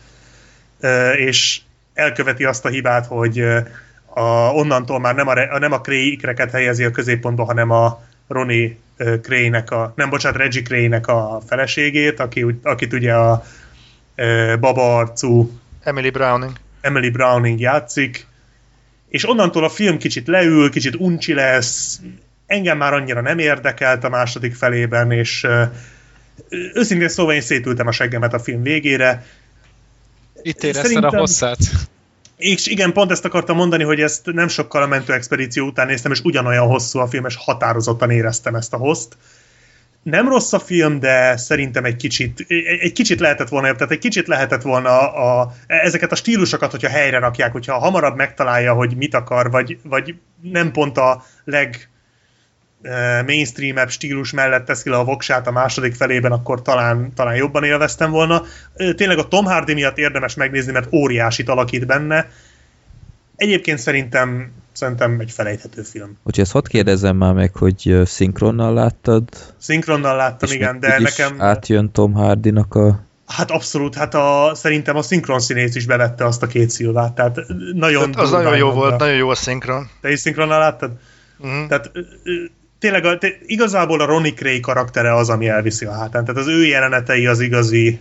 és elköveti azt a hibát, hogy a, onnantól már nem a, nem a Cray ikreket helyezi a középpontba, hanem a Ronnie Kray-nek a, nem bocsánat, Reggie Kray-nek a feleségét, aki, akit ugye a e, baba arcú Emily Browning. Emily Browning játszik, és onnantól a film kicsit leül, kicsit uncsi lesz, engem már annyira nem érdekelt a második felében, és e, őszintén szóval én szétültem a seggemet a film végére. Itt érezted Szerintem... a hosszát. És igen, pont ezt akartam mondani, hogy ezt nem sokkal a mentőexpedíció után néztem, és ugyanolyan hosszú a film, és határozottan éreztem ezt a hosszt. Nem rossz a film, de szerintem egy kicsit, egy kicsit lehetett volna, tehát egy kicsit lehetett volna a, a, ezeket a stílusokat, hogyha helyre rakják, hogyha hamarabb megtalálja, hogy mit akar, vagy, vagy nem pont a leg mainstream-ebb stílus mellett teszi le a voksát a második felében, akkor talán, talán jobban élveztem volna. Tényleg a Tom Hardy miatt érdemes megnézni, mert óriásit alakít benne. Egyébként szerintem, szerintem egy felejthető film. Úgyhogy ezt hadd kérdezzem már meg, hogy szinkronnal láttad? Szinkronnal láttam, igen, de nekem... átjön Tom Hardynak a... Hát abszolút, hát a, szerintem a szinkronszínész is bevette azt a két szilvát, tehát nagyon... Tehát az nagyon jó volt, a... nagyon jó a szinkron. Te is szinkronnal láttad? Uh-huh. Tehát tényleg a, te, igazából a Ronnie Kray karaktere az, ami elviszi a hátán. Tehát az ő jelenetei az igazi,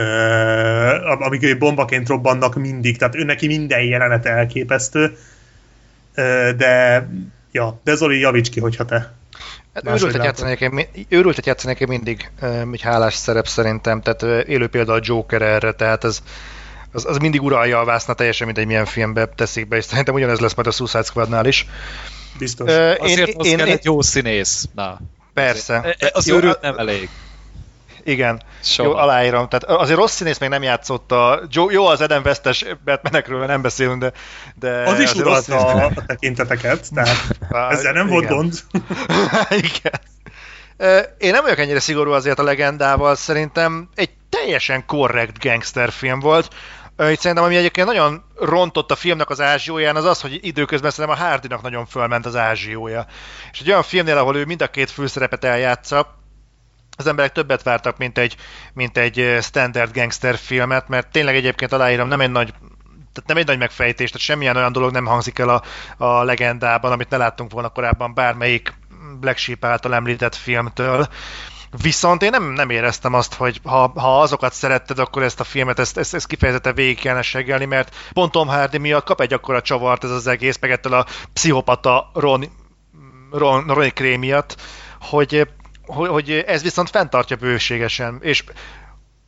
uh, amik ő bombaként robbannak mindig, tehát ő neki minden jelenete elképesztő, uh, de ja, de Zoli, javíts ki, hogyha te őrültet játszanék, őrültet játszanék mindig um, egy hálás szerep szerintem, tehát uh, élő példa a Joker erre, tehát ez az, az mindig uralja a vászna, teljesen mindegy milyen filmbe teszik be, és szerintem ugyanez lesz majd a Suicide Squadnál is. Biztos. Uh, Azért én, az én, kell én, egy jó színész. Na. Persze. Az, az őrült nem elég. Igen. Soha. Jó, aláírom. Tehát azért rossz színész még nem játszott a... Jó, az Adam West-es Batmanekről nem beszélünk, de... de az is uralta a, a tekinteteket, tehát ezzel nem volt gond. Igen. Én nem vagyok ennyire szigorú azért a legendával, szerintem egy teljesen korrekt gangsterfilm volt. Itt szerintem, ami egyébként nagyon rontott a filmnek az ázsióján, az az, hogy időközben szerintem a Hardynak nagyon fölment az ázsiója. És egy olyan filmnél, ahol ő mind a két főszerepet eljátsza, az emberek többet vártak, mint egy, mint egy standard gangster filmet, mert tényleg egyébként aláírom, nem egy nagy, tehát nem egy nagy megfejtés, tehát semmilyen olyan dolog nem hangzik el a, a legendában, amit ne láttunk volna korábban bármelyik Black Sheep által említett filmtől. Viszont én nem, nem éreztem azt, hogy ha, ha azokat szeretted, akkor ezt a filmet, ezt, ezt, ezt kifejezetten végig kellene seggelni, mert pont Tom Hardy miatt kap egy akkora csavart ez az egész, meg ettől a pszichopata Ron, Ron, Ronnie Kray miatt, hogy, hogy, hogy ez viszont fenntartja bőségesen, és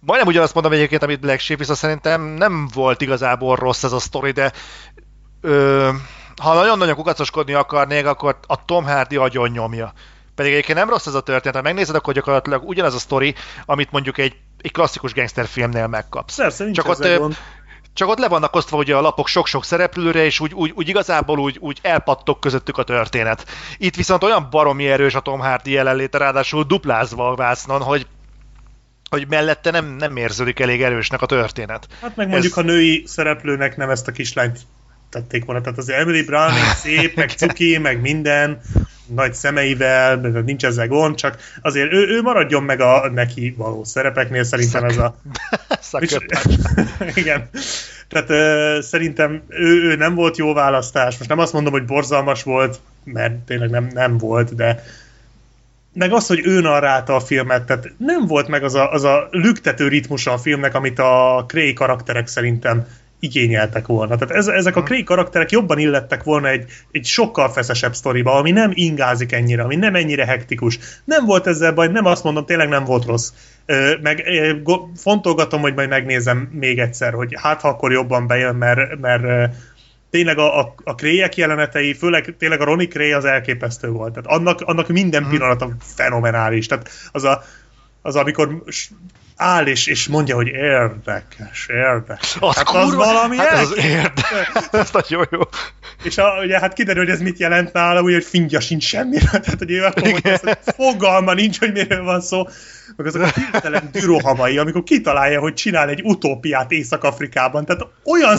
majdnem ugyanazt mondom egyébként, amit Black Sheep, viszont szerintem nem volt igazából rossz ez a sztori, de ö, ha nagyon-nagyon kukacoskodni akarnék, akkor a Tom Hardy agyon nyomja. Pedig egyébként nem rossz ez a történet, ha megnézed, akkor gyakorlatilag ugyanaz a sztori, amit mondjuk egy, egy klasszikus gangsterfilmnél megkapsz. Persze, nincs csak ott, gond. Csak ott le vannak osztva ugye a lapok sok-sok szereplőre, és úgy, úgy, úgy igazából úgy, úgy elpattok közöttük a történet. Itt viszont olyan baromi erős a Tom Hardy jelenléte, ráadásul duplázva a vásznon, hogy hogy mellette nem, nem érződik elég erősnek a történet. Hát meg mondjuk, ez... ha női szereplőnek nem ezt a kislányt tették volna, tehát az Emily Browning szép, meg cuki, meg minden, nagy szemeivel, nincs ezzel gond, csak azért ő, ő maradjon meg a neki való szerepeknél, szerintem ez a... Igen. Tehát uh, szerintem ő, ő nem volt jó választás. Most nem azt mondom, hogy borzalmas volt, mert tényleg nem, nem volt, de meg az, hogy ő narrálta a filmet, tehát nem volt meg az a, az a lüktető ritmusa a filmnek, amit a Cray karakterek szerintem igényeltek volna. Tehát ez, ezek a Cray karakterek jobban illettek volna egy, egy sokkal feszesebb sztoriba, ami nem ingázik ennyire, ami nem ennyire hektikus. Nem volt ezzel baj, nem azt mondom, tényleg nem volt rossz. Meg fontolgatom, hogy majd megnézem még egyszer, hogy hát ha akkor jobban bejön, mert, mert tényleg a, a, a Cray-ek jelenetei, főleg tényleg a Ronnie Cray az elképesztő volt. Tehát annak, annak minden pillanata fenomenális. Tehát az, a, az amikor áll és, és mondja, hogy érdekes, érdekes. Az, hát az valami hát az érdekes. Ez nagyon jó. És a, ugye, hát kiderül, hogy ez mit jelent nála, úgy, hogy fingja sincs semmire. Tehát, hogy ő akkor mondja azt, hogy fogalma nincs, hogy miről van szó. Meg azok a hirtelen dürohamai, amikor kitalálja, hogy csinál egy utópiát Észak-Afrikában. Tehát olyan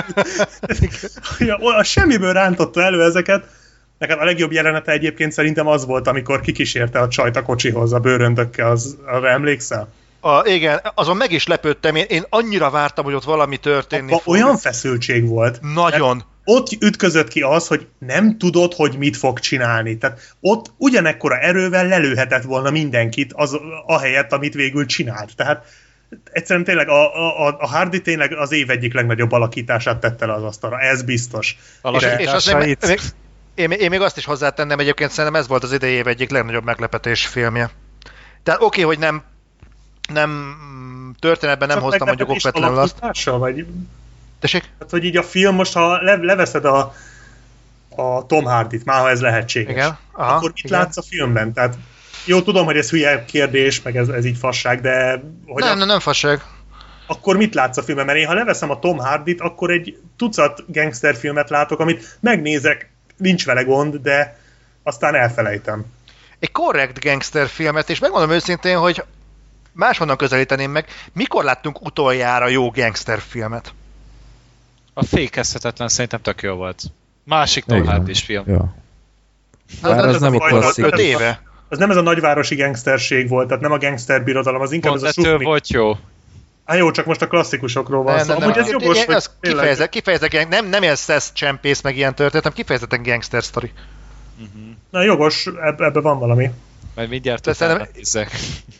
szintű, a semmiből rántotta elő ezeket. Neked a legjobb jelenete egyébként szerintem az volt, amikor kikísérte a csajt a kocsihoz a bőröndökkel, az, arra emlékszel? A, igen, azon meg is lepődtem, én, én annyira vártam, hogy ott valami történni fog. Olyan feszültség volt. Nagyon. Ott ütközött ki az, hogy nem tudod, hogy mit fog csinálni. Tehát ott ugyanekkora erővel lelőhetett volna mindenkit az, ahelyett, amit végül csinált. Tehát egyszerűen tényleg a, a, a Hardy tényleg az év egyik legnagyobb alakítását tette le az asztalra. Ez biztos. És, és az nem, még, én, én még azt is hozzátennem, egyébként szerintem ez volt az idei év egyik legnagyobb meglepetés filmje. Tehát oké, okay, hogy nem nem történetben nem hoztam mondjuk okvetlenül azt. Vagy... Tessék? Hát, hogy így a film most, ha le, leveszed a, a Tom Hardyt, már ha ez lehetséges, igen. Aha, akkor mit igen. látsz a filmben? Tehát jó, tudom, hogy ez hülye kérdés, meg ez, ez így fasság, de... Hogy nem, a... nem, nem fasság. Akkor mit látsz a filmben? Mert én, ha leveszem a Tom Hardyt, akkor egy tucat gangsterfilmet látok, amit megnézek, nincs vele gond, de aztán elfelejtem. Egy korrekt gangsterfilmet, és megmondom őszintén, hogy máshonnan közelíteném meg, mikor láttunk utoljára jó gangsterfilmet? A Fékezhetetlen szerintem tök jó volt. Másik Tom Hardy-s film. Ja. Bár az, az nem a klasszikus. öt éve. Az nem ez a nagyvárosi gangsterség volt, tehát nem a gangster birodalom, az inkább Pont ez a sukni. volt jó. Hát jó, csak most a klasszikusokról van szó. Amúgy ez jogos, hogy kifejezett, kifejezett, nem, nem ilyen szesz csempész meg ilyen történet, hanem kifejezetten gangster sztori. Uh-huh. Na jogos, eb- ebben van valami. Majd mindjárt utána nézzek.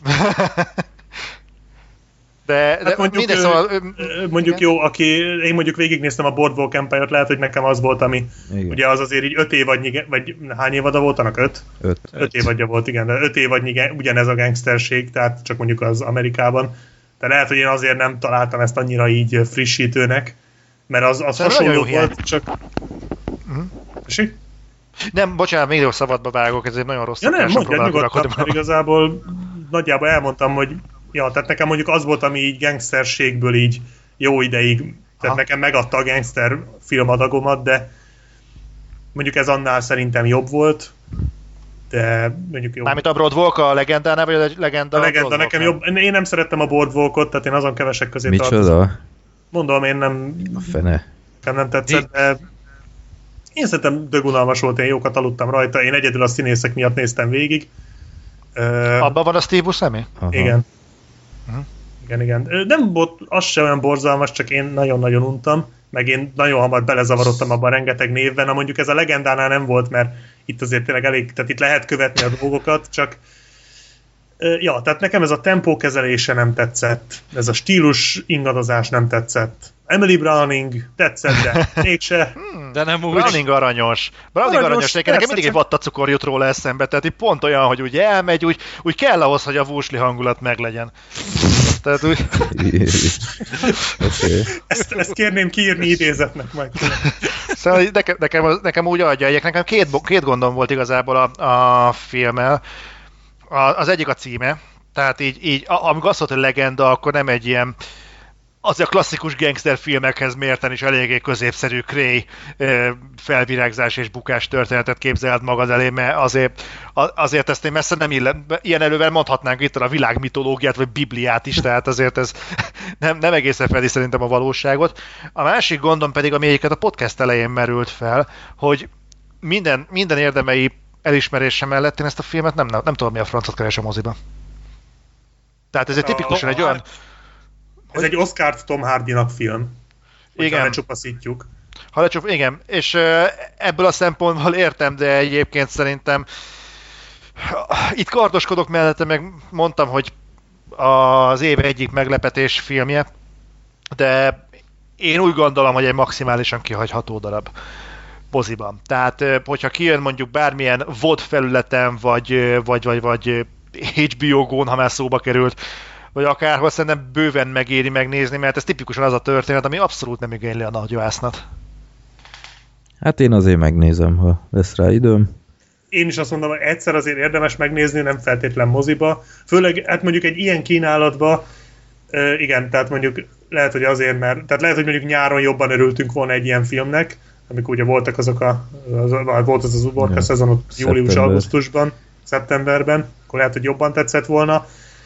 De, de hát mondjuk, minden szóval... Mondjuk jó, aki, én mondjuk végignéztem a Boardwalk Empire-t, lehet, hogy nekem az volt, ami igen. Ugye az azért így öt évadnyi, vagy hány évada volt annak? Öt? Öt. Öt évadja volt, igen, de öt évadnyi ugyanez a gangsterség, tehát csak mondjuk az Amerikában. De lehet, hogy én azért nem találtam ezt annyira így frissítőnek, mert az, az hasonló volt, csak... Uh-huh. Nem, bocsánat, még jó szabadba vágok, ez egy nagyon rossz. Ja nem, mondjad nyugodtan, mert igazából nagyjából elmondtam, hogy ja, tehát nekem mondjuk az volt, ami így gangsterségből így jó ideig, tehát aha. nekem megadta a gangster filmadagomat, de mondjuk ez annál szerintem jobb volt, de mondjuk jó. Mármint a Boardwalk a legendánál, vagy a legenda a legenda nekem jobb. Én nem szerettem a Boardwalkot, tehát én azon kevesek közé tartozom. Micsoda? Mondom, én nem... A fene. Nekem nem tetszett, de én szerintem dögunalmas volt, én jókat aludtam rajta, én egyedül a színészek miatt néztem végig. Abban van a Steve Buscemi? Igen. Uh-huh. Igen, igen. Nem volt az sem olyan borzalmas, csak én nagyon-nagyon untam, meg én nagyon hamar belezavarodtam abban rengeteg névben, na mondjuk ez a legendánál nem volt, mert itt azért tényleg elég, tehát itt lehet követni a dolgokat, csak ja, tehát nekem ez a tempókezelése nem tetszett, ez a stílus ingadozás nem tetszett. Emily Browning tetszett, de mégse. Hmm, de nem úgy. Browning aranyos. Browning aranyos, aranyos nekem mindig egy vattacukor jut róla eszembe, tehát így pont olyan, hogy úgy elmegy, úgy, úgy kell ahhoz, hogy a vúsli hangulat meglegyen. Tehát úgy... okay. ezt, ezt kérném kiírni idézetnek majd. Szóval nekem, nekem, nekem úgy adja, nekem két, két gondom volt igazából a, a filmmel. A, az egyik a címe, tehát így, így amikor azt mondta, hogy legenda, akkor nem egy ilyen azért a klasszikus gangster filmekhez mérten is eléggé középszerű Cray felvirágzás és bukás történetet képzeld magad elé, mert azért, azért ezt én messze nem illen, ilyen elővel mondhatnánk itt a világ mitológiát, vagy Bibliát is, tehát azért ez nem, nem egészen fedi szerintem a valóságot. A másik gondom pedig, ami egyiket a podcast elején merült fel, hogy minden, minden érdemei elismerése mellett én ezt a filmet nem, nem, nem tudom, mi a francot keres a moziban. Tehát ez egy tipikusan egy olyan... Ez egy Oscar-t Tom Hardy-nak film. Igen. Ha lecsupaszítjuk. Ha lecsup, igen. És ebből a szempontból értem, de egyébként szerintem itt kardoskodok mellette, meg mondtam, hogy az év egyik meglepetés filmje, de én úgy gondolom, hogy egy maximálisan kihagyható darab moziban. Tehát, hogyha kijön mondjuk bármilyen vé o dé felületen, vagy, vagy, vagy, vagy há bé o Go-n, ha már szóba került, vagy akárhol, szerintem bőven megéri megnézni, mert ez tipikusan az a történet, ami abszolút nem igényli a nagyvásznat. Hát én azért megnézem, ha lesz rá időm. Én is azt mondom, hogy egyszer azért érdemes megnézni, nem feltétlen moziba. Főleg, hát mondjuk egy ilyen kínálatba, euh, igen, tehát mondjuk lehet, hogy azért, mert, tehát lehet, hogy mondjuk nyáron jobban örültünk volna egy ilyen filmnek, amikor ugye voltak azok a, az, volt az az uborka ja, szezon ott július-augusztusban, szeptemberben, akkor lehet, hogy jobban tetszett volna.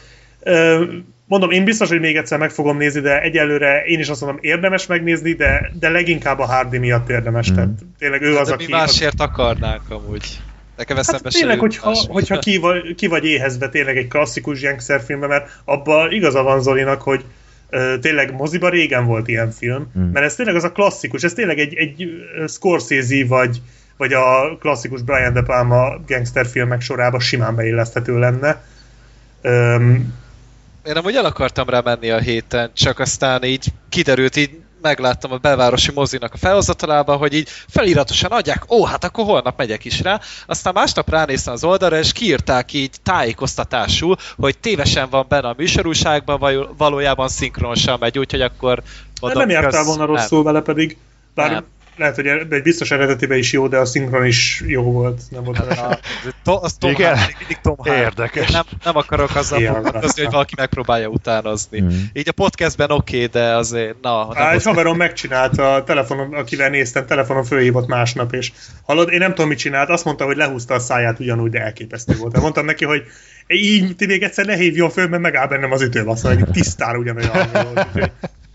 Mondom, én biztos, hogy még egyszer meg fogom nézni, de egyelőre én is azt mondom, érdemes megnézni, de, de leginkább a Hardy miatt érdemes. Mm. Tehát tényleg ő az, de aki... mi másért akarnánk amúgy? Nekem eszembe hát tényleg, hogyha, hogyha ki, vagy, ki vagy éhezve tényleg egy klasszikus gangster filmbe, mert abban igaza van Zolinak, hogy uh, tényleg moziba régen volt ilyen film, mm. mert ez tényleg az a klasszikus, ez tényleg egy, egy Scorsese vagy, vagy a klasszikus Brian De Palma gangster filmek sorába simán beilleszthető lenne. Um, Én amúgy el akartam rá menni a héten, csak aztán így kiderült, így megláttam a belvárosi mozinak a felhozatalában, hogy így feliratosan adják, ó, hát akkor holnap megyek is rá. Aztán másnap ránéztem az oldalra, és kiírták így tájékoztatásul, hogy tévesen van benne a műsorúságban, valójában szinkronosan megy, úgyhogy akkor... Mondom, nem jártál volna rosszul vele pedig, bár nem. Lehet, hogy egy biztos eredetiben is jó, de a szinkron is jó volt. Nem volt a, az Tom Hardy, mindig Tom Hardy. Érdekes. Nem, nem akarok azzal foglalkozni, hogy valaki megpróbálja utánozni. Mm. Így a podcastben oké, okay, de azért... Na, Á, egy haverom megcsinálta a telefonon, akivel néztem, telefonon fölhívott másnap, és hallod, én nem tudom, mit csinált, azt mondta, hogy lehúzta a száját ugyanúgy, de elképesztő volt. Mondtam neki, hogy így ti még egyszer ne hívjon föl, mert megáll bennem az ütőm, azt mondja, hogy tisztára ugyanolyan volt.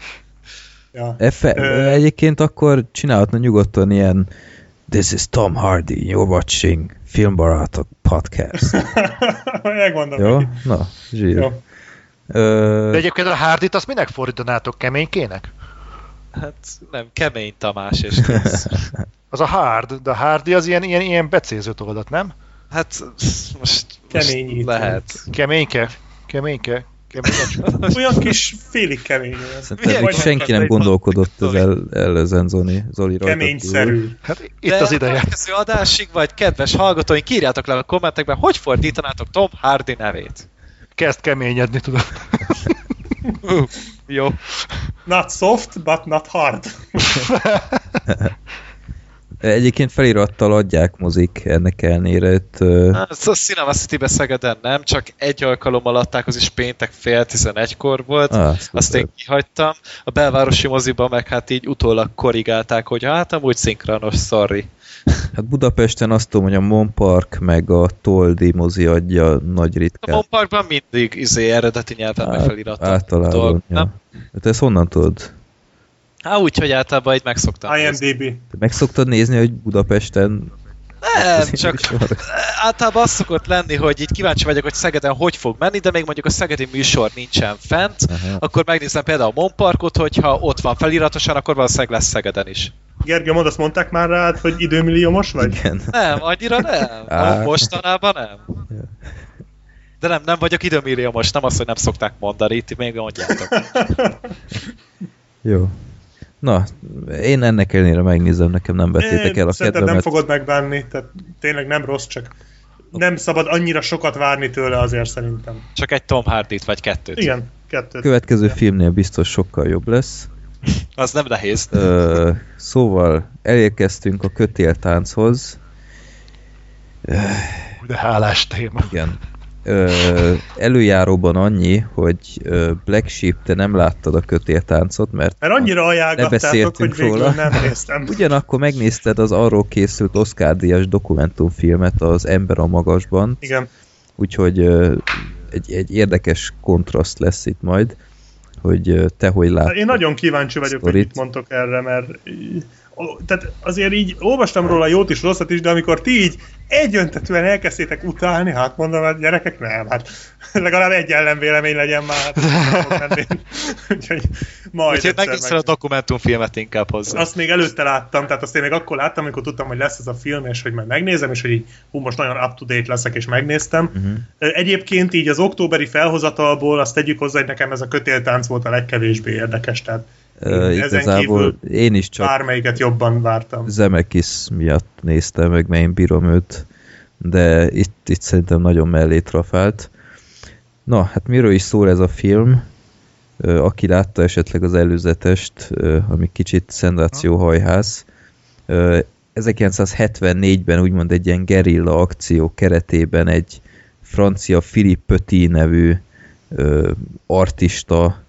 Ja. Efe, uh, egyébként akkor csinálhatna nyugodtan ilyen This is Tom Hardy, you're watching Filmbarátok podcast. Megmondom. Jó? Na, zsír. Jó. Uh, De egyébként a Hardit azt minek fordítanátok? Keménykének? Hát nem, kemény Tamás és kész. Az a Hard, de a Hardy az ilyen, ilyen, ilyen becézőt oldat, nem? Hát most, kemény most lehet. Keményke? Keményke? Olyan kis félig kemény. Szerintem még senki nem gondolkodott ezzel ezen Zoli, Zoli rajta. Keményszerű. Hát itt de az ideje. De a következő adásig, vagy kedves hallgatóink, írjátok le a kommentekben, hogy fordítanátok Tom Hardy nevét. Kezd keményedni, tudod. uh, jó. Not soft, but not hard. Egyébként felirattal adják mozik ennek ellenére. Uh... Hát, a Cinema City-be Szegeden nem, csak egy alkalommal adták, az is péntek fél tizenegykor volt, ah, azt én kihagytam. A belvárosi moziban meg hát így utólag korrigálták, hogy hát amúgy szinkronos, sorry. Hát Budapesten azt tudom, hogy a Monpark meg a Toldi mozi adja nagy ritkán. A Monparkban mindig izé eredeti nyelven hát, megfelirattal. Általában, ja. Hát ezt honnan tudod? Hát úgy, hogy általában így megszoktam I M D B. Te meg szoktad nézni, hogy Budapesten... Nem, csak általában az szokott lenni, hogy így kíváncsi vagyok, hogy Szegeden hogy fog menni, de még mondjuk a szegedi műsor nincsen fent, aha, akkor megnézem például a Monparkot, hogyha ott van feliratosan, akkor valószínűleg lesz Szegeden is. Gergő, mondd, azt mondták már rád, hogy időmilliómos vagy? Igen. Nem, annyira nem. Á. Mostanában nem. De nem, nem vagyok időmilliómos, nem az, hogy nem szokták mondani, itt még mondjátok. Jó. Na, én ennek ellenére megnézem, nekem nem vettétek el a kedvemet. Nem fogod megbánni, tehát tényleg nem rossz, csak nem szabad annyira sokat várni tőle azért szerintem. Csak egy Tom Hardyt vagy kettőt. Igen. kettőt. Következő filmnél biztos sokkal jobb lesz. Az nem nehéz. Ö, szóval elérkeztünk a kötéltánchoz. De hálás téma. Igen. Ö, előjáróban annyi, hogy ö, Black Sheep, te nem láttad a kötéltáncot, mert, mert annyira ajánlgattátok, hogy végül róla. Nem néztem. Ugyanakkor megnézted az arról készült Oscar-díjas dokumentumfilmet, az Ember a magasban. Igen. Úgyhogy ö, egy, egy érdekes kontraszt lesz itt majd, hogy ö, te hogy látod. Én nagyon kíváncsi vagyok, sztorit. Hogy mit mondtok erre, mert tehát azért így olvastam róla jót is, rosszat is, de amikor ti így egyöntetően elkezdtétek utálni, hát mondom, hát gyerekek, nem, hát legalább egy ellenvélemény legyen már. Úgyhogy majd Úgyhogy megnézzel a dokumentumfilmet inkább hozzá. Azt még előtte láttam, tehát azt én még akkor láttam, amikor tudtam, hogy lesz ez a film, és hogy majd megnézem, és hogy így, hú, most nagyon up-to-date leszek, és megnéztem. Uh-huh. Egyébként így az októberi felhozatalból azt tegyük hozzá, hogy nekem ez a kötéltánc volt a legkevésbé érdekes, tehát Uh, ezen kívül én is csak bármelyiket jobban vártam. Zemeckis miatt néztem meg, mert én bírom őt, de itt, itt szerintem nagyon mellé trafált. Na, hát miről is szól ez a film? Uh, aki látta esetleg az előzetest, uh, ami kicsit szenzációhajház. Uh, ezerkilencszázhetvennégyben úgymond egy ilyen gerilla akció keretében egy francia Philippe Petit nevű uh, artista,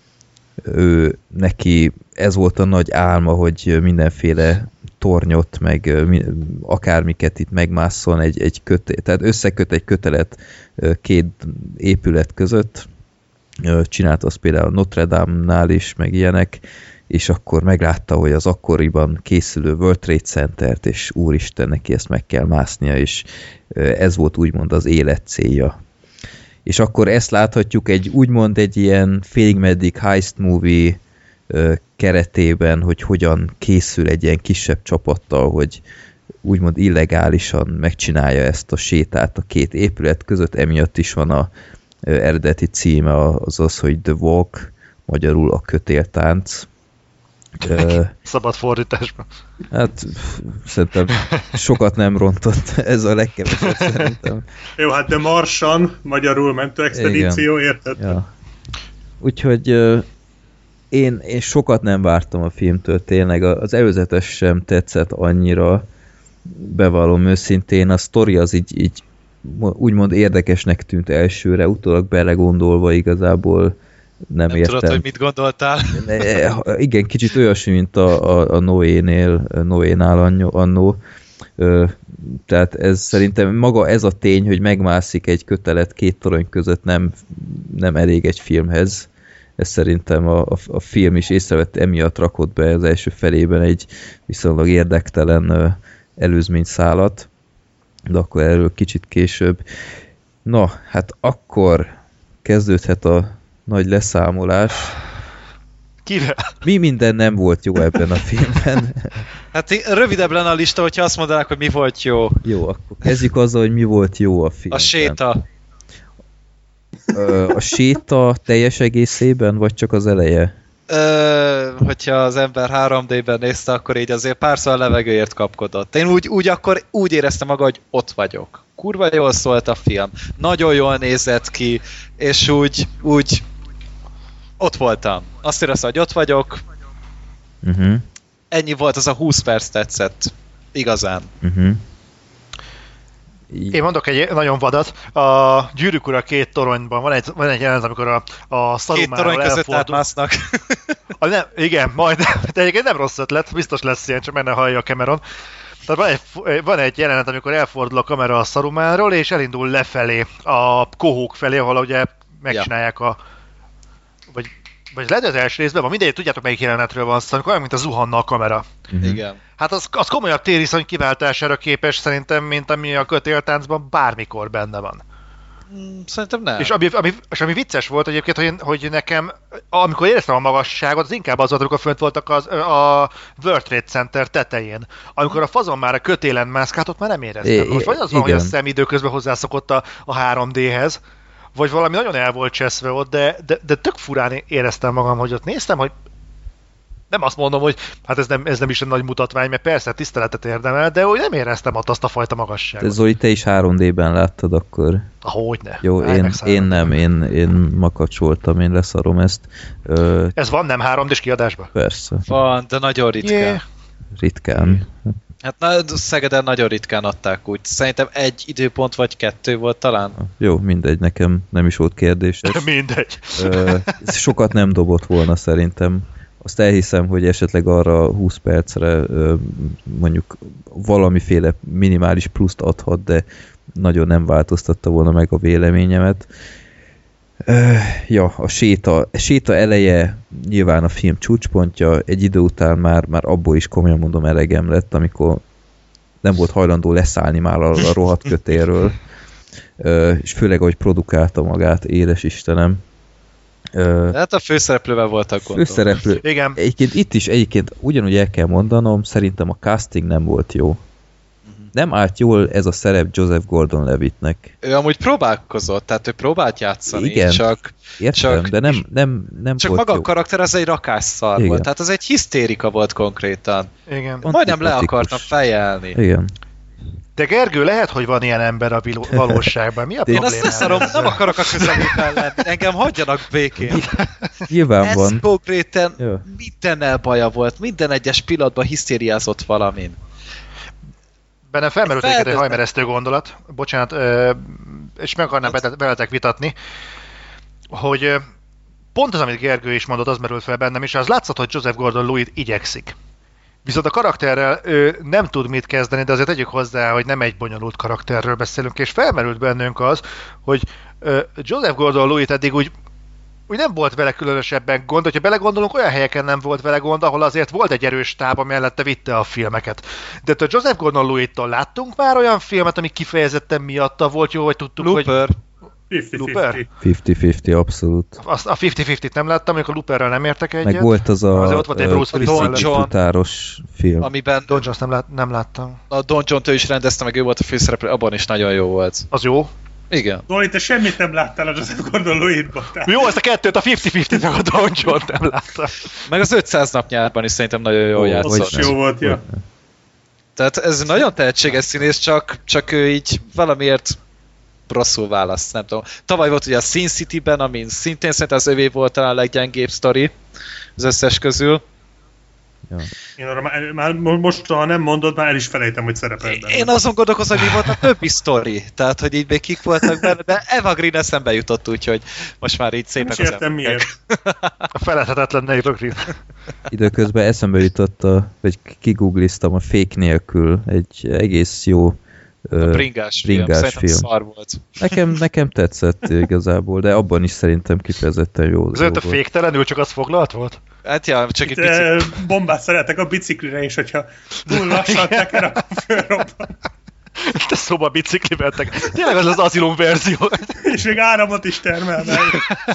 ő, neki ez volt a nagy álma, hogy mindenféle tornyot, meg akármiket itt megmásszon egy, egy köté, tehát összeköt egy kötelet két épület között. Csinált azt például Notre Dame-nál is, meg ilyenek, és akkor meglátta, hogy az akkoriban készülő World Trade Centert, és úristen, neki ezt meg kell másznia, és ez volt úgymond az élet célja. És akkor ezt láthatjuk egy úgymond egy ilyen félig-meddig heist movie ö, keretében, hogy hogyan készül egy ilyen kisebb csapattal, hogy úgymond illegálisan megcsinálja ezt a sétát a két épület között, emiatt is van a ö, eredeti címe, az az, hogy The Walk, magyarul a kötéltánc. Ö, Szabad fordításban. Hát szerintem sokat nem rontott, ez a legkevesebb szerintem. Jó, hát de Marsan, magyarul mentőexpedíció, érted? Ja. Úgyhogy uh, én, én sokat nem vártam a filmtől, tényleg az előzetes sem tetszett annyira, bevallom őszintén, a sztori az így, így úgymond érdekesnek tűnt elsőre, utólag belegondolva igazából nem, nem értem. Tudod, hogy mit gondoltál? Igen, kicsit olyasmi, mint a, a, a Noé-nél, Noé-nál annó. Tehát ez szerintem maga ez a tény, hogy megmászik egy kötelet két torony között nem, nem elég egy filmhez. Ez szerintem a, a, a film is észrevett, emiatt rakott be az első felében egy viszonylag érdektelen előzményszálat, de akkor erről kicsit később. Na, hát akkor kezdődhet a nagy leszámolás. Kivel? Mi minden nem volt jó ebben a filmben? Hát rövidebb lenne a lista, hogyha azt mondanák, hogy mi volt jó. Jó, akkor kezdjük azzal, hogy mi volt jó a filmben. A séta. Ö, a séta teljes egészében, vagy csak az eleje? Ö, hogyha az ember három dé-ben nézte, akkor így azért párszor a levegőért kapkodott. Én úgy, úgy akkor úgy éreztem maga, hogy ott vagyok. Kurva jól szólt a film. Nagyon jól nézett ki, és úgy, úgy ott voltam. Azt éreztem, hogy ott vagyok. Uh-huh. Ennyi volt, az a húsz perc tetszett. Igazán. Uh-huh. Én mondok egy nagyon vadat. A Gyűrűk ura két toronyban van egy, van egy jelenet, amikor a, a Sarumáról két torony között átmásznak. A, nem, igen, majd. De egyébként nem rossz ötlet, biztos lesz ilyen, csak menne hallja a Cameron. Tehát van egy, van egy jelenet, amikor elfordul a kamera a Sarumáról, és elindul lefelé, a kohók felé, ahol ugye megcsinálják a... Vagy, vagy lehet az első részben van, mindegy, tudjátok melyik jelenetről van szó, amikor olyan, mint a zuhanna a kamera. Uh-huh. Igen. Hát az, az komolyabb tériszony kiváltására képes szerintem, mint ami a kötéltáncban bármikor benne van. Szerintem nem. És ami, ami, és ami vicces volt egyébként, hogy, hogy nekem, amikor éreztem a magasságot, az inkább az volt, amikor fönt voltak az, a World Trade Center tetején. Amikor a fazon már a kötélen mászkált, ott már nem éreztem. Most vagy az van, hogy a szem időközben hozzászokott a, a három dé-hez, vagy valami nagyon el volt cseszve ott, de, de, de tök furán éreztem magam, hogy ott néztem, hogy nem azt mondom, hogy hát ez nem, ez nem is egy nagy mutatvány, mert persze tiszteletet érdemel, de hogy nem éreztem ott azt a fajta magasságot. De Zoli, te is három dé-ben láttad akkor? Hogyne. Jó, én, én nem, én, én makacsoltam, én leszarom ezt. Ö, ez van nem három dés kiadásban? Persze. Van, de nagyon ritkán. Yeah. Ritkán. Hát na, Szegeden nagyon ritkán adták úgy. Szerintem egy időpont vagy kettő volt talán. Jó, mindegy, nekem nem is volt kérdéses. Mindegy. Ö, sokat nem dobott volna szerintem. Azt elhiszem, hogy esetleg arra húsz percre mondjuk valamiféle minimális pluszt adhat, de nagyon nem változtatta volna meg a véleményemet. Ja, a séta, a séta eleje nyilván a film csúcspontja, egy idő után már, már abból is komolyan mondom elegem lett, amikor nem volt hajlandó leszállni már a, a rohadt kötélről, és főleg, ahogy produkálta magát, édes Istenem. De hát a főszereplővel voltak gondolom. Főszereplő. Igen. Egyébként itt is egyébként ugyanúgy el kell mondanom, szerintem a casting nem volt jó. Nem állt jól ez a szerep Joseph Gordon-Levittnek. Ő amúgy próbálkozott, tehát ő próbált játszani, igen, csak... értem, csak, de nem, nem, nem csak volt maga jó. A karakter az egy rakásszar volt, tehát az egy hisztérika volt konkrétan. Igen. Majdnem le akartam fejelni. Igen. De Gergő, lehet, hogy van ilyen ember a valóságban. Mi a Én probléma? azt leszarom, nem akarok a közelében lenni. Engem hagyjanak békén. Nyilván ez van. konkrétan ja. mindennel baja volt. Minden egyes pillanatban hisztériázott valamin. Bennem felmerült egy hajmeresztő gondolat, bocsánat, és meg akarnám veletek vitatni, hogy pont az, amit Gergő is mondott, az merült fel bennem, és az látszott, hogy Joseph Gordon-Levitt igyekszik. Viszont a karakterrel ő nem tud mit kezdeni, de azért tegyük hozzá, hogy nem egy bonyolult karakterről beszélünk, és felmerült bennünk az, hogy Joseph Gordon-Levitt eddig úgy, úgy nem volt vele különösebben gond, hogyha belegondolunk, olyan helyeken nem volt vele gond, ahol azért volt egy erős táb, ami mellette vitte a filmeket. De a Joseph Gordon-Levittől láttunk már olyan filmet, ami kifejezetten miatta volt jó, hogy tudtuk, Looper. hogy... ötven ötven-ötven abszolút. Azt a ötven-ötven-t nem láttam, amikor a Looperrel nem értek egyet. Meg volt az a, az ott volt egy Bruce Willis futáros film. Amiben Don Jones nem, lát, nem láttam. A Don John-t ő is rendezte, meg ő volt a főszereplő, abban is nagyon jó volt. Az jó? Igen. Zoli, te semmit nem láttál a Joseph Gordon-Levittban. Jó, ezt a kettőt, a ötven-ötven meg a Don John-t nem láttam. Meg az ötszáz nap nyárban is szerintem nagyon jó játszott. Az jó volt, ja. Tehát ez nagyon tehetséges színész, csak, csak ő így valamiért rosszul választ, nem tudom. Tavaly volt ugye a Sin City-ben, amin szintén szerintem az övé volt talán a leggyengébb sztori az összes közül. Ja. Én arra már, már most, ha nem mondod, már el is felejtem, hogy szerepel benne. Én azon gondolkozom, hogy mi volt a többi sztori. Tehát, hogy így még kik voltak benne, de Eva Green eszembe jutott, úgyhogy most már így szépek nem az értem miért. A feledhetetlen Eva Green. Időközben eszembe jutott, a, vagy kigoogliztam a Fake nélkül egy egész jó a bringás, bringás film. film. Szerintem szar volt. Nekem, nekem tetszett igazából, de abban is szerintem kifejezetten jó. Az öt a féktelenül csak az foglalt volt? Hát ja, csak itt egy bicikli. Bombát szeretek a biciklire is, hogyha túl lassan teker, akkor fölrobban. Te szóba bicikli vettek. Tényleg az az Asylum verzió. És még áramot is termel meg.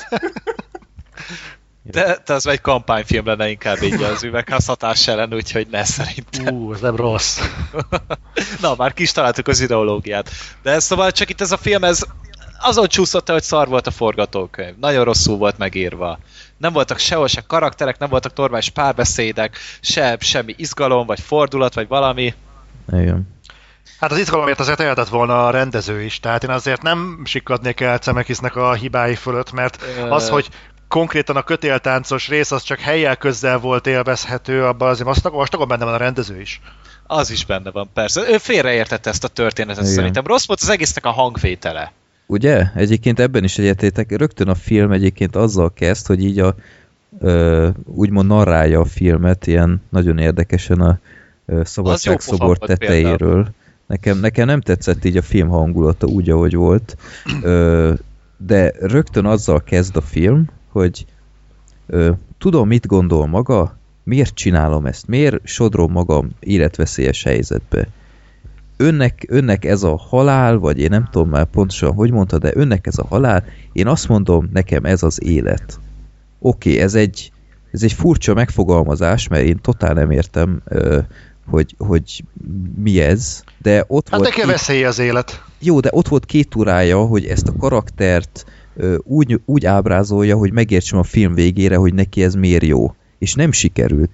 De, de az egy kampányfilm lenne inkább így az üvegházhatás ellen, úgyhogy ne szerintem. Ú, ez nem rossz. Na, már ki is találtuk az ideológiát. De szóval csak itt ez a film, ez azon csúszott el, hogy szar volt a forgatókönyv. Nagyon rosszul volt megírva. Nem voltak sehol se karakterek, nem voltak normális párbeszédek, se semmi izgalom, vagy fordulat, vagy valami. Igen. Hát az izgalomért azért eltett volna a rendező is, tehát én azért nem sikkadnék el Zemeckisnek a hibái fölött, mert az, hogy konkrétan a kötéltáncos rész az csak helyjel közel volt élvezhető, abban azért most, most akkor benne van a rendező is. Az is benne van, persze. Ő félreértette ezt a történetet. Igen. Szerintem rossz volt az egésznek a hangvétele. Ugye? Egyébként ebben is egyetétek. Rögtön a film egyébként azzal kezd, hogy így a ö, úgymond narrálja a filmet, ilyen nagyon érdekesen a ö, szabadságszobor tetejéről. Nekem, nekem nem tetszett így a film hangulata úgy, ahogy volt. Ö, de rögtön azzal kezd a film, hogy ö, tudom, mit gondol maga, miért csinálom ezt, miért sodrom magam életveszélyes helyzetbe. Önnek, önnek ez a halál, vagy én nem tudom már pontosan, hogy mondta, de önnek ez a halál, én azt mondom, nekem ez az élet. Oké, okay, ez egy, ez egy furcsa megfogalmazás, mert én totál nem értem, ö, hogy, hogy mi ez, de ott hát volt... Hát neki veszély az élet. Jó, de ott volt két órája, hogy ezt a karaktert ö, úgy, úgy ábrázolja, hogy megértsem a film végére, hogy neki ez miért jó. És nem sikerült.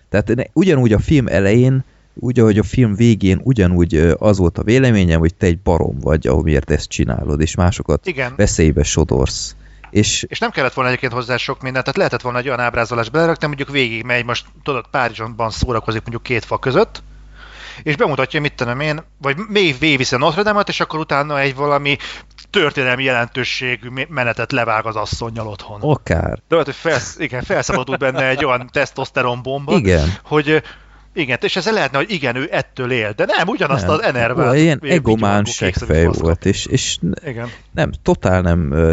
Tehát ugyanúgy a film elején, úgy, ahogy a film végén ugyanúgy az volt a véleményem, hogy te egy barom vagy, ahogyért ezt csinálod, és másokat Igen. veszélybe sodorsz. És, és nem kellett volna egyébként hozzá sok mindent, tehát lehetett volna egy olyan ábrázolást belerakni, mondjuk végig megy, most tudod, Párizsban szórakozik mondjuk két fa között, és bemutatja, mit tudom én, vagy még végigviszi a Notre Dame-ot, és akkor utána egy valami történelmi jelentőségű menetet levág az asszonnyal otthon. Akár. De lehet, hogy felsz, igen, felszabadult benne egy olyan tesztoszteron bomba, igen. hogy igen, és ezzel lehetne, hogy igen, ő ettől él, de nem, ugyanazt nem. az enervát. Ilyen egomán seggfej volt, és, és igen. nem, totál nem,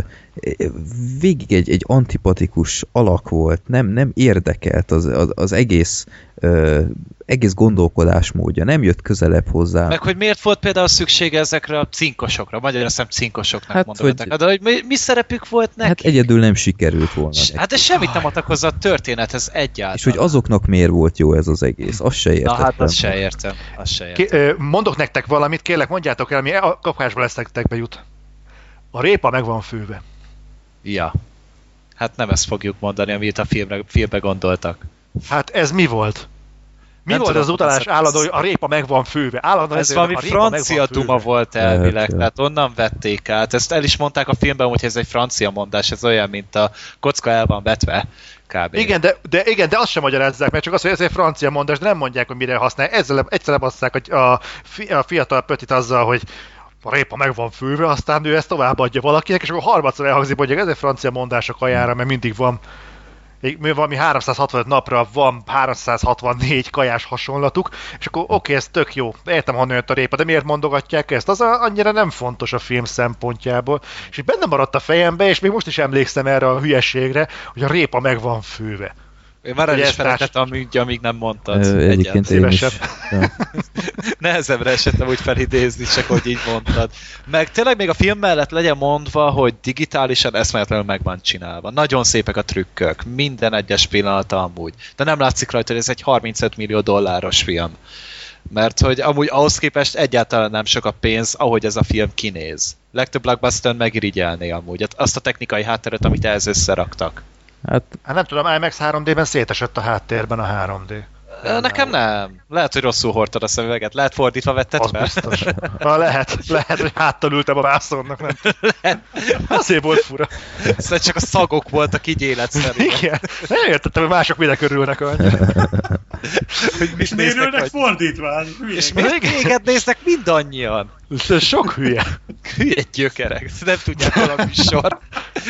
végig egy, egy antipatikus alak volt, nem, nem érdekelt az, az, az egész, egész gondolkodásmódja, nem jött közelebb hozzá. Meg hogy miért volt például szüksége ezekre a cinkosokra, magyarul azt hiszem cinkosoknak hát, mondom. Hogy, de hogy mi, mi szerepük volt neki? Hát egyedül nem sikerült volna S, hát ez semmit nem adtak hozzá a történethez egyáltalán. És hogy azoknak miért volt jó ez az egész, azt se értettem. Na hát azt se értem. Azt se értem. Ki, mondok nektek valamit, kérlek, mondjátok el, mi a kapásba lesztek bejut. A répa meg van főve. Ja. Hát nem ezt fogjuk mondani, amit a filmre, filmbe gondoltak. Hát ez mi volt? Mi nem volt tudom, az utalás állandó, hogy a répa meg van főve? Állandóan ez valami francia duma volt elvileg, tehát onnan vették át. Ezt el is mondták a filmben, hogy ez egy francia mondás, ez olyan, mint a kocka el van vetve. Kb. Igen, de, de, igen, de azt sem magyarázzák, mert csak azt, hogy ez egy francia mondás, de nem mondják, hogy mire használják. Ezzel egyszer lebasszák hogy a, a fiatal pötit azzal, hogy a répa meg van főve, aztán ő ezt továbbadja valakinek, és akkor harmadszor elhangzik, hogy ez egy francia mondás a kajára, mert mindig van, valami háromszázhatvanöt napra van háromszázhatvannégy kajás hasonlatuk, és akkor oké, okay, ez tök jó, értem, honnan jött a répa, de miért mondogatják ezt? Az annyira nem fontos a film szempontjából. És így benne maradt a fejembe, és még most is emlékszem erre a hülyeségre, hogy a répa meg van főve. Én már el is felejtettem, amíg, amíg nem mondtad. Ö, egyébként én is. Ja. Nehezemre esettem úgy felidézni, csak hogy így mondtad. Meg tényleg még a film mellett legyen mondva, hogy digitálisan eszméletlenül meg van csinálva. Nagyon szépek a trükkök, minden egyes pillanata amúgy. De nem látszik rajta, hogy ez egy harmincöt millió dolláros film. Mert hogy amúgy ahhoz képest egyáltalán nem sok a pénz, ahogy ez a film kinéz. Legtöbb blockbusteren megirigyelné amúgy azt a technikai hátteret, amit ehhez összeraktak. Hát, hát nem tudom, IMAX három dé-ben szétesett a háttérben a három dé. Nekem nem. Lehet, hogy rosszul hordtad a szemüveget. Lehet fordítva vetted az be? Biztos. Na, lehet, lehet, hogy háttal ültem a vászonnak, nem lehet. Azért volt fura. Szóval csak a szagok voltak így életszerűen. Igen. Nem értettem, hogy mások mire körülnek annyira. Hogy mit miért ülnek fordítva? És miért téged néznek mindannyian? Ez sok hülye. Hülye gyökerek. Nem tudják valami sor.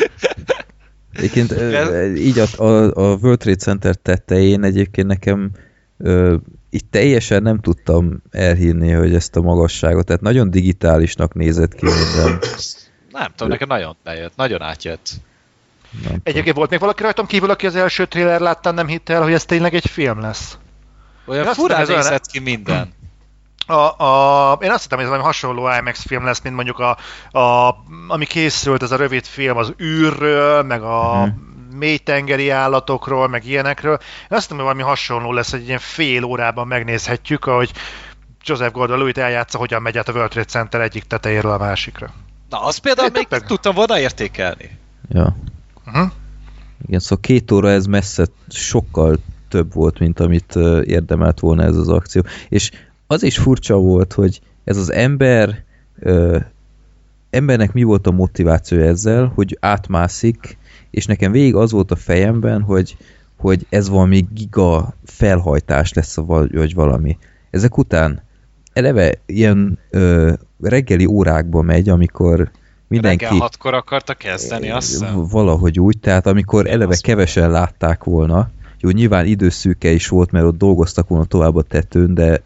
Egyébként így a, a, a World Trade Center tetején egyébként nekem ö, így teljesen nem tudtam elhinni, hogy ezt a magasságot, tehát nagyon digitálisnak nézett ki minden. Nem tudom, nekem nagyon bejött, nagyon átjött. Nem Egyébként tudom. Volt még valaki rajtam kívül, aki az első trailer láttán nem hitte el, hogy ez tényleg egy film lesz. Olyan furán nézett ki minden. A, a, én azt hittem, hogy ez valami hasonló IMAX film lesz, mint mondjuk a, a, ami készült, ez a rövid film az űrről, meg a uh-huh. mélytengeri állatokról, meg ilyenekről. Én azt hittem, hogy valami hasonló lesz, hogy egy ilyen fél órában megnézhetjük, ahogy Joseph Gordon-Levitt eljátsza, hogyan megy át a World Trade Center egyik tetejéről a másikra. Na, azt például még meg... tudtam volna értékelni. Ja. Uh-huh. Igen, szóval két óra ez messze sokkal több volt, mint amit uh, érdemelt volna ez az akció. És az is furcsa volt, hogy ez az ember ö, embernek mi volt a motivációja ezzel, hogy átmászik, és nekem végig az volt a fejemben, hogy, hogy ez valami giga felhajtás lesz, vagy valami. Ezek után eleve ilyen ö, reggeli órákba megy, amikor mindenki... Reggel hatkor akarta kezdeni, azt hiszem. Valahogy úgy, tehát amikor Én eleve kevesen látták volna, jó, nyilván időszűke is volt, mert ott dolgoztak volna tovább a tetőn, de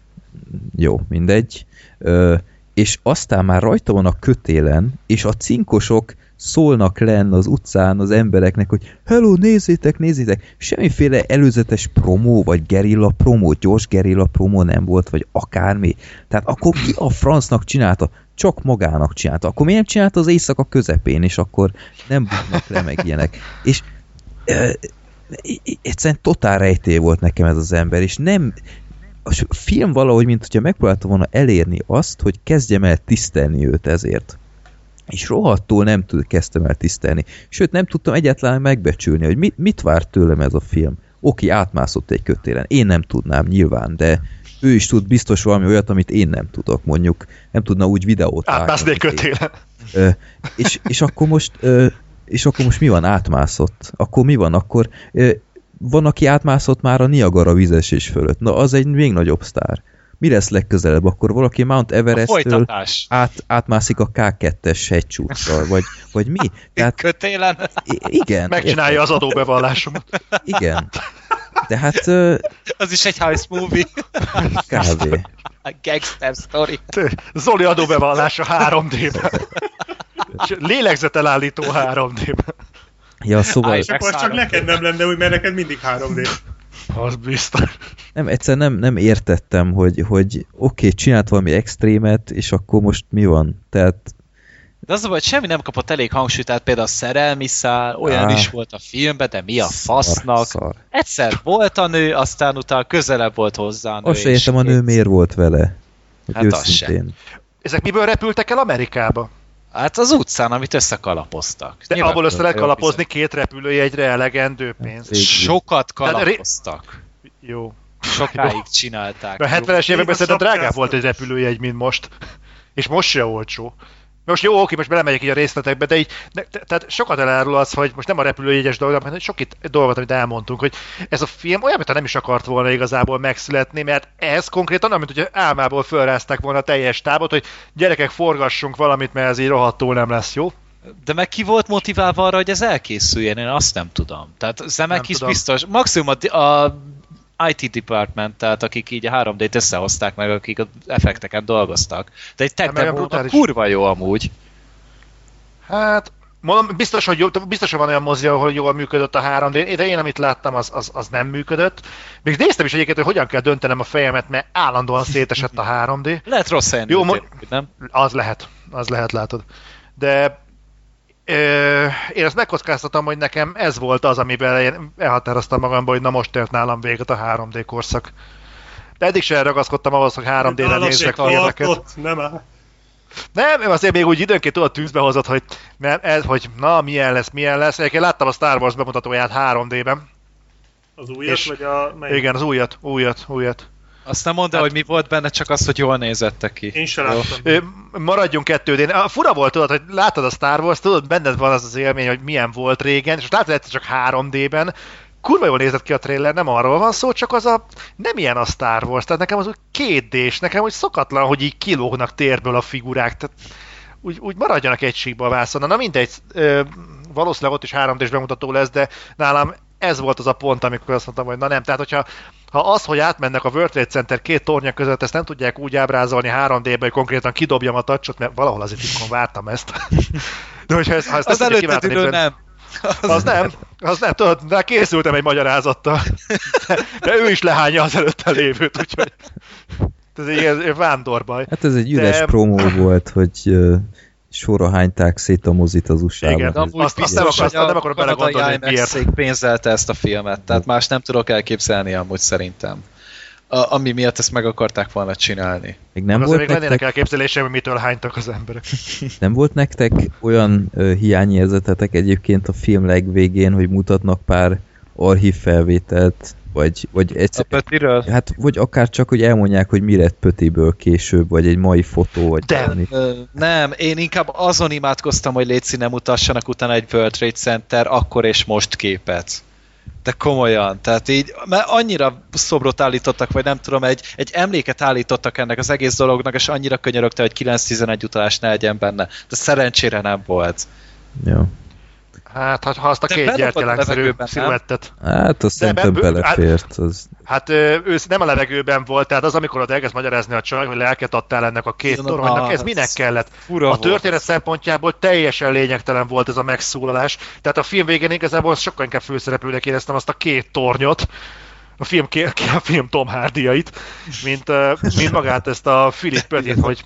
jó, mindegy. Ö, és aztán már rajta van a kötélen, és a cinkosok szólnak lenn az utcán az embereknek, hogy hello, nézzétek, nézzétek. Semmiféle előzetes promó, vagy gerilla promó, gyors gerilla promó nem volt, vagy akármi. Tehát akkor ki a francnak csinálta? Csak magának csinálta. Akkor miért nem csinálta az éjszaka közepén, és akkor nem buknak le meg ilyenek. És ö, egyszerűen totál rejtély volt nekem ez az ember, és nem... A film valahogy, mint hogyha megpróbálta volna elérni azt, hogy kezdjem el tisztelni őt ezért. És rohadtul nem tud, kezdtem el tisztelni. Sőt, nem tudtam egyáltalán megbecsülni, hogy mit, mit vár tőlem ez a film. Oké, átmászott egy kötélen. Én nem tudnám nyilván, de ő is tud biztos valami olyat, amit én nem tudok. Mondjuk nem tudna úgy videót átmászni egy kötélen. Ö, és, és, akkor most, ö, és akkor most mi van? Átmászott. Akkor mi van? Akkor ö, van, aki átmászott már a Niagara vízesés fölött. Na, az egy még nagyobb sztár. Mi lesz legközelebb? Akkor valaki Mount Everest-től át, átmászik a ká kettes hegycsúccsal, vagy, vagy mi? Tehát, kötélen? Igen. Megcsinálja értem. Az adóbevallásomat. Igen. De hát... Uh, az is egy heist movie. Kávé. A gangster story. Zoli adóbevallása három dé-ben. Lélegzetelállító három dé-ben. Ja, szóval... És akkor csak neked nem lenne úgy, mert neked mindig három dé. Az biztos. Nem, egyszer nem, nem értettem, hogy, hogy oké, okay, csinált valami extrémet, és akkor most mi van? Tehát... De az a baj, hogy semmi nem kapott elég hangsúlyt, tehát például a szerelmi szál, olyan ah, is volt a filmben, de mi a fasznak? Szar, szar. Egyszer volt a nő, aztán utána közelebb volt hozzá a nő. Azt se értem, a nő miért volt vele. Hát őszintén. Az sem. Ezek miből repültek el Amerikába? Hát az utcán, amit összekalapoztak. De Nyilván abból össze lehet kalapozni két repülőjegyre elegendő pénz. Sokat kalapoztak. Jó. Sokáig csinálták. A hetvenes években szerintem drágább volt egy repülőjegy, mint most. És most se olcsó. Most jó, oké, most belemegyek így a részletekbe, de így, de, tehát sokat elárul az, hogy most nem a repülőjegyes dolog, hanem sok itt dolgot, amit elmondtunk, hogy ez a film olyan, mintha nem is akart volna igazából megszületni, mert ez konkrétan olyan, mint hogy álmából fölrázták volna a teljes tábot, hogy gyerekek, forgassunk valamit, mert ez így rohadtul nem lesz jó. De meg ki volt motiválva arra, hogy ez elkészüljen? Én azt nem tudom. Tehát Zemeckis biztos, maximum a, a i té department, tehát akik így a három dét összehozták meg, akik az effekteken dolgoztak. De egy tech demo kurva jó amúgy. Hát, mondom, biztos, hogy, jó, biztos, hogy van olyan mozi, ahol jól működött a három dé, de én amit láttam, az, az, az nem működött. Még néztem is egyébként, hogy hogyan kell döntenem a fejemet, mert állandóan szétesett a három dé. Lehet rossz helyen jó, mo- nem? Az lehet, az lehet, látod. De ö, én azt megkockáztatom, hogy nekem ez volt az, amiben én elhatároztam magamban, hogy na most tört nálam véget a három dé korszak. De eddig sem ragaszkodtam ahhoz, hogy három dé-re nézzek filmeket. Nem áll. Nem, azért még úgy időnként tudod tűzbe hozott, hogy, ez, hogy na, milyen lesz, milyen lesz. Egyébként láttam a Star Wars bemutatóját három dé-ben. Az újat, és, vagy a... Melyik? Igen, az újat, újat, újat. Azt nem mondd el, hát, hogy mi volt benne, csak az, hogy jól nézettek ki. Én sem láttam. Maradjunk kettő dé. Fura volt, tudod, hogy láttad a Star Wars, tudod, benned van az az élmény, hogy milyen volt régen, és látod egyszer csak három dé-ben. Kurva jól nézett ki a trailer, nem arról van szó, csak az a... nem ilyen a Star Wars, tehát nekem az úgy két dés, nekem úgy szokatlan, hogy így kilógnak térből a figurák, tehát úgy, úgy maradjanak egy síkba a vászon. Na mindegy, ö, valószínűleg ott is három dés bemutató lesz, de nálam ez volt az a pont, amikor azt mondtam, hogy na nem, tehát hogyha ha az, hogy átmennek a World Trade Center két tornya között, ezt nem tudják úgy ábrázolni három dé-be, hogy konkrétan kidobjam a touchot, mert valahol azért titkon vártam ezt. De hogyha ezt, ha ezt az előtte nem. Az, az nem, az nem, tudod, de készültem egy magyarázattal. De, de ő is lehányja az előtte lévőt, úgyhogy ez egy ilyen vándorbaj. Hát ez egy üres de... promó volt, hogy uh, sorra hányták szét a mozit az u es á-ban. Igen, azt, azt biztos, nem, akar, nem akarok belegondolni, hogy miért. Pénzelte ezt a filmet, tehát más nem tudok elképzelni amúgy szerintem. A, ami miatt ezt meg akarták volna csinálni. Még nem volt még nektek... lennének elképzeléseim, hogy mitől hánytak az emberek. Nem volt nektek olyan uh, hiányérzetetek egyébként a film legvégén, hogy mutatnak pár archív felvételt, vagy, vagy egyszer... A Pötiről? Hát, vagy akár csak, hogy elmondják, hogy mi lett Pötiből később, vagy egy mai fotó, vagy De, ö, nem, én inkább azon imádkoztam, hogy létszi nem mutassanak utána egy World Trade Center akkor és most képet. De komolyan, tehát így, mert annyira szobrot állítottak, vagy nem tudom, egy, egy emléket állítottak ennek az egész dolognak, és annyira könyörögte, hogy kilenc tizenegy utalás ne legyen benne. De szerencsére nem volt. Jó. Hát, ha azt a két gyertyalánkszerű sziluettet... Hát, azt szerintem belefért. Az... Hát ő nem a levegőben volt, tehát az, amikor ott elkezd magyarázni a csaj, hogy lelket adtál ennek a két toronynak, ez minek kellett? A történet szempontjából teljesen lényegtelen volt ez a megszólalás, tehát a film végén igazából sokkal inkább főszereplőnek éreztem azt a két tornyot, a film, a film Tom Hardy-jait, mint, mint magát ezt a Philip Petit, hogy,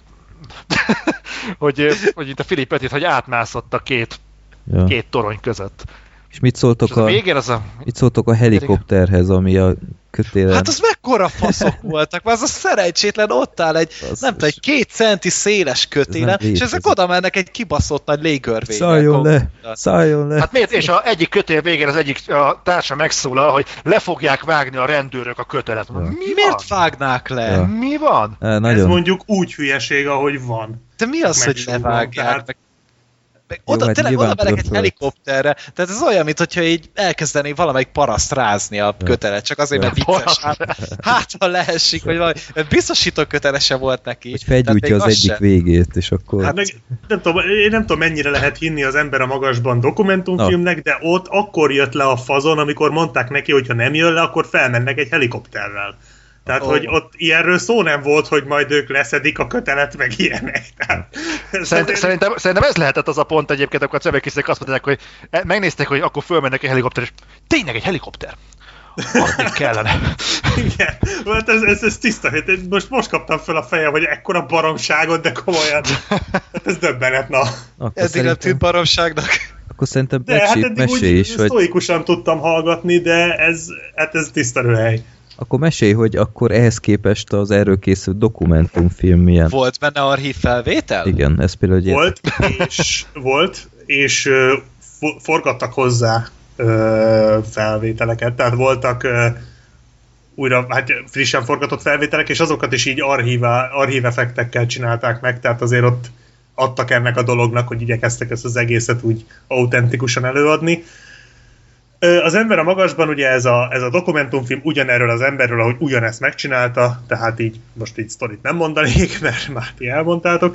hogy, hogy itt a Philip Petit, hogy átmászott a két Ja. két torony között. És mit szóltok, a, végén az a... mit szóltok a helikopterhez, ami a kötélen... Hát az mekkora faszok voltak, mert az a szerencsétlen ott áll egy, az, nem tudom, egy két centi széles kötélen, és ezek oda mennek egy kibaszott nagy légörvényel. Szálljon le, szálljon le. Hát miért? És a egyik kötél végén az egyik a társa megszólal, hogy le fogják vágni a rendőrök a kötelet. Ja. Mi miért van? Vágnák le? Ja. Mi van? E, nagyon... Ez mondjuk úgy hülyeség, ahogy van. De mi az, hogy levágják? Tehát... Meg, meg oda, Jó, hát tényleg oda mennek egy föl. helikopterre, tehát ez olyan, mintha így elkezdené valamelyik paraszt rázni a ja. kötelet, csak azért, mert vicces. Hát, hát ha leesik, vagy valami, biztosító kötelese volt neki. Hogy felgyújtja az, az egyik se. végét, és akkor... Hát meg, nem tudom, én nem tudom, mennyire lehet hinni az Ember a magasban dokumentumfilmnek, no. de ott akkor jött le a fazon, amikor mondták neki, hogy ha nem jön le, akkor felmennek egy helikopterrel. Tehát, oh. hogy ott ilyenről szó nem volt, hogy majd ők leszedik a kötelet, meg ilyenek. Tehát, Szerint, szerintem, szerintem ez lehetett az a pont egyébként, akkor a csemekészek azt mondták, hogy megnézték, hogy akkor fölmennek egy helikopter, és tényleg egy helikopter. Adni kellene. Igen, hát ez, ez, ez tiszta, most, most kaptam fel a fejem, hogy ekkora baromságot, de komolyan. Hát ez döbbenet, na. Eddig nem tűnt baromságnak. Akkor szerintem de hát eddig mesélj is, hogy... sztoikusan tudtam hallgatni, de ez, hát ez tiszta röhely. Akkor mesélj, hogy akkor ehhez képest az erről készült dokumentumfilm milyen. Volt benne archív felvétel? Igen, ez például egy Volt, és, volt, és uh, forgattak hozzá uh, felvételeket, tehát voltak uh, újra hát frissen forgatott felvételek, és azokat is így archíva, archív effektekkel csinálták meg, tehát azért ott adtak ennek a dolognak, hogy igyekeztek ezt az egészet úgy autentikusan előadni. Az Ember a magasban ugye ez a, ez a dokumentumfilm ugyanerről az emberről, ahogy ugyanezt megcsinálta, tehát így most így sztorit nem mondanék, mert már ti elmondtátok.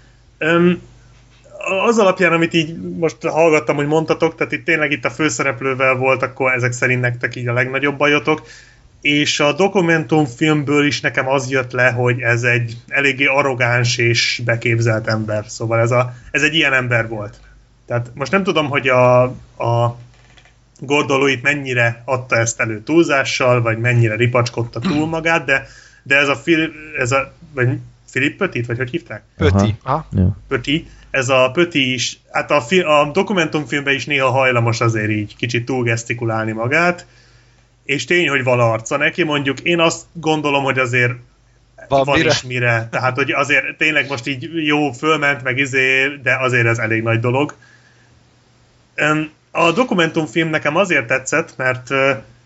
Az alapján, amit így most hallgattam, hogy mondtatok, tehát itt tényleg itt a főszereplővel volt, akkor ezek szerint nektek így a legnagyobb bajotok, és a dokumentumfilmből is nekem az jött le, hogy ez egy eléggé arrogáns és beképzelt ember, szóval ez, a, ez egy ilyen ember volt. Tehát most nem tudom, hogy a, a Gordon Lewitt mennyire adta ezt elő túlzással, vagy mennyire ripacskodta túl magát, de, de ez a, Phil, ez a vagy Philip Petit, vagy hogy hívták? Pöti. Aha. Ja. Pöti. Ez a Pöti is, hát a, fi, a dokumentumfilmben is néha hajlamos azért így kicsit túl gesztikulálni magát, és tény, hogy vala arca neki, mondjuk én azt gondolom, hogy azért van, van mire? is mire, tehát hogy azért tényleg most így jó, fölment meg izé, de azért ez elég nagy dolog. A dokumentumfilm nekem azért tetszett, mert ö,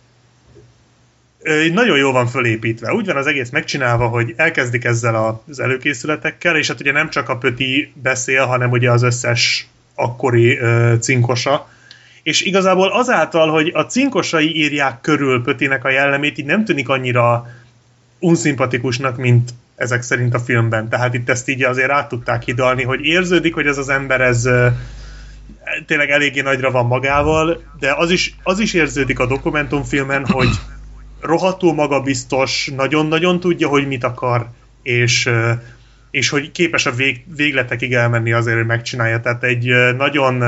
ö, nagyon jól van fölépítve. Úgy van az egész megcsinálva, hogy elkezdik ezzel az előkészületekkel, és hát ugye nem csak a Pöti beszél, hanem ugye az összes akkori ö, cinkosa. És igazából azáltal, hogy a cinkosai írják körül Pötinek a jellemét, így nem tűnik annyira unszimpatikusnak, mint ezek szerint a filmben. Tehát itt ezt így azért át tudták hidalni, hogy érződik, hogy ez az ember ez tényleg eléggé nagyra van magával, de az is, az is érződik a dokumentumfilmen, hogy rohadtul magabiztos, nagyon-nagyon tudja, hogy mit akar, és, és hogy képes a vég, végletekig elmenni azért, hogy megcsinálja. Tehát egy nagyon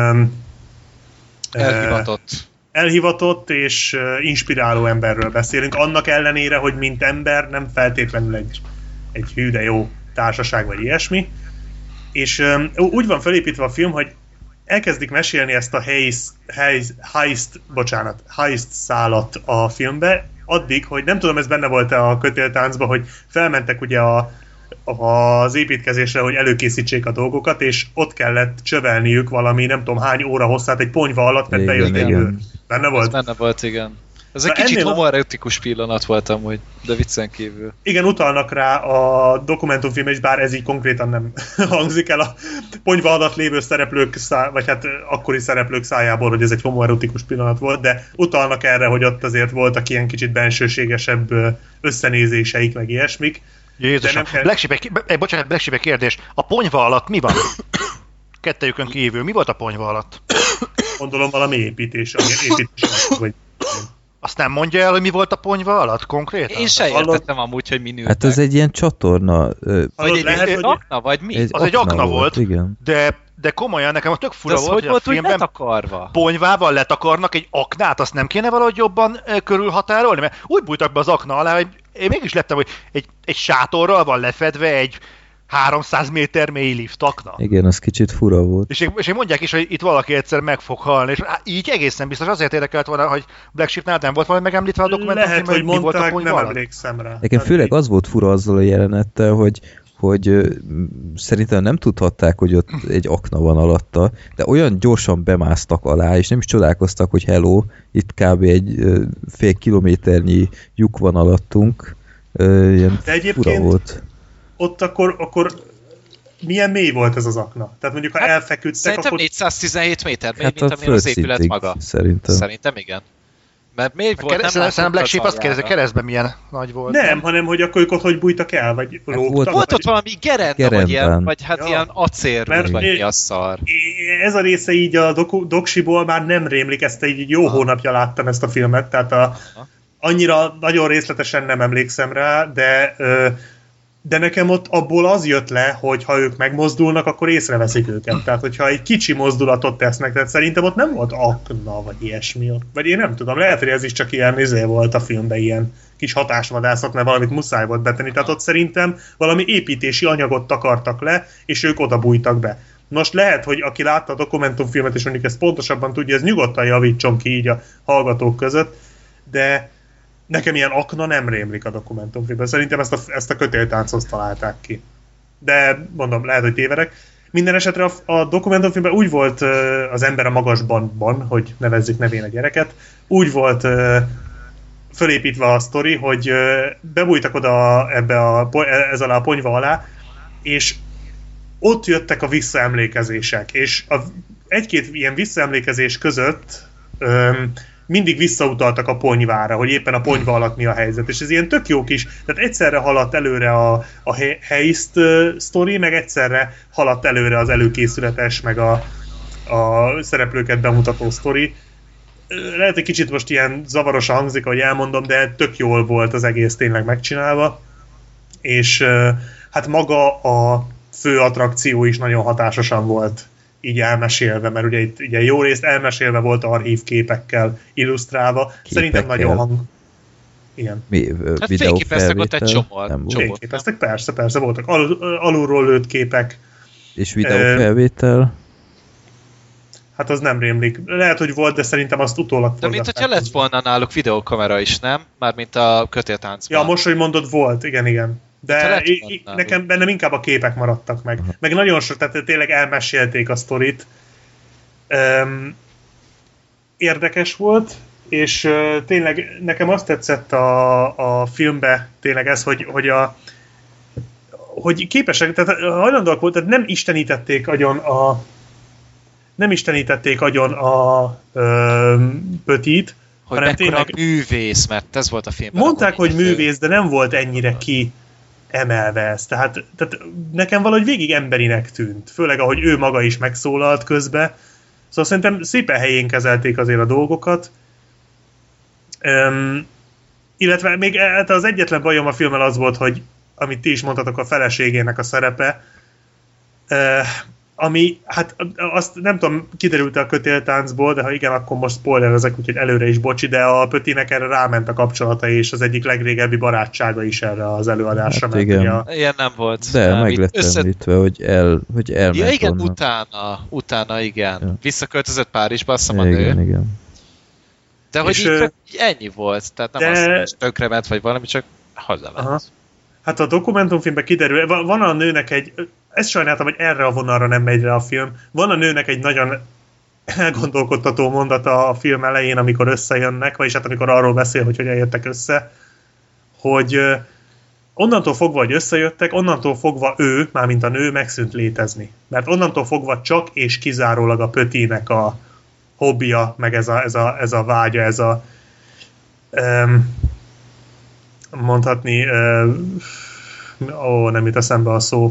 elhivatott. elhivatott és inspiráló emberről beszélünk, annak ellenére, hogy mint ember nem feltétlenül egy, egy hű, de jó társaság vagy ilyesmi. És úgy van felépítve a film, hogy elkezdik mesélni ezt a heist, heist, heist, bocsánat, heist szálat a filmbe, addig, hogy nem tudom, ez benne volt-e a kötéltáncban, hogy felmentek ugye a, a, az építkezésre, hogy előkészítsék a dolgokat, és ott kellett csövelniük valami, nem tudom hány óra hosszát egy ponyva alatt, mert bejött egy ő. Benne volt? Ez benne volt, igen. Ez egy kicsit homoerotikus pillanat volt amúgy, de viccen kívül. Igen, utalnak rá a dokumentumfilm, és bár ez így konkrétan nem hangzik el a ponyva alatt lévő szereplők, szá- vagy hát akkori szereplők szájából, hogy ez egy homoerotikus pillanat volt, de utalnak erre, hogy ott azért voltak ilyen kicsit bensőségesebb összenézéseik, meg ilyesmik. Jézusom, kell... Black Sheep, egy, bocsánat, Black Sheep, kérdés. A ponyva alatt mi van? Kettejükön kívül. Mi volt a ponyva alatt? Gondolom valami építés, építés vagy... Azt nem mondja el, hogy mi volt a ponyva alatt konkrétan? Én se értettem amúgy, hogy mi nőttek. Hát ez egy ilyen csatorna. Vagy egy, lehet, egy hogy... akna, vagy mi? Egy az egy akna volt, volt de, de komolyan nekem a tök fura de volt, hogy, hogy volt a filmben letakarva? Ponyvával letakarnak egy aknát, azt nem kéne valahogy jobban e, körülhatárolni? Mert úgy bújtak be az akna alá, hogy én mégis lettem, hogy egy, egy sátorral van lefedve egy háromszáz méter mély lift akna. Igen, az kicsit fura volt. És, és mondják is, hogy itt valaki egyszer meg fog halni, és így egészen biztos azért érdekelt volna, hogy Black Sheepnál nem volt valami megemlítve a dokumentumban, lehet, hogy mi volt a mondták, nem ponyva emlékszem rá. Nekem főleg az volt fura azzal a jelenettel, hogy hogy ö, szerintem nem tudhatták, hogy ott egy akna van alatta, de olyan gyorsan bemásztak alá, és nem is csodálkoztak, hogy hello, itt kb. Egy ö, fél kilométernyi lyuk van alattunk. Ö, ilyen de egyébként fura volt. Ott akkor, akkor milyen mély volt ez az akna? Tehát mondjuk, ha hát, elfeküdtek, szerintem akkor... négyszáztizenhét méter mély, Hát mint amilyen az épület maga. Szerintem. Szerintem igen. Mert még volt, nem Szerintem Black Sheep azt kérdezi, keresztben milyen nagy volt. Nem, nem, hanem hogy akkor ők ott hogy bújtak el, vagy hát lógtak. Volt, volt ott valami gerenda, vagy, ilyen, vagy hát ja. ilyen acér, mert vagy mi a szar. Ez a része így a doku, doksiból már nem rémlik, ezt egy jó Aha. hónapja láttam ezt a filmet, tehát a, annyira nagyon részletesen nem emlékszem rá, de... Ö, de nekem ott abból az jött le, hogy ha ők megmozdulnak, akkor észreveszik őket. Tehát, hogyha egy kicsi mozdulatot tesznek, tehát szerintem ott nem volt akna, vagy ilyesmi. Vagy én nem tudom, lehet, hogy ez is csak ilyen izé volt a filmben, ilyen kis hatásvadászat, mert valamit muszáj volt betenni. Tehát ott szerintem valami építési anyagot takartak le, és ők oda bújtak be. Most lehet, hogy aki látta a dokumentumfilmet, és mondjuk ezt pontosabban tudja, ez nyugodtan javítson ki így a hallgatók között, de nekem ilyen akna nem rémlik a dokumentumfilmben. Szerintem ezt a, ezt a kötéltánchoz találták ki. De mondom, lehet, hogy tévedek. Minden esetre a, a dokumentumfilmben úgy volt uh, az ember a magasban, hogy nevezzük nevén a gyereket, úgy volt uh, fölépítve a sztori, hogy uh, bebújtak oda ebbe a, ez alá a ponyva alá, és ott jöttek a visszaemlékezések. És a, egy-két ilyen visszaemlékezés között um, mindig visszautaltak a ponyvára, hogy éppen a ponyva alatt mi a helyzet. És ez ilyen tök jó kis, tehát egyszerre haladt előre a, a heist uh, sztori, meg egyszerre haladt előre az előkészületes, meg a, a szereplőket bemutató sztori. Lehet, hogy kicsit most ilyen zavarosan hangzik, ahogy elmondom, de tök jól volt az egész tényleg megcsinálva. És uh, hát maga a fő attrakció is nagyon hatásosan volt így elmesélve, mert ugye itt ugye jó részt elmesélve volt archívképekkel illusztrálva. Képekkel. Szerintem nagyon hang... Igen. Mi, hát fényképeztek ott egy csomó. Fényképeztek, persze, persze, voltak al- alulról lőtt képek. És videófelvétel? E... Hát az nem rémlik. Lehet, hogy volt, de szerintem azt utólag... De mint hogyha lett volna náluk videókamera is, nem? Mármint a kötéltáncban. Ja, most, hogy mondod, volt, igen, igen. De i- i- nekem bennem inkább a képek maradtak meg. Aha. Meg nagyon sok, tehát tényleg elmesélték a sztorit. Um, érdekes volt, és uh, tényleg nekem azt tetszett a, a filmbe tényleg ez, hogy, hogy a hogy képesek, tehát hajlandóak volt, tehát nem istenítették agyon a nem istenítették agyon a uh, Pötit, hogy mekkora tényleg, művész, mert ez volt a filmben. Mondták, hogy művész, de nem volt ennyire ki emelve ez. Tehát, tehát nekem valahogy végig emberinek tűnt. Főleg, ahogy ő maga is megszólalt közbe. Szóval szerintem szépen helyén kezelték azért a dolgokat. Um, illetve még hát az egyetlen bajom a filmmel az volt, hogy amit ti is mondtatok, a feleségének a szerepe, uh, ami, hát azt nem tudom, kiderült a kötéltáncból, de ha igen, akkor most spoilerezek, úgyhogy előre is bocsi, de a Pötinek erre ráment a kapcsolata, és az egyik legrégebbi barátsága is erre az előadásra. Hát igen. A... Ilyen nem volt. De nem, meg lett össze... említve, hogy, el, hogy elment ja, igen, onnan. utána, utána, igen. Ja. Visszaköltözött Párizsba, azt hiszem a nő. Igen, igen. De hogy így, ö... így ennyi volt, tehát nem de... az, hogy tönkrement, vagy valami, csak hazament. Hát a dokumentumfilmben kiderül, van a nőnek egy, ezt sajnáltam, hogy erre a vonalra nem megy rá a film, van a nőnek egy nagyon elgondolkodtató mondata a film elején, amikor összejönnek, vagyis hát amikor arról beszél, hogy hogyan jöttek össze, hogy onnantól fogva, hogy összejöttek, onnantól fogva ő, mármint a nő megszűnt létezni. Mert onnantól fogva csak és kizárólag a Pötinek a hobbija, meg ez a, ez a, ez a vágya, ez a um, mondhatni um, ó, nem jut eszembe a szó.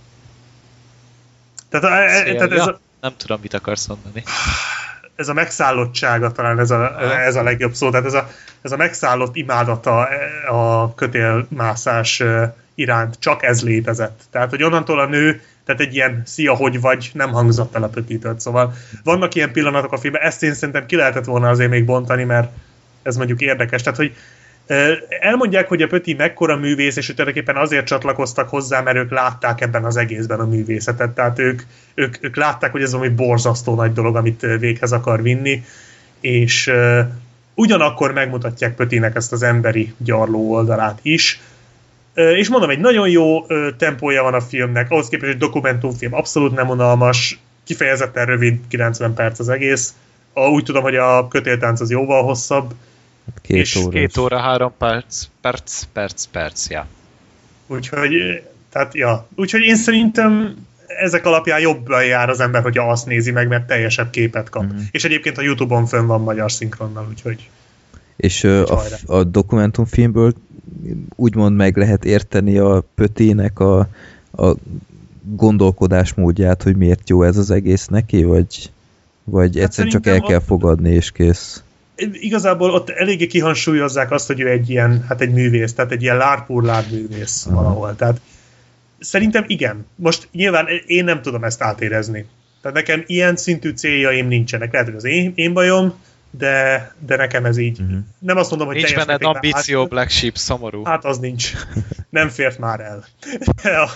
Tehát, Szél, tehát ez ja, a, nem tudom, mit akarsz mondani. Ez a megszállottsága talán ez a, ez a legjobb szó, tehát ez a, ez a megszállott imádata a kötélmászás iránt csak ez létezett. Tehát, hogy onnantól a nő, tehát egy ilyen szia, hogy vagy, nem hangzott el a Pötitől. Szóval vannak ilyen pillanatok a filmben, ezt én szerintem ki lehetett volna azért még bontani, mert ez mondjuk érdekes. Tehát, hogy Elmondják, hogy a Pötti mekkora művész, és tulajdonképpen azért csatlakoztak hozzá, mert ők látták ebben az egészben a művészetet. Tehát ők, ők, ők látták, hogy ez valami borzasztó nagy dolog, amit véghez akar vinni, és uh, ugyanakkor megmutatják Pöttinek ezt az emberi gyarló oldalát is. Uh, és mondom, egy nagyon jó uh, tempója van a filmnek, ahhoz képest egy dokumentumfilm abszolút nem unalmas, kifejezetten rövid, kilencven perc az egész. Uh, úgy tudom, hogy a kötéltánc az jóval hosszabb. Két és óra. Két óra, három perc, perc, perc, perc, ja. Úgyhogy, tehát, ja. Úgyhogy én szerintem ezek alapján jobban jár az ember, hogyha azt nézi meg, mert teljesebb képet kap. Mm. És egyébként a YouTube-on fönn van magyar szinkronnal, úgyhogy... És a, a dokumentumfilmből úgymond meg lehet érteni a Pöttinek a, a gondolkodásmódját, hogy miért jó ez az egész neki, vagy, vagy hát egyszerűen csak el kell fogadni, és kész. Igazából ott eléggé kihangsúlyozzák azt, hogy ő egy ilyen, hát egy művész, tehát egy ilyen lárpúrlár művész uh-huh. valahol. Tehát szerintem igen. Most nyilván én nem tudom ezt átérezni. Tehát nekem ilyen szintű céljaim nincsenek. Lehet, hogy az én, én bajom, de, de nekem ez így. Uh-huh. Nem azt mondom, hogy nincs teljes benned ambíció, át... Black Sheep, szomorú. Hát az nincs. Nem fért már el. ja.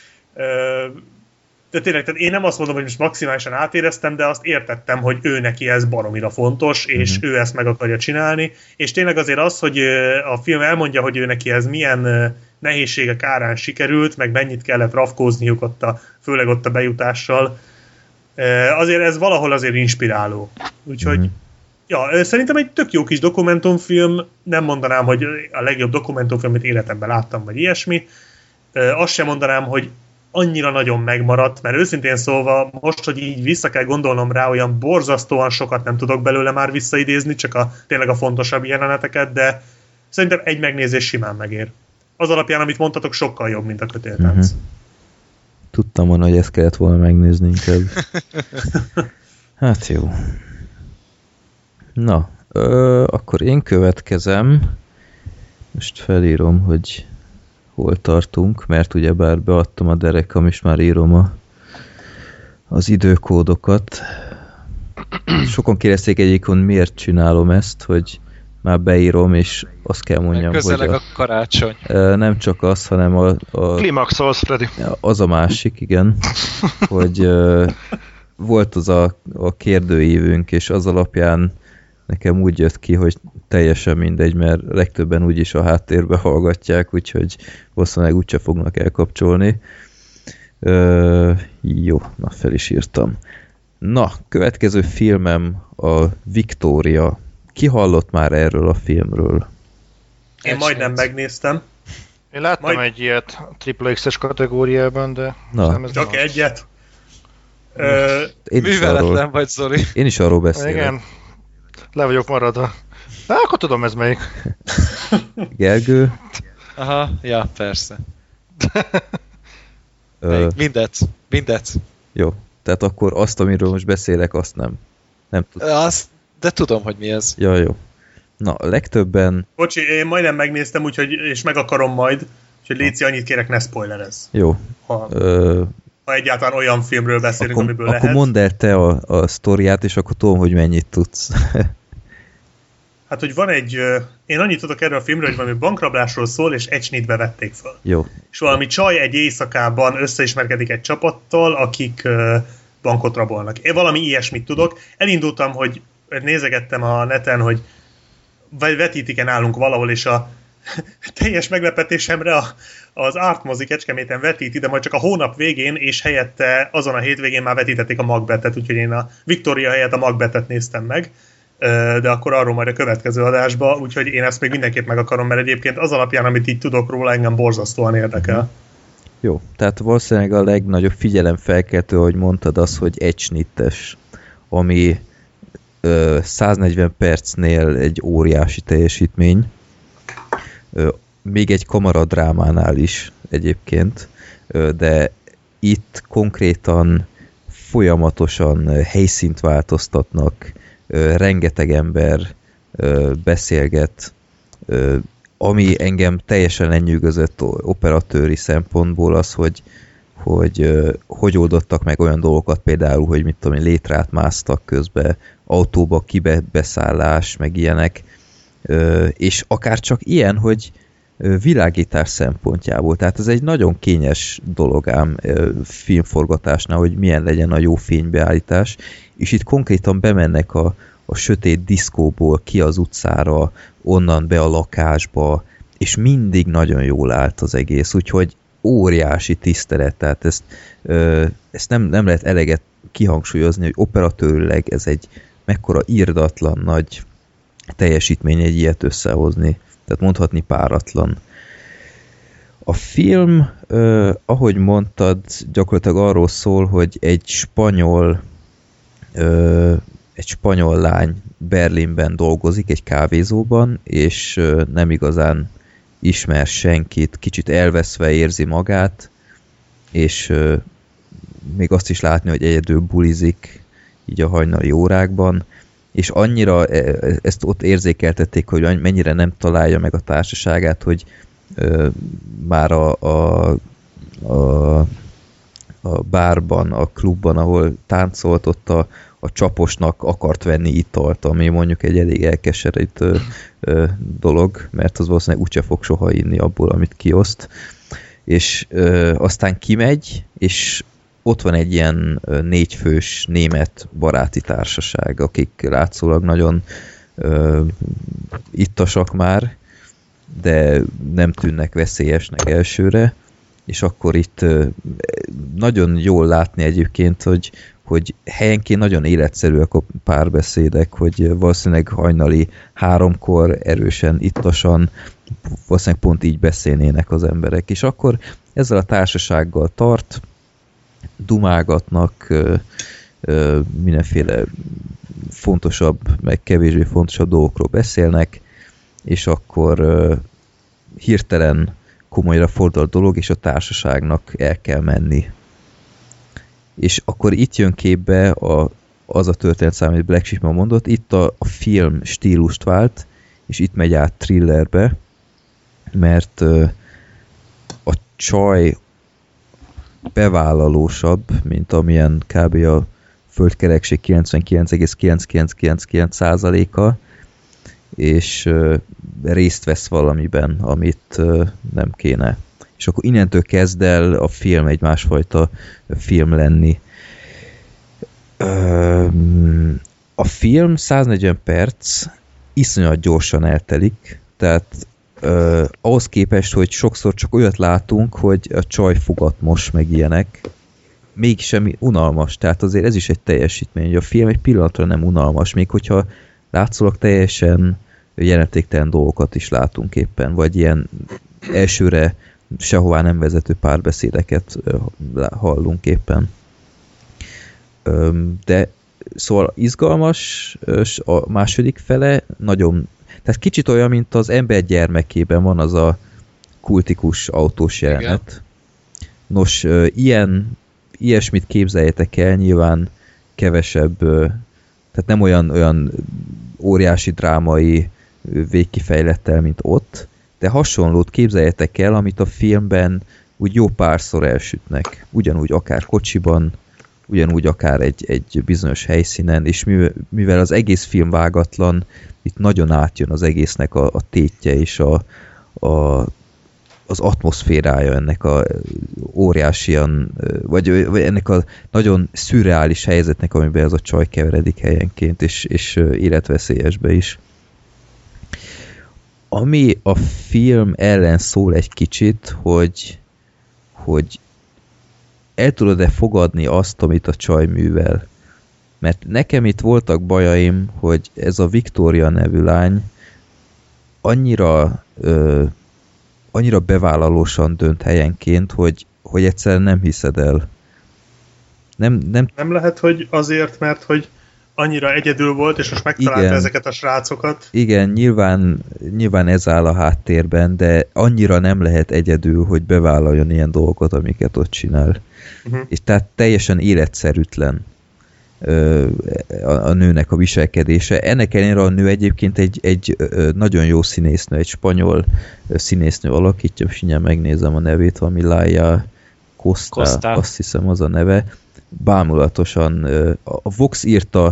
De tényleg, tehát én nem azt mondom, hogy most maximálisan átéreztem, de azt értettem, hogy ő neki ez baromira fontos, és mm-hmm. ő ezt meg akarja csinálni, és tényleg azért az, hogy a film elmondja, hogy ő neki ez milyen nehézségek árán sikerült, meg mennyit kellett rafkózniuk ott a, főleg ott a bejutással, azért ez valahol azért inspiráló. Úgyhogy mm-hmm. ja, szerintem egy tök jó kis dokumentumfilm, nem mondanám, hogy a legjobb dokumentumfilm, amit életemben láttam, vagy ilyesmi. Azt sem mondanám, hogy annyira nagyon megmaradt, mert őszintén szólva most, hogy így vissza kell gondolnom rá, olyan borzasztóan sokat nem tudok belőle már visszaidézni, csak a, tényleg a fontosabb jeleneteket, de szerintem egy megnézés simán megér. Az alapján, amit mondtatok, sokkal jobb, mint a kötéltánc. Uh-huh. Tudtam volna, hogy ezt kellett volna megnézni inkább. Hát jó. Na, ö, akkor én következem. Most felírom, hogy hol tartunk, mert ugyebár beadtam a derekam, és már írom a, az időkódokat. Sokan kérdezték egyébként, miért csinálom ezt, hogy már beírom, és azt kell mondjam, közeleg hogy a, a karácsony. Nem csak az, hanem a... a Klimaxolsz, Freddy. Az a másik, igen, hogy uh, volt az a, a kérdőívünk, és az alapján nekem úgy jött ki, hogy teljesen mindegy, mert legtöbben úgyis a háttérbe hallgatják, úgyhogy valószínűleg úgyse fognak elkapcsolni. Ö, jó, na fel is írtam. Na, következő filmem a Victoria. Ki hallott már erről a filmről? Én majdnem megnéztem. Én láttam Majd... egy ilyet Triple X-es kategóriában, de... Na. Csak egyet. Ö... Műveletlen vagy, Zoli. Én is arról beszélek. Igen. Le vagyok maradva. Na, akkor tudom, ez melyik. Gergő? Aha, ja, persze. Ö... Mindet, mindet. Jó, tehát akkor azt, amiről most beszélek, azt nem. Nem tudom. Azt, de tudom, hogy mi ez. Ja, jó. Na, legtöbben... Bocsi, én majdnem megnéztem, úgyhogy, és meg akarom majd, úgyhogy Léci, annyit kérek, ne spoilerezz. Jó. Ha, Ö... ha egyáltalán olyan filmről beszélünk, akkor, amiből akkor lehet. Akkor mondd el te a, a sztoriát, és akkor tudom, hogy mennyit tudsz. Hát, hogy van egy... Én annyit tudok erről a filmről, hogy valami bankrablásról szól, és egy snitbe vették föl. Jó. És valami csaj egy éjszakában összeismerkedik egy csapattal, akik bankot rabolnak. Én valami ilyesmit tudok. Elindultam, hogy nézegettem a neten, hogy vetítik-e nálunk valahol, és a teljes meglepetésemre a, az Art Mozi Kecskeméten vetíti, de majd csak a hónap végén, és helyette azon a hétvégén már vetítették a Macbethet, úgyhogy én a Victoria helyett a Macbethet néztem meg, de akkor arról majd a következő adásba, úgyhogy én ezt még mindenképp meg akarom, mert egyébként az alapján, amit így tudok róla, engem borzasztóan érdekel. Jó, tehát valószínűleg a legnagyobb figyelemfelkeltő, ahogy mondtad, az, hogy egy snittes, ami ö, száznegyven percnél egy óriási teljesítmény, ö, még egy kamaradrámánál is egyébként, ö, de itt konkrétan folyamatosan helyszínt változtatnak, ö, rengeteg ember ö, beszélget, ö, ami engem teljesen lenyűgözött operatőri szempontból az, hogy hogy, uh, hogy oldottak meg olyan dolgokat, például, hogy mit tudom én, létrát másztak közbe, autóba kibeszállás, meg ilyenek. és akár csak ilyen, hogy világítás szempontjából. Tehát ez egy nagyon kényes dolog ám filmforgatásnál, hogy milyen legyen a jó fénybeállítás, és itt konkrétan bemennek a, a sötét diszkóból ki az utcára, onnan be a lakásba, és mindig nagyon jól állt az egész, úgyhogy óriási tisztelet, tehát ezt, ezt nem, nem lehet eleget kihangsúlyozni, hogy operatőrileg ez egy mekkora irdatlan nagy teljesítmény egy ilyet összehozni. Tehát mondhatni páratlan. A film, eh, ahogy mondtad, gyakorlatilag arról szól, hogy egy spanyol eh, egy spanyol lány Berlinben dolgozik, egy kávézóban, és eh, nem igazán ismer senkit, kicsit elveszve érzi magát, és eh, még azt is látni, hogy egyedül bulizik így a hajnali órákban, és annyira ezt ott érzékeltették, hogy mennyire nem találja meg a társaságát, hogy ö, már a, a, a, a bárban, a klubban, ahol táncolt, ott a, a csaposnak akart venni italt, ami mondjuk egy elég elkeserítő ö, dolog, mert az valószínűleg úgyse fog soha inni abból, amit kioszt. És ö, aztán kimegy, és ott van egy ilyen négyfős német baráti társaság, akik látszólag nagyon ö, ittasak már, de nem tűnnek veszélyesnek elsőre, és akkor itt ö, nagyon jól látni egyébként, hogy, hogy helyenként nagyon életszerűek a párbeszédek, hogy valószínűleg hajnali háromkor erősen ittasan, valószínűleg pont így beszélnének az emberek, és akkor ezzel a társasággal tart, dumálgatnak, ö, ö, mindenféle fontosabb, meg kevésbé fontosabb dolgokról beszélnek, és akkor ö, hirtelen komolyra fordul a dolog, és a társaságnak el kell menni. És akkor itt jön képbe a, az a történetszám, amit Black Sheep mondott, itt a, a film stílust vált, és itt megy át thrillerbe, mert ö, a csaj bevállalósabb, mint amilyen kb. A földkerekség kilencvenkilenc egész kilencvenkilenc százaléka, és uh, részt vesz valamiben, amit uh, nem kéne. És akkor innentől kezd el a film egy másfajta film lenni. Uh, a film száznegyven perc iszonyat gyorsan eltelik, tehát Uh, ahhoz képest, hogy sokszor csak olyat látunk, hogy a csaj fogat mos, meg ilyenek, még semmi unalmas, tehát azért ez is egy teljesítmény, hogy a film egy pillanatra nem unalmas, még hogyha látszólag teljesen jelentéktelen dolgokat is látunk éppen, vagy ilyen elsőre sehová nem vezető párbeszédeket uh, hallunk éppen. Um, de szóval izgalmas, a második fele nagyon. Tehát kicsit olyan, mint az Ember gyermekében van az a kultikus autós jelenet. Igen. Nos, ilyen, ilyesmit képzeljetek el, nyilván kevesebb, tehát nem olyan, olyan óriási drámai végkifejlettel, mint ott, de hasonlót képzeljetek el, amit a filmben úgy jó párszor elsütnek. Ugyanúgy akár kocsiban, ugyanúgy akár egy, egy bizonyos helyszínen, és mivel, mivel az egész film vágatlan, itt nagyon átjön az egésznek a, a tétje és a, a, az atmoszférája ennek a óriásian, vagy, vagy ennek a nagyon szürreális helyzetnek, amiben ez a csaj keveredik helyenként, és, és életveszélyesbe is. Ami a film ellen szól egy kicsit, hogy, hogy el tudod-e fogadni azt, amit a csaj művel. Mert nekem itt voltak bajaim, hogy ez a Victoria nevű lány annyira, ö, annyira bevállalósan dönt helyenként, hogy, hogy egyszerűen nem hiszed el. Nem, nem... nem lehet, hogy azért, mert hogy annyira egyedül volt, és most megtalálta igen, ezeket a srácokat. Igen, nyilván, nyilván ez áll a háttérben, de annyira nem lehet egyedül, hogy bevállaljon ilyen dolgokat, amiket ott csinál. Uh-huh. És tehát teljesen életszerűtlen a, a nőnek a viselkedése. Ennek ellenére a nő egyébként egy, egy nagyon jó színésznő, egy spanyol színésznő alakítja, és mindjárt megnézem a nevét, valami Laia Costa, Costa, azt hiszem az a neve. Bámulatosan. A Vox írta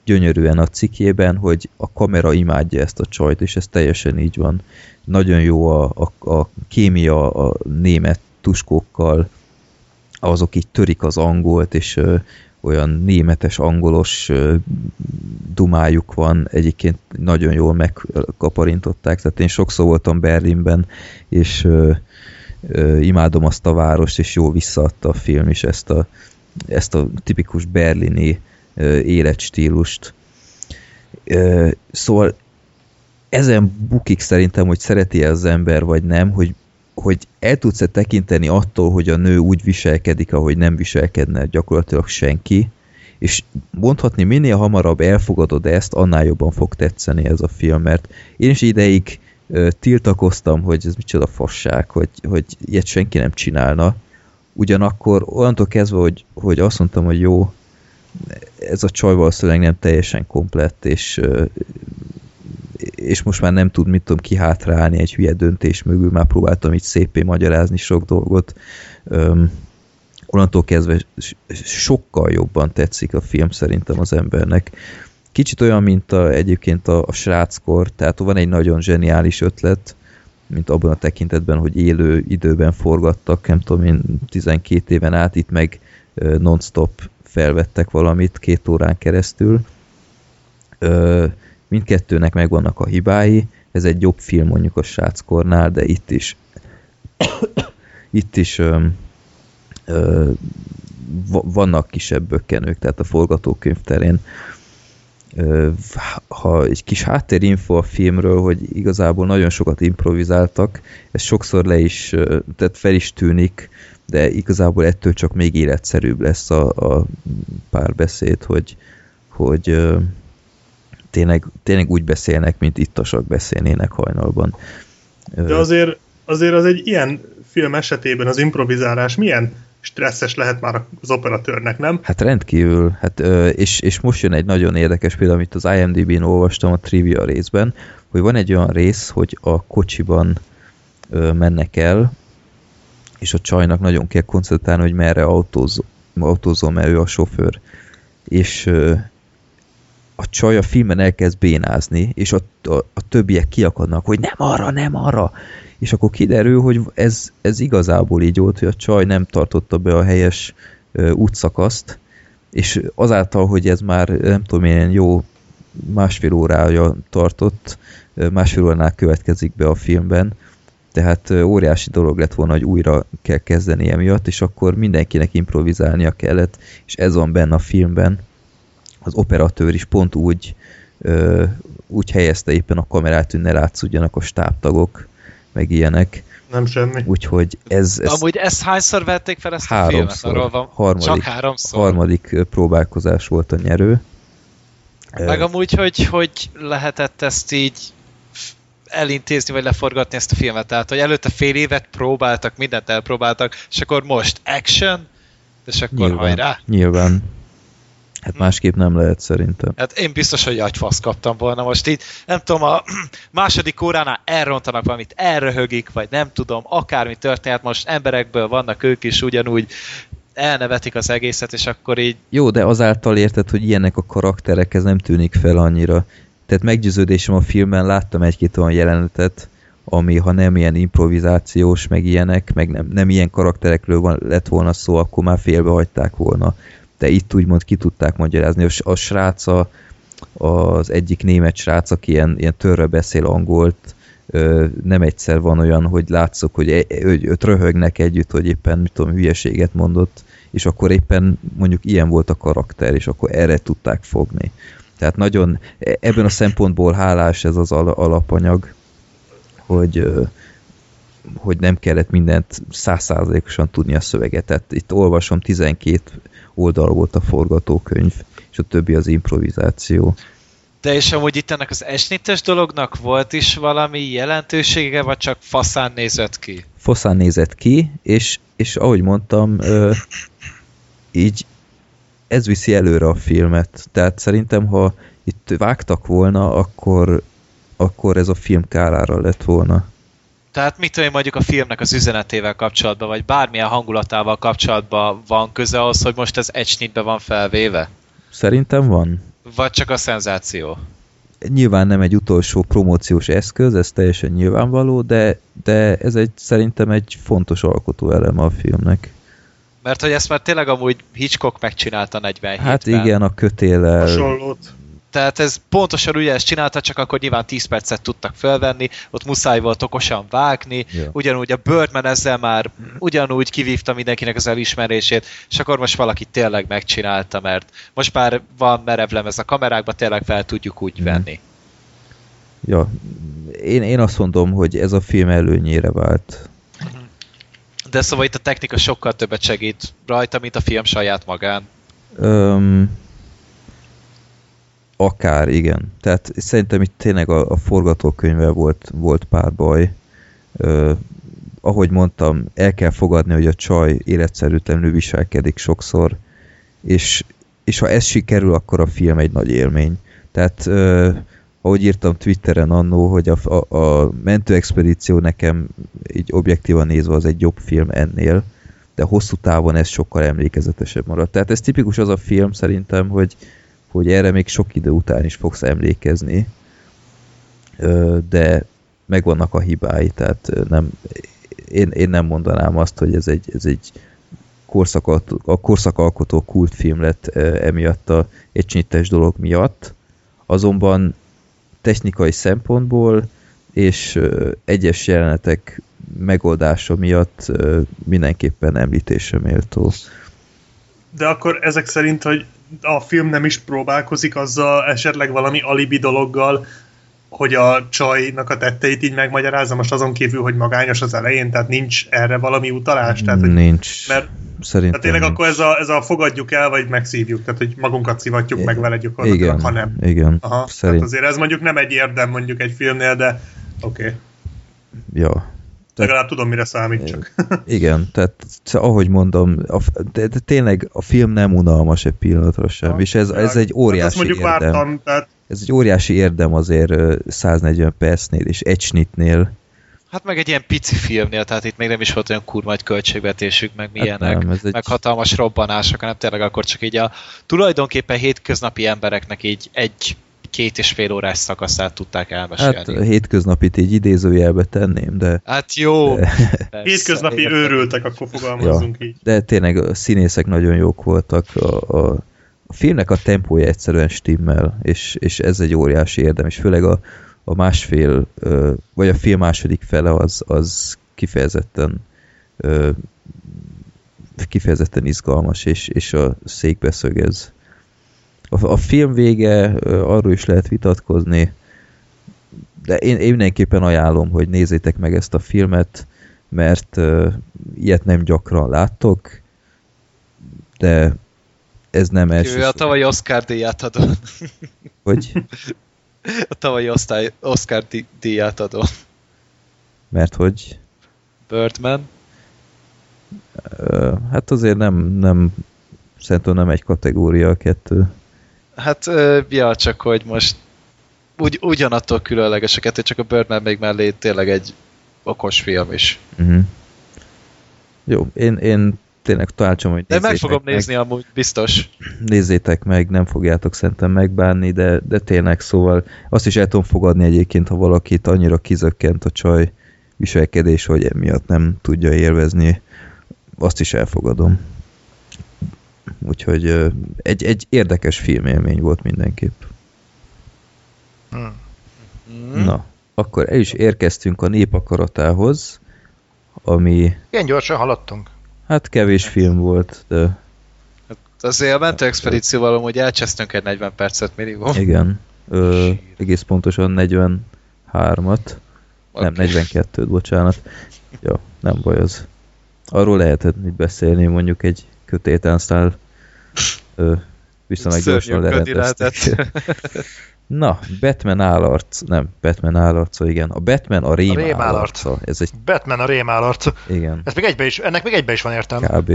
gyönyörűen a cikkében, hogy a kamera imádja ezt a csajt, és ez teljesen így van. Nagyon jó a, a, a kémia a német tuskókkal, azok így törik az angolt, és ö, olyan németes, angolos ö, dumájuk van, egyébként nagyon jól megkaparintották, tehát én sokszor voltam Berlinben, és ö, ö, imádom azt a várost, és jó visszaadta a film is ezt a, ezt a tipikus berlini ö, életstílust. Ö, szóval ezen bukik szerintem, hogy szereti-e az ember, vagy nem, hogy hogy el tudsz-e tekinteni attól, hogy a nő úgy viselkedik, ahogy nem viselkedne gyakorlatilag senki, és mondhatni, minél hamarabb elfogadod ezt, annál jobban fog tetszeni ez a film, mert én is ideig ö, tiltakoztam, hogy ez micsoda fasság, hogy, hogy ilyet senki nem csinálna. Ugyanakkor onnantól kezdve, hogy, hogy azt mondtam, hogy jó, ez a csaj valószínűleg nem teljesen komplett, és ö, és most már nem tud, mit tudom, kihátrálni egy hülye döntés mögül, már próbáltam így szépé magyarázni sok dolgot. Öm, onnantól kezdve sokkal jobban tetszik a film szerintem az embernek. Kicsit olyan, mint a, egyébként a, a sráckor, tehát van egy nagyon zseniális ötlet, mint abban a tekintetben, hogy élő időben forgattak, nem tudom én, tizenkét éven át, itt meg non-stop felvettek valamit két órán keresztül. Ö, mindkettőnek megvannak a hibái, ez egy jobb film mondjuk a sráckornál, de itt is itt is ö, ö, vannak kisebb bökkenők, tehát a forgatókönyv terén. Ö, ha egy kis háttérinfo a filmről, hogy igazából nagyon sokat improvizáltak, ez sokszor le is, tehát fel is tűnik, de igazából ettől csak még életszerűbb lesz a, a párbeszéd, hogy, hogy ö, Tényleg, tényleg úgy beszélnek, mint ittasak beszélnének hajnalban. De azért, azért az egy ilyen film esetében az improvizálás milyen stresszes lehet már az operatőrnek, nem? Hát rendkívül. Hát, és, és most jön egy nagyon érdekes példa, amit az I M D B-n olvastam a trivia részben, hogy van egy olyan rész, hogy a kocsiban mennek el, és a csajnak nagyon kell koncentrálni, hogy merre autózol, autózol mert ő a sofőr. És a csaj a filmen elkezd bénázni, és a, a, a többiek kiakadnak, hogy nem arra, nem arra. És akkor kiderül, hogy ez, ez igazából így volt, hogy a csaj nem tartotta be a helyes ö, útszakaszt, és azáltal, hogy ez már nem tudom én jó másfél órája tartott, másfél óránál következik be a filmben, tehát ö, óriási dolog lett volna, hogy újra kell kezdeni emiatt, és akkor mindenkinek improvizálnia kellett, és ez van benne a filmben. Az operatőr is pont úgy, ö, úgy helyezte éppen a kamerát, hogy ne látszódjanak a stábtagok, meg ilyenek. Nem semmi. Úgyhogy ez... ez amúgy ezt hányszor vették fel ezt háromszor, a filmet? Arról van. Harmadik, Csak háromszor? Harmadik próbálkozás volt a nyerő. Meg amúgy, hogy, hogy lehetett ezt így elintézni, vagy leforgatni ezt a filmet? Tehát, hogy előtte fél évet próbáltak, mindent elpróbáltak, és akkor most action, és akkor nyilván, hajrá? Nyilván. Hát másképp nem lehet szerintem. Hát én biztos, hogy agyfasz kaptam volna most így. Nem tudom, a második óránál elrontanak valamit, elröhögik, vagy nem tudom, akármi történhet, most emberekből vannak ők is ugyanúgy, elnevetik az egészet, és akkor így... Jó, de azáltal érted, hogy ilyenek a karakterek, ez nem tűnik fel annyira. Tehát meggyőződésem a filmben láttam egy-két olyan jelenetet, ami ha nem ilyen improvizációs, meg ilyenek, meg nem, nem ilyen karakterekről van, lett volna szó, akkor már félbe hagyták volna. De itt úgymond ki tudták magyarázni. A, a sráca, az egyik német srác, aki ilyen, ilyen törre beszél angolt, ö, nem egyszer van olyan, hogy látszok, hogy, e, hogy őt röhögnek együtt, hogy éppen, mit tudom, hülyeséget mondott, és akkor éppen mondjuk ilyen volt a karakter, és akkor erre tudták fogni. Tehát nagyon, ebben a szempontból hálás ez az alapanyag, hogy, ö, hogy nem kellett mindent száz százalékosan tudni a szöveget. Tehát itt olvasom, tizenkét oldal volt a forgatókönyv, és a többi az improvizáció. De és amúgy itt ennek az esnites dolognak volt is valami jelentősége, vagy csak faszán nézett ki? Faszán nézett ki, és, és ahogy mondtam, ö, így ez viszi előre a filmet. Tehát szerintem, ha itt vágtak volna, akkor, akkor ez a film kárára lett volna. Tehát mit tudom, mondjuk a filmnek az üzenetével kapcsolatban, vagy bármilyen hangulatával kapcsolatban van köze ahhoz, hogy most ez egy snitbe van felvéve? Szerintem van. Vagy csak a szenzáció. Nyilván nem egy utolsó promóciós eszköz, ez teljesen nyilvánvaló, de, de ez egy szerintem egy fontos alkotóeleme a filmnek. Mert hogy ezt már tényleg amúgy Hitchcock megcsinálta negyvenhétben. Hát igen, a kötéllel. Hasonlót. Tehát ez pontosan ugye ezt csinálta, csak akkor nyilván tíz percet tudtak felvenni, ott muszáj volt okosan vágni, ja. Ugyanúgy a Birdman ezzel már ugyanúgy kivívta mindenkinek az elismerését, és akkor most valaki tényleg megcsinálta, mert most már van merevlemez a kamerákban, tényleg fel tudjuk úgy venni. Ja, én, én azt mondom, hogy ez a film előnyére vált. De szóval itt a technika sokkal többet segít rajta, mint a film saját magán. Öm... Akár, igen. Tehát szerintem itt tényleg a, a forgatókönyvvel volt, volt pár baj. Ö, ahogy mondtam, el kell fogadni, hogy a csaj életszerűtlenül viselkedik sokszor, és, és ha ez sikerül, akkor a film egy nagy élmény. Tehát, ö, ahogy írtam Twitteren annó, hogy a, a, a mentőexpedíció nekem így objektívan nézve az egy jobb film ennél, de hosszú távon ez sokkal emlékezetesebb maradt. Tehát ez tipikus az a film szerintem, hogy hogy erre még sok idő után is fogsz emlékezni, de megvannak a hibái, tehát nem, én, én nem mondanám azt, hogy ez egy, ez egy korszakalkotó, a korszakalkotó kultfilm lett emiatt a egysnittes dolog miatt, azonban technikai szempontból és egyes jelenetek megoldása miatt mindenképpen említésre méltó. De akkor ezek szerint, hogy a film nem is próbálkozik azzal esetleg valami alibi dologgal, hogy a csajnak a tetteit így megmagyarázza, most azon kívül, hogy magányos az elején, tehát nincs erre valami utalás? Tehát, hogy, nincs. Mert szerintem tehát tényleg nincs. akkor ez a, ez a fogadjuk el, vagy megszívjuk, tehát hogy magunkat szivatjuk, meg vele gyakorlatilag, ha nem. Igen, Aha, szerint... tehát azért ez mondjuk nem egy érdem mondjuk egy filmnél, de oké. Okay. Ja. Legalább tudom, mire számít csak. Igen, tehát ahogy mondom, a, de, de tényleg a film nem unalmas egy pillanatra sem, ha, és ez, ez egy óriási hát érdem. Vártam, tehát... Ez egy óriási érdem azért száznegyven percnél és egy snitnél. Hát meg egy ilyen pici filmnél, tehát itt még nem is volt olyan kurva egy költségvetésük, meg milyenek, hát nem, meg egy... hatalmas robbanások, hanem tényleg akkor csak így a tulajdonképpen hétköznapi embereknek így egy két és fél órás szakaszát tudták elmesélni. Hát a hétköznapit így idézőjelbe tenném, de... Hát jó! De... Hétköznapi értem. Őrültek, akkor fogalmazzunk ja, így. De tényleg a színészek nagyon jók voltak, a, a, a filmnek a tempója egyszerűen stimmel, és, és ez egy óriási érdem, és főleg a, a másfél, vagy a film második fele az, az kifejezetten kifejezetten izgalmas, és, és a székbe szögez. A, a film vége, arról is lehet vitatkozni, de én, én mindenképpen ajánlom, hogy nézzétek meg ezt a filmet, mert uh, ilyet nem gyakran láttok, de ez nem első. A tavalyi Oscar díját adom. Hogy? A tavalyi Oscar díját adom. Mert hogy? Birdman. Uh, hát azért nem, nem szerintem nem egy kategória a kettő. Hát, ja, csak hogy most ugy, ugyanattól különleges a kettő, csak a Birdman még mellé tényleg egy okos film is. Uh-huh. Jó, én, én tényleg találcsom, hogy de meg fogom meg. nézni amúgy, biztos. Nézzétek meg, nem fogjátok szerintem megbánni, de, de tényleg szóval azt is el tudom fogadni egyébként, ha valakit annyira kizökkent a csaj viselkedés, hogy emiatt nem tudja élvezni, azt is elfogadom. Úgyhogy egy, egy érdekes filmélmény volt mindenképp. Hmm. Na, akkor el is érkeztünk a Nép akaratához, ami... Ilyen gyorsan haladtunk. Hát kevés film volt, de... Hát azért a mentőexpedícióval amúgy elcsesztünk egy negyven percet minimum. Igen, ö, egész pontosan negyvenhármat. Okay. Nem, negyvenkettőt, bocsánat. Ja, nem baj az. Arról lehetett mit beszélni, mondjuk egy kötétánsztál viszonylag gyorsan lerendeztek. Na, Batman állarc, nem, Batman állarca, igen. A Batman a rém, a rém állarca. Ez egy... Batman a rém állarca. Igen. Ez még egybe is, ennek még egybe is van értelme. Kb.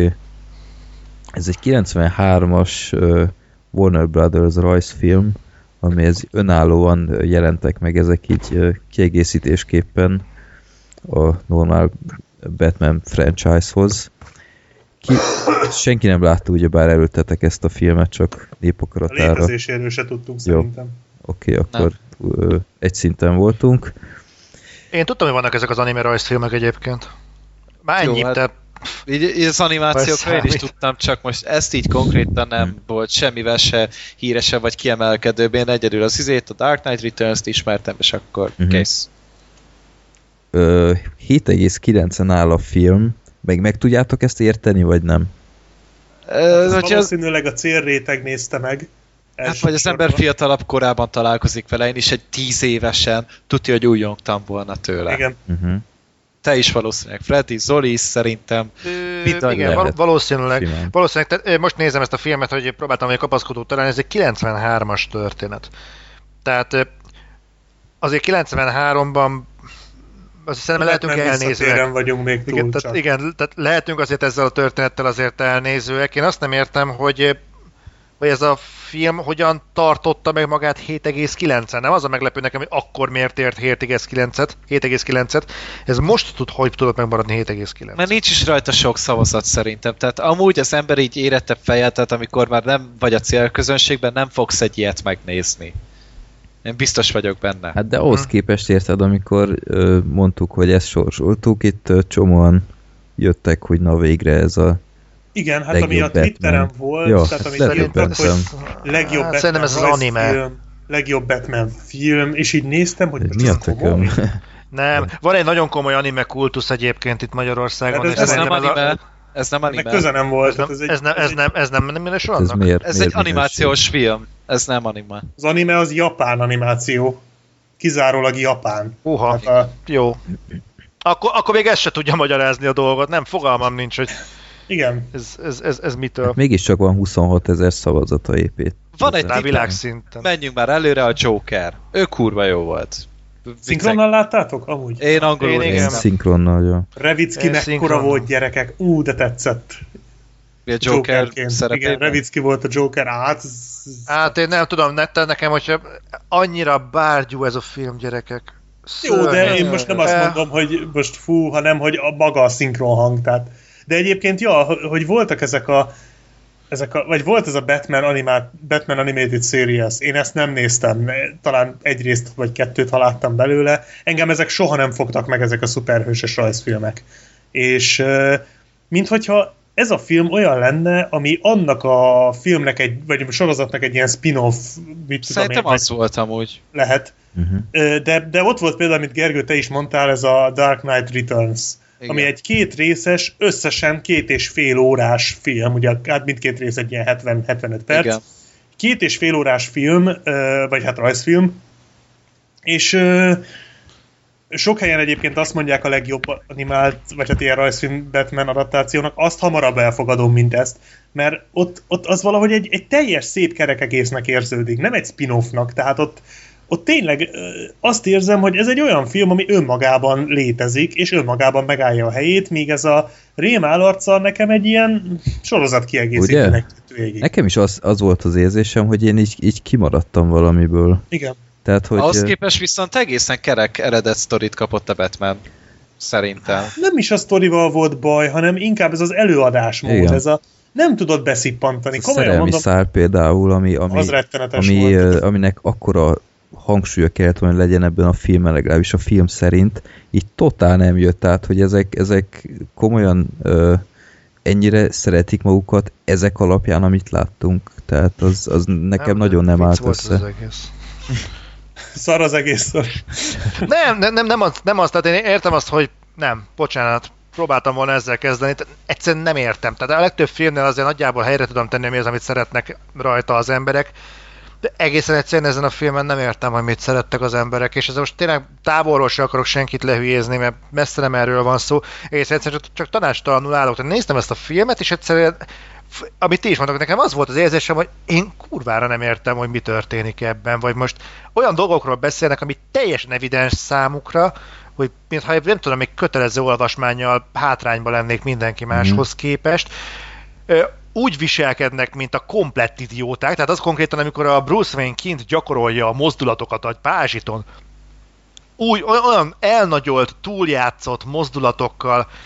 Ez egy kilencvenhármas uh, Warner Brothers rajzfilm, amihez önállóan jelentek meg ezek így uh, kiegészítésképpen a normál Batman franchise-hoz. ki, senki nem látta, ugyebár előttetek ezt a filmet, csak népakaratára. A létezéséről se tudtunk szerintem. Oké, okay, akkor ö, egy szinten voltunk. Én tudtam, hogy vannak ezek az anime rajzfilmek egyébként. Már ennyi, hát, te... így, így az animációkról én is tudtam, csak most ezt így konkrétan nem hmm. volt semmivel se híresebb vagy kiemelkedőbb. Én egyedül az izét, a Dark Knight Returns-t ismertem, és akkor uh-huh. kész. Ö, hét egész kilencen áll a film. Meg meg tudjátok ezt érteni, vagy nem? Ez valószínűleg a célréteg nézte meg. Hát vagy az ember fiatalabb korában találkozik vele, én is egy tíz évesen tudja, hogy újjongtam volna tőle. Igen. Uh-huh. Te is valószínűleg, Freddy, Zoli is szerintem. Ö, igen, val- valószínűleg. valószínűleg te, most nézem ezt a filmet, hogy próbáltam egy kapaszkodót találni, ez egy kilencvenhármas történet. Tehát azért kilencvenháromban azt szerintem lehetünk elnézőek. vagyunk még túl igen, tehát, igen, tehát lehetünk azért ezzel a történettel azért elnézőek. Én azt nem értem, hogy, hogy ez a film hogyan tartotta meg magát hét egész kilencen. Nem az a meglepő nekem, hogy akkor miért ért hét egész kilencet. Ez most tud, hogy tudott megmaradni hét egész kilenc. Mert nincs is rajta sok szavazat szerintem. Tehát amúgy az ember így érettebb fejjel, tehát amikor már nem vagy a célközönségben, nem fogsz egy ilyet megnézni. Én biztos vagyok benne. Hát de ahhoz képest érted, amikor ö, mondtuk, hogy ezt sorsoltuk, itt ö, csomóan jöttek, hogy na végre ez a igen, hát ami a Twitteren volt, ja, tehát amit írtak, hogy legjobb hát, Batman ez az anime. Film, legjobb Batman film, és így néztem, hogy mi a tököm? Nem, van egy nagyon komoly anime kultusz egyébként itt Magyarországon. Ez, ez nem anime. Ez, a... ez nem anime. Meg köze nem volt. Ez, ez, nem, ez, nem, ez nem, nem minős vannak? Ez, miért, ez miért egy animációs film. Ez nem anime. Az anime az japán animáció. Kizárólag japán. Uha, a... jó. Akkor, akkor még ezt se tudja magyarázni a dolgot. Nem, fogalmam nincs, hogy igen. Ez, ez, ez, ez mitől? Hát mégiscsak van huszonhat ezer szavazata épít. Van egy világszinten. Menjünk már előre, a Joker. Ő kurva jó volt. Szinkronnal láttátok? Amúgy? Én angolul néztem. Szinkronnal, jó. Revicki mekkora volt, gyerekek. Ú, de tetszett. Mi a Joker szerepében? Igen, Revicki volt a Joker. Át... Hát én nem tudom, netten nekem, hogyha annyira bárgyú ez a film, gyerekek. Szörny. Jó, de én most nem azt mondom, hogy most fú, hanem hogy a maga a szinkron hang. Tehát. De egyébként, ja, hogy voltak ezek a ezek a, vagy volt ez a Batman, animát, Batman Animated Series, én ezt nem néztem, talán egy részt vagy kettőt, ha láttam belőle, engem ezek soha nem fogtak meg, ezek a szuperhősös rajzfilmek. És minthogyha ez a film olyan lenne, ami annak a filmnek, egy, vagy a sorozatnak egy ilyen spin-off, mit tudom Szerintem én, az volt amúgy. Lehet. Uh-huh. De, de ott volt például, amit Gergő, te is mondtál, ez a Dark Knight Returns. Igen. Ami egy két részes, összesen két és fél órás film, ugye hát mindkét rész egy ilyen hetven-hetvenöt perc. Igen. Két és fél órás film, vagy hát rajzfilm, és sok helyen egyébként azt mondják a legjobb animált, vagy hát ilyen rajzfilm Batman adaptációnak, azt hamarabb elfogadom, mint ezt, mert ott, ott az valahogy egy, egy teljes szép kerek egésznek érződik, nem egy spin-offnak, tehát ott ott tényleg azt érzem, hogy ez egy olyan film, ami önmagában létezik, és önmagában megállja a helyét, míg ez a Rém állarccal nekem egy ilyen sorozat kiegészítőnek. Nekem is az, az volt az érzésem, hogy én így, így kimaradtam valamiből. Igen. Tehát, hogy... Ahhoz képest viszont egészen kerek eredet sztorit kapott a Batman. Szerintem. Nem is a sztorival volt baj, hanem inkább ez az előadásmód. Igen. Ez a nem tudod beszippantani. Ez a szerelmi szál például, ami, ami, ami, aminek akkora hangsúlya kellett volna legyen ebben a filmben, legalábbis a film szerint, így totál nem jött át, hogy ezek, ezek komolyan ö, ennyire szeretik magukat ezek alapján, amit láttunk. Tehát az, az nekem nem, nagyon nem állt össze. Az egész. Szar az egész. nem, nem, nem, nem, az, nem az, tehát én értem azt, hogy nem, bocsánat, próbáltam volna ezzel kezdeni, egyszerűen nem értem. Tehát a legtöbb filmnél azért nagyjából helyre tudom tenni, mi az, amit szeretnek rajta az emberek, de egészen egyszerűen ezen a filmen nem értem, hogy mit szerettek az emberek, és ez most tényleg távolról sem akarok senkit lehülyézni, mert messze nem erről van szó. Egészen egyszerűen csak, csak tanácstalanul állok. Tehát néztem ezt a filmet, és egyszerűen, amit ti is mondtok, nekem az volt az érzésem, hogy én kurvára nem értem, hogy mi történik ebben, vagy most olyan dolgokról beszélnek, ami teljesen evidens számukra, hogy mintha nem tudom, még kötelező olvasmánnyal hátrányba lennék mindenki máshoz képest. Úgy viselkednek, mint a komplett idióták, tehát az konkrétan, amikor a Bruce Wayne kint gyakorolja a mozdulatokat a pázsiton, úgy, olyan elnagyolt, túljátszott mozdulatokkal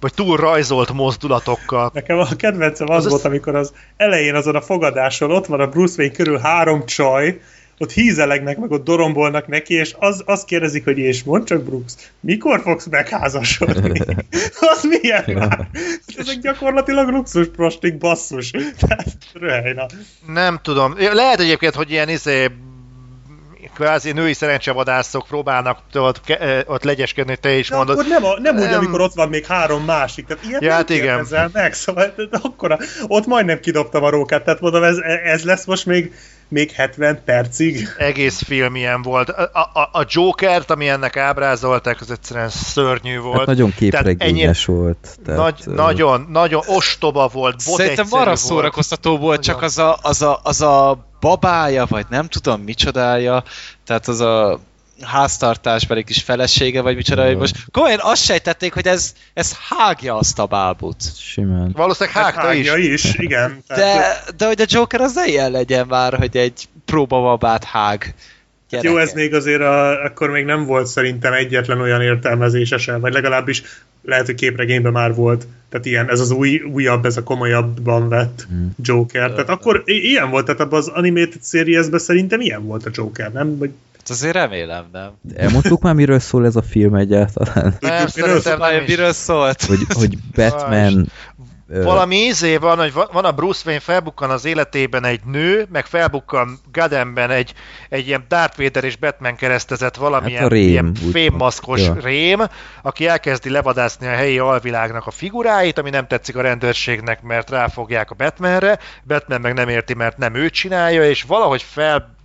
vagy túl rajzolt mozdulatokkal. Nekem a kedvencem az, az volt, amikor az elején azon a fogadáson ott van a Bruce Wayne körül három csaj, ott hízelegnek, meg ott dorombolnak neki, és az, azt kérdezik, hogy és mondd csak, Brooks, mikor fogsz megházasodni? Az milyen már? Ezek gyakorlatilag luxus prostik, basszus. Tehát röhelyna. Nem tudom. Lehet egyébként, hogy ilyen izé, kvázi női szerencsevadászok próbálnak ott, ott legyeskedni, te is de mondod. Akkor nem, a, nem úgy, amikor ott van még három másik. Tehát ilyet ja, nem kérdezel meg. Szóval akkora, ott majdnem kidobtam a rókát. Tehát mondom, ez, ez lesz most még még hetven percig. Egész film ilyen volt. A, a, a Jokert, ami ennek ábrázolták, az egyszerűen szörnyű volt. Hát nagyon képregényes ennyi, volt. Tehát, nagy, uh... Nagyon, nagyon ostoba volt, szerintem marha szórakoztató volt, csak az a, az, a, az a babája, vagy nem tudom micsodája, tehát az a háztartásbeli kis felesége, vagy micsoda, hogy most komolyan azt sejtették, hogy ez, ez hágja azt a bábut. Simán. Valószínűleg hágta is. is. Igen. De, de hogy a Joker az ne ilyen legyen már, hogy egy próbababát hág. Hát jó, ez még azért a, akkor még nem volt szerintem egyetlen olyan értelmezése sem, vagy legalábbis lehet, hogy képregényben már volt. Tehát ilyen, ez az új, újabb, ez a komolyabban vett hmm. Joker. Tehát akkor ilyen volt, tehát abban az animated seriesben szerintem ilyen volt a Joker, nem? Vagy... Hát azért remélem, nem. Elmondtuk már, miről szól ez a film egyáltalán? Nem, miről, szól, nem miről szólt? Hogy, hogy Batman... Valami ízé van, hogy van a Bruce Wayne, felbukkan az életében egy nő, meg felbukkan Gothamben egy, egy ilyen Darth Vader és Batman keresztezett valamilyen hát rém, ilyen fémmaszkos ja. rém, aki elkezdi levadászni a helyi alvilágnak a figuráit, ami nem tetszik a rendőrségnek, mert ráfogják a Batmanre, Batman meg nem érti, mert nem ő csinálja, és valahogy fel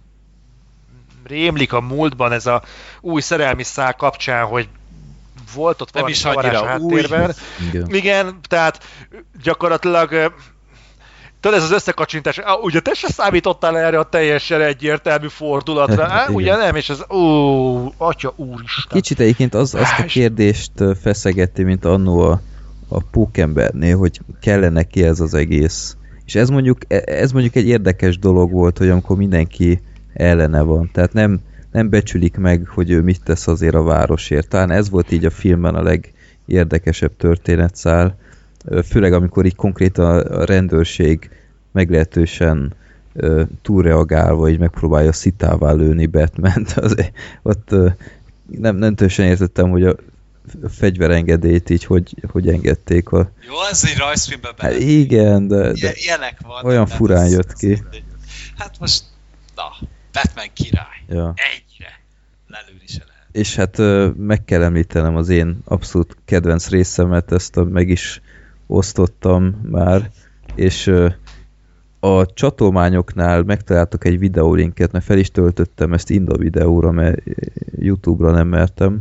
rémlik a múltban ez a új szerelmi szál kapcsán, hogy volt ott valami szavarás a háttérben. Igen. Igen, tehát gyakorlatilag tudod, ez az összekacsintás, ah, ugye te se számítottál erre a teljesen egyértelmű fordulatra, ah, ugye nem, és ez, ó, atya úristen. Kicsit egyébként az, azt a kérdést feszegetti, mint annó a, a Pókembernél, hogy kellene ki ez az egész. És ez mondjuk, ez mondjuk egy érdekes dolog volt, hogy amikor mindenki ellene van. Tehát nem nem becsülik meg, hogy ő mit tesz azért a városért. Talán ez volt így a filmben a legérdekesebb történetszál, főleg amikor így konkrétan a rendőrség meglehetősen uh, túlreagálva így megpróbálja szitává lőni Batman-t. Azért, ott uh, nem, nem teljesen értettem, hogy a fegyverengedélyt így hogy, hogy engedték. A... Jó, ez egy rajzfilmben benne. Hát igen, de, de ilyenek van, olyan furán jött ki. Hát most, na, Batman király. Ja. Egyre lelőni se lehet. És hát meg kell említenem az én abszolút kedvenc részemet, ezt a, meg is osztottam már, és a csatolmányoknál megtaláltok egy videólinket, mert fel is töltöttem ezt Inda videóra, mert YouTube-ra nem mertem.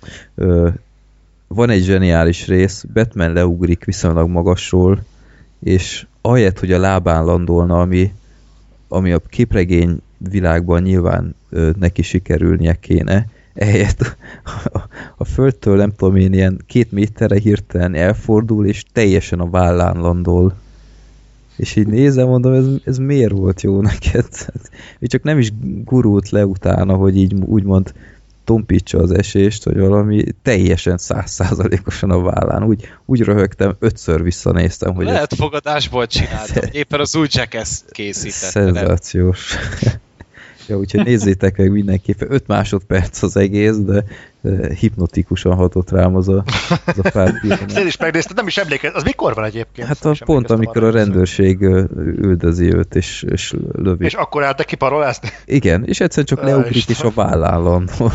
Van egy zseniális rész, Batman leugrik viszonylag magasról, és ahelyett, hogy a lábán landolna, ami, ami a képregény világban nyilván ö, neki sikerülnie kéne, ehelyett a, a földtől nem tudom én ilyen két méterre hirtelen elfordul, és teljesen a vállán landol. És így nézem, mondom, ez, ez miért volt jó neked? Ő csak nem is gurult le utána, hogy így úgymond tompítsa az esést, hogy valami teljesen száz százalékosan a vállán. Úgy, úgy röhögtem, ötször visszanéztem, hogy... Lehet ez... fogadásból csináltam, hogy éppen az új Jackass készítette. Szenzációs. Ja, úgyhogy nézzétek meg mindenképpen. öt másodperc az egész, de, de hipnotikusan hatott rám az a, az a pár pillanat. Én is megnéztem, nem is emlékeztem. Az mikor van egyébként? Hát a pont, amikor a rendőrség üldözi őt, és, és lövi. És akkor állt kiparolászni? Igen, és egyszerűen csak leugrik, és a vállán landol.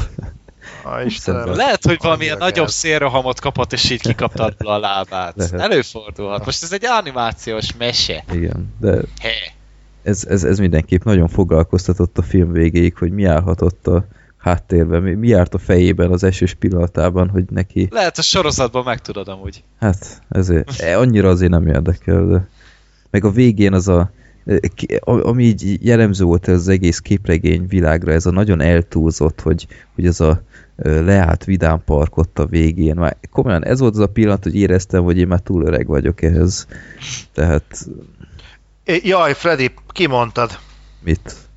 Lehet, hogy valamilyen nagyobb szélrohamot kapott, és így kikapta a lábát. Lehet. Előfordulhat. Most ez egy animációs mese. Igen, de... He. Ez, ez, ez mindenképp nagyon foglalkoztatott a film végéig, hogy mi állhatott a háttérben, mi, mi járt a fejében az esős pillanatában, hogy neki... Lehet a sorozatban megtudod amúgy. Hát, ezért, annyira azért nem érdekel, de... Meg a végén az a... Ami így jellemző volt az egész képregény világra, ez a nagyon eltúlzott, hogy, hogy ez a leállt vidám park ott a végén. Már komolyan ez volt az a pillanat, hogy éreztem, hogy én már túl öreg vagyok ehhez. Tehát... Jaj, Freddy, kimondtad. Mit?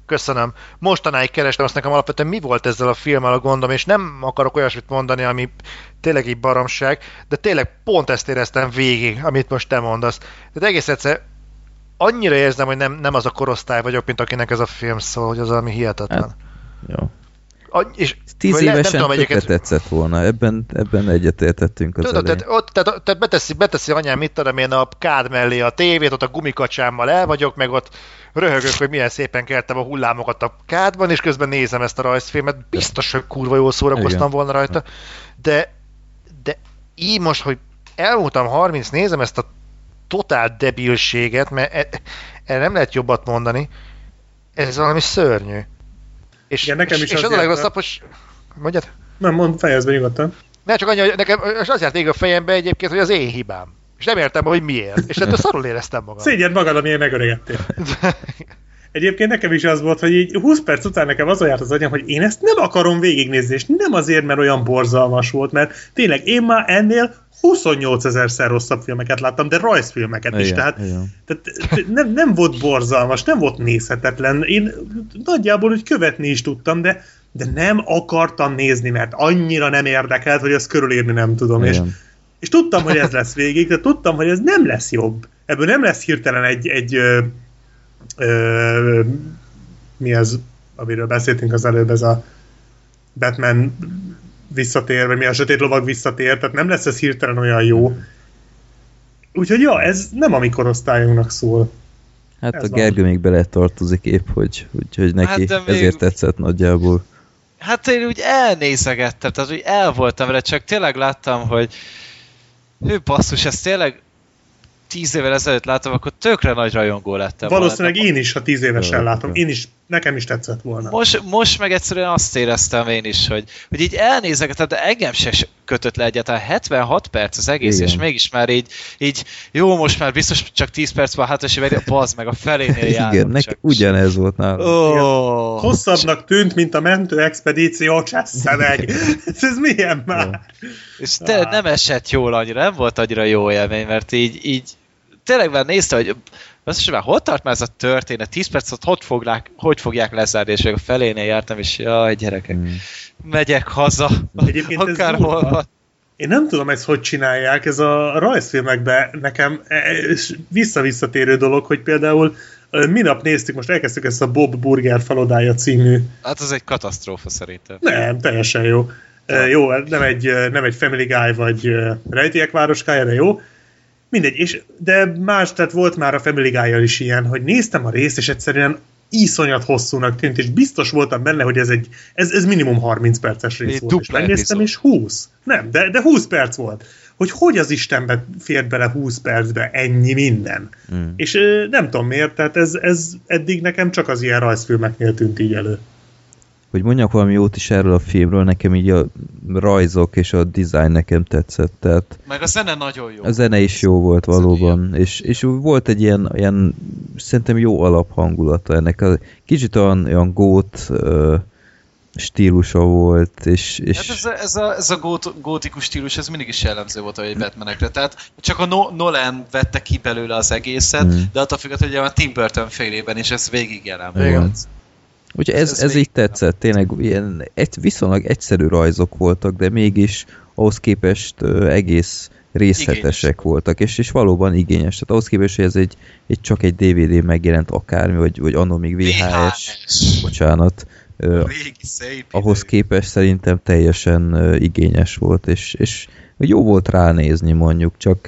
Köszönöm. Mostanáig kerestem azt nekem alapvetően mi volt ezzel a filmmel a gondom, és nem akarok olyasmit mondani, ami tényleg egy baromság, de tényleg pont ezt éreztem végig, amit most te mondasz. De egész egyszer annyira érzem, hogy nem, nem az a korosztály vagyok, mint akinek ez a film szól, hogy az valami hihetetlen. Hát, jó. A, és tíz évesen tökre egyébként... tetszett volna, ebben, ebben egyetértettünk az Tudod, tehát, ott, tehát, tehát beteszi, beteszi anyám, mit tudom én, a kád mellé a tévét, ott a gumikacsámmal el vagyok, meg ott röhögök, hogy milyen szépen kertem a hullámokat a kádban, és közben nézem ezt a rajzfilmet, biztos, hogy kurva jól szórakoztam volna rajta, de, de így most, hogy elmúltam harminc, nézem ezt a totál debilséget, mert erre nem lehet jobbat mondani, ez valami szörnyű. És, igen, nekem és, is és az a legrosszabb, hogy... Mondjad? Nem, mondd, fejezd be nyugodtan. Ne, csak annyi, hogy nekem az járt ég a fejembe egyébként, hogy az én hibám. És nem értem, hogy miért. És ettől szarul éreztem magam. Szégyed magad, amilyen megöregettél. Egyébként nekem is az volt, hogy így húsz perc után nekem az járt az agyam, hogy én ezt nem akarom végignézni, és nem azért, mert olyan borzalmas volt, mert tényleg én már ennél huszonnyolcezerszer rosszabb filmeket láttam, de rajzfilmeket is, igen, tehát, igen. tehát nem, nem volt borzalmas, nem volt nézhetetlen. Én nagyjából úgy követni is tudtam, de, de nem akartam nézni, mert annyira nem érdekelt, hogy ezt körülírni nem tudom. És, és tudtam, hogy ez lesz végig, de tudtam, hogy ez nem lesz jobb. Ebből nem lesz hirtelen egy, egy ö, ö, mi az, amiről beszéltünk az előbb, ez a Batman visszatér, vagy mi a Sötét Lovag visszatér, tehát nem lesz ez hirtelen olyan jó. Úgyhogy ja, ez nem a mi korosztályunknak szól. Hát ez a Gergő van. Még bele tartozik épp, hogy, hogy, hogy neki hát ezért még... tetszett nagyjából. Hát én úgy elnézegettem, tehát úgy el voltam vele, csak tényleg láttam, hogy hű basszus, ez tényleg tíz évvel ezelőtt láttam, akkor tökre nagy rajongó lettem. Valószínűleg volna. Én is, ha tíz évesen ja, látom. Én is, nekem is tetszett volna. Most, most meg egyszerűen azt éreztem én is, hogy, hogy így elnézegetem, de engem se kötött le egyáltalán. hetvenhat perc az egész, igen. És mégis már így, így jó, most már biztos csak tíz perc van hátra, és meg bazd meg a felénél járok. Igen, neki ugyanez volt nálam. Oh. Hosszabbnak tűnt, mint a mentő expedíció Cseszszeveg. Ez milyen már? Ja. És te ah. nem esett jól annyira, nem volt annyira jó élmény, mert így, így tényleg már nézte, hogy azt már hol tart már ez a történet, tíz percet hogy fogják, hogy fogják lezárni, és a felénél jártam, és jaj, gyerekek, hmm. megyek haza, akárhol van. Én nem tudom, ezt hogy csinálják, ez a rajzfilmekben nekem vissza-visszatérő dolog, hogy például minap néztük, most elkezdtük ezt a Bob Burger Falodája című. Hát az egy katasztrófa szerintem. Nem, teljesen jó. Ja. Jó, nem egy, nem egy Family Guy vagy Rejtélyek városkája, de jó. Mindegy, és, de más, tehát volt már a Family Guy-jal is ilyen, hogy néztem a részt, és egyszerűen iszonyat hosszúnak tűnt, és biztos voltam benne, hogy ez egy, ez, ez minimum harminc perces rész volt. És megnéztem, és húsz. Nem, de, de húsz perc volt. Hogy hogy az Istenbe fért bele húsz percbe ennyi minden. Mm. És nem tudom miért, tehát ez, ez eddig nekem csak az ilyen rajzfilmeknél tűnt így elő. Hogy mondjak valami jót is erről a filmről, nekem így a rajzok és a design nekem tetszett. Tehát meg a zene nagyon jó. A zene is jó volt valóban, és, és volt egy ilyen, ilyen szerintem jó alaphangulata ennek. A, kicsit olyan, olyan gót uh, stílusa volt, és... és... Hát ez a, ez a, ez a gót, gótikus stílus, ez mindig is jellemző volt a Batmanekre, tehát csak a no- Nolan vette ki belőle az egészet, hmm. de attól függetlenül, hogy a Tim Burton félében is ez végig jelen volt. Úgyhogy ez, ez, ez így tetszett, tényleg ilyen egy, viszonylag egyszerű rajzok voltak, de mégis ahhoz képest uh, egész részletesek igényes voltak, és, és valóban igényes. Tehát ahhoz képest, hogy ez egy, egy csak egy dé vé dé megjelent akármi, vagy, vagy annól még vé há es, bocsánat, uh, ahhoz képest szerintem teljesen uh, igényes volt, és, és jó volt ránézni mondjuk, csak,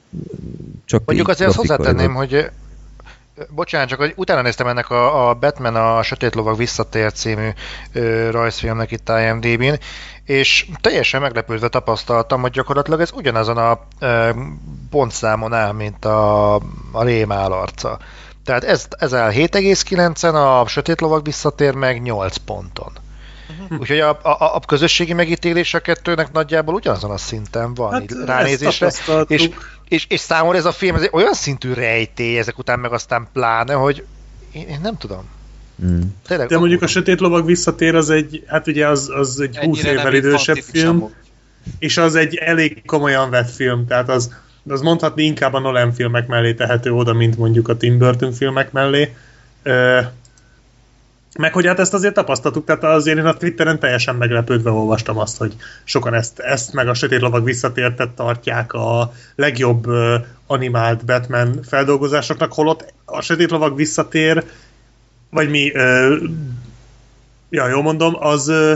csak mondjuk azért azt hozzátenném, hogy bocsánat, csak hogy utána néztem ennek a, a Batman a Sötét Lovag visszatér című ö, rajzfilmnek itt á em dé bén, és teljesen meglepődve tapasztaltam, hogy gyakorlatilag ez ugyanazon a ö, pontszámon áll, mint a, a Rémál arca. Tehát ez, ez áll hét egész kilencen, a Sötét Lovag visszatér meg nyolc ponton. Uh-huh. Úgyhogy a, a, a közösségi megítélés a kettőnek nagyjából ugyanazon a szinten van hát ránézésre, és, és, és számomra ez a film ez egy olyan szintű rejtély ezek után meg aztán pláne, hogy én, én nem tudom. Mm. Tényleg, de mondjuk a Sötét Lovag visszatér az egy, hát ugye az, az egy húsz évvel idősebb film, és az egy elég komolyan vett film, tehát az, az mondhatni inkább a Nolan filmek mellé tehető oda, mint mondjuk a Tim Burton filmek mellé. Meg hogy hát ezt azért tapasztaltuk, tehát azért én a Twitteren teljesen meglepődve olvastam azt, hogy sokan ezt, ezt meg a Sötét Lovag visszatértet tartják a legjobb uh, animált Batman feldolgozásoknak, holott a Sötét Lovag visszatér, vagy mi, uh, ja, jól mondom, az, uh,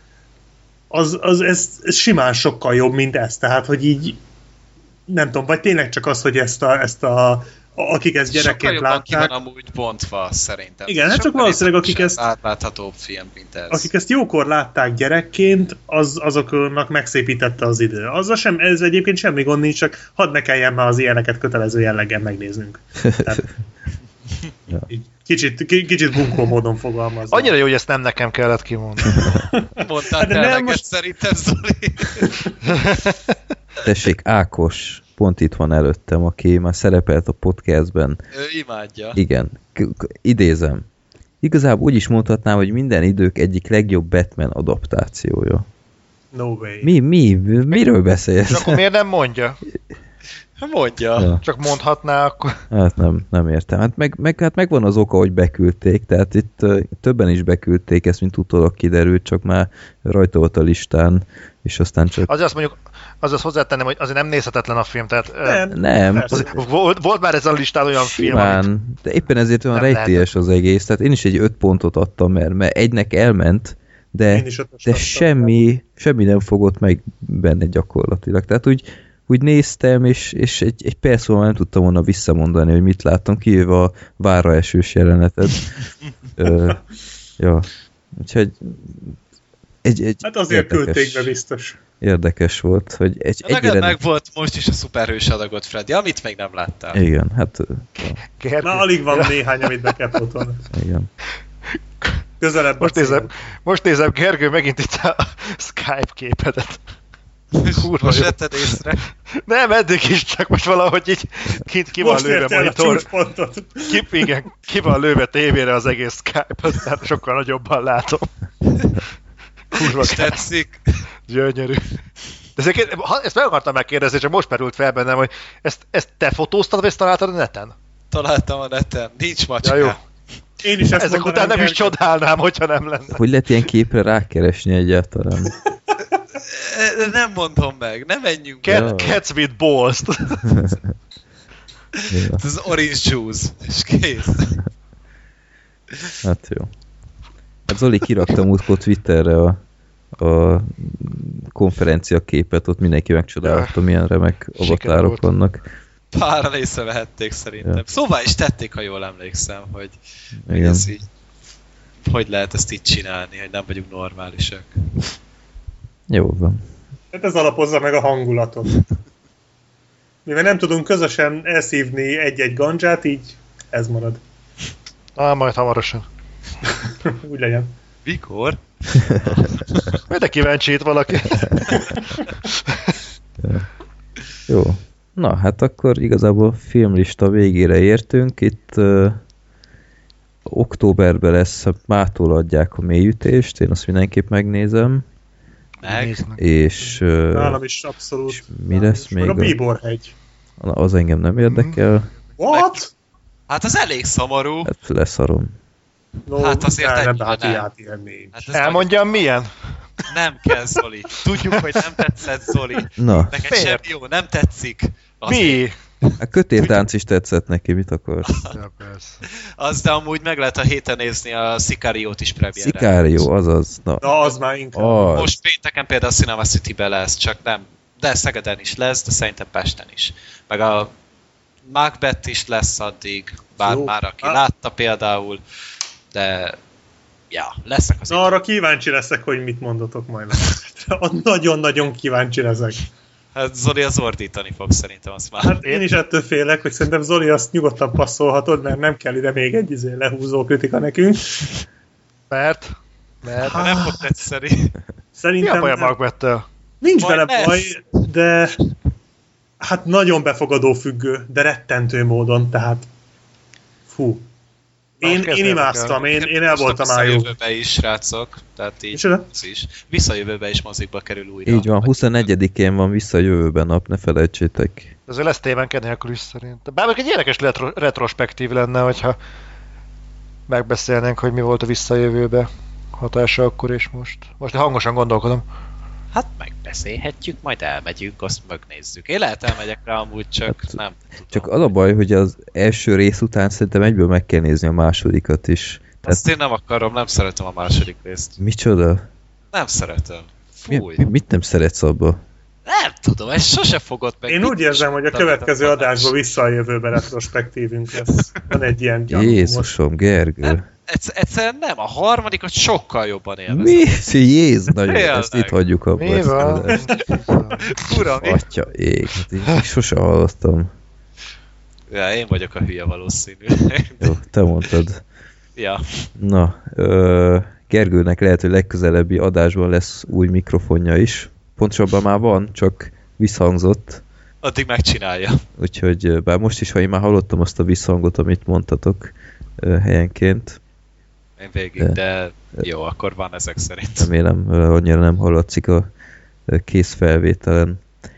az, az ez, ez simán sokkal jobb, mint ez, tehát, hogy így nem tudom, vagy tényleg csak az, hogy ezt a, ezt a akik ezt gyerekként sokkal látták. Sokkal jobban ki van amúgy bontva, szerintem. Igen, hát csak valószínűleg akik ezt átláthatóbb film, mint ez. Akik ezt jókor látták gyerekként, az, azoknak megszépítette az idő. Azzal sem, ez egyébként semmi gond nincs, csak hadd ne kelljen már az ilyeneket kötelező jelleggel megnéznünk. Tehát, ja. Kicsit, kicsit bunkó módon fogalmazom. Annyira jó, hogy ezt nem nekem kellett kimondani. Mondtál hát te neked most... szerintem, Zoli. Tessék, Ákos pont itt van előttem, aki már szerepelt a podcastben. Ő imádja. Igen, idézem. Igazából úgy is mondhatnám, hogy minden idők egyik legjobb Batman adaptációja. No way. Mi, mi? Miről beszélsz? És akkor miért nem mondja? Mondja. Ja. Csak mondhatná, akkor... Hát nem, nem értem. Hát meg, meg, hát megvan az oka, hogy beküldték, tehát itt uh, többen is beküldték, ezt mint utólag kiderült, csak már rajta volt a listán, és aztán csak... Azért azt mondjuk, az azt hozzátennem, hogy azért nem nézhetetlen a film, tehát... Nem. Nem. Volt, volt már ezen a listán olyan Simán, film, amit... de éppen ezért olyan rejtélyes az egész, tehát én is egy öt pontot adtam, mert, mert egynek elment, de, de semmi, semmi nem fogott meg benne gyakorlatilag. Tehát úgy, úgy néztem, és, és egy, egy perc múlva nem tudtam volna visszamondani, hogy mit láttam, kivéve a várra esős jelenetet. Ö, ja, úgyhogy egy, egy hát azért érdekes, küldték be biztos. Érdekes volt, hogy egy... Neked egyre... meg volt most is a szuperhős adagot, Freddy, amit még nem láttál. Igen, hát... Ja. Na, alig van néhány, amit be kell potolni. Igen. Közelebb most nézem, most nézem, Gergő, megint itt a Skype képedet. Kurva most vetted észre? Nem, eddig is, csak most valahogy így kint ki van most lőve monitor. Ki, igen, ki van lőve tévére az egész Skype, aztán sokkal nagyobban látom. Kurva tetszik. Gyönyörű. De ezeket, ezt meg akartam megkérdezni, csak most merült fel bennem, hogy ezt, ezt te fotóztad, vagy ezt találtad a neten? Találtam a neten, nincs macska. Ja, jó. Én is ezt ezek után nem is csodálnám, hogyha nem lenne. Hogy lehet ilyen képre rákeresni egyáltalán? Nem mondom meg, nem menjünk Cat, ja. Cats with balls. Ez az orange juice, és kész. Hát jó. Hát Zoli kirakta múltkor Twitterre a, a konferencia képet, ott mindenki megcsodálta, milyen remek avatárok vannak. Páran észrevehették szerintem. Ja. Szóval is tették, ha jól emlékszem, hogy, hogy ez így, hogy lehet ezt így csinálni, hogy nem vagyunk normálisak. Jó van. Hát ez alapozza meg a hangulatot. Mivel nem tudunk közösen elszívni egy-egy gandzsát, így ez marad. Á, majd hamarosan. Úgy legyen. Mikor? Majd kíváncsi itt valaki. Ja. Jó. Na, hát akkor igazából filmlista végére értünk. Itt uh, októberben lesz, mától adják a mélyütést, én azt mindenképp megnézem. Meg. És... Uh, nálam is abszolút. És mi lesz még? A Bíborhegy. Az engem nem érdekel. What? Meg, hát az elég szomorú. Hát leszarom. No, hát azért nem, nem. hát ilyet, ilyen nincs. Hát elmondjam nagy... milyen? Nem kell, Zoli. Tudjuk, hogy nem tetszett, Zoli. Na. Neked sem jó, nem tetszik. Azért. Mi? A kötéltánc is tetszett neki, mit akarsz? Ja, persze. Az, de amúgy meg lehet a héten nézni a Sicario-t is premiére. Sicario, azaz. Na, Na az már inkább. Az. Most pénteken például a Cinema City-ben lesz, csak nem. De Szegeden is lesz, de szerintem Pesten is. Meg a Macbeth is lesz addig, bár jó. Már aki ah. látta például, de ja, lesznek az. Na arra kíváncsi leszek, hogy mit mondotok majd. Nagyon-nagyon kíváncsi leszek. Hát Zoli az ordítani fog szerintem azt már. Hát én is ettől félek, hogy szerintem Zoli azt nyugodtan passzolhatod, mert nem kell ide még egy izé lehúzó kritika nekünk. Mert? Mert? Ah. Nem fog tetszeni. Szerintem... Mi a baj a Macbeth-tel? Nincs vele baj, de hát nagyon befogadó függő, de rettentő módon, tehát fú. Én, én imáztam, én, én el voltam ájú. Visszajövőbe is, srácok, tehát így ez is. Visszajövőbe is mozikba kerül újra. Így van, huszonegyedikén van Visszajövőben nap, ne felejtsétek. Ezért lesz témánk nélkül is szerintem. Bár egy érdekes retro- retrospektív lenne, hogyha megbeszélnénk, hogy mi volt a visszajövőbe hatása akkor és most. Most hangosan gondolkodom. Hát megbeszélhetjük, majd elmegyünk, azt megnézzük. Én lehet elmegyek rá amúgy, csak hát, nem tudom. Csak az a baj, hogy az első rész után szerintem egyből meg kell nézni a másodikat is. Azt Tehát... én nem akarom, nem szeretem a második részt. Micsoda? Nem szeretem. Fúj. Mi, mit nem szeretsz abba? Nem tudom, ez sose fogod meg. Én úgy érzem, hogy a következő adásban vissza a jövőbe retrospektívünk lesz. Van egy ilyen gyanú. Jézusom, Gergő. Nem, egyszerűen nem, a harmadikat sokkal jobban élvezem. Mi? Jéz, nagyon, ezt itt hagyjuk abba. Mi van? Fura, mi? Atya ég, hát én sose hallottam. Ja, én vagyok a hülye valószínű. Jó, te mondtad. Ja. Na, ö, Gergőnek lehet, hogy legközelebbi adásban lesz új mikrofonja is. Pontosabban már van, csak visszhangzott. Addig megcsinálja. Úgyhogy bár most is, ha én már hallottam azt a visszhangot, amit mondtatok ö, helyenként. Én végig, de, de jó, akkor van ezek szerint. Remélem, annyira nem hallatszik a készfelvételen.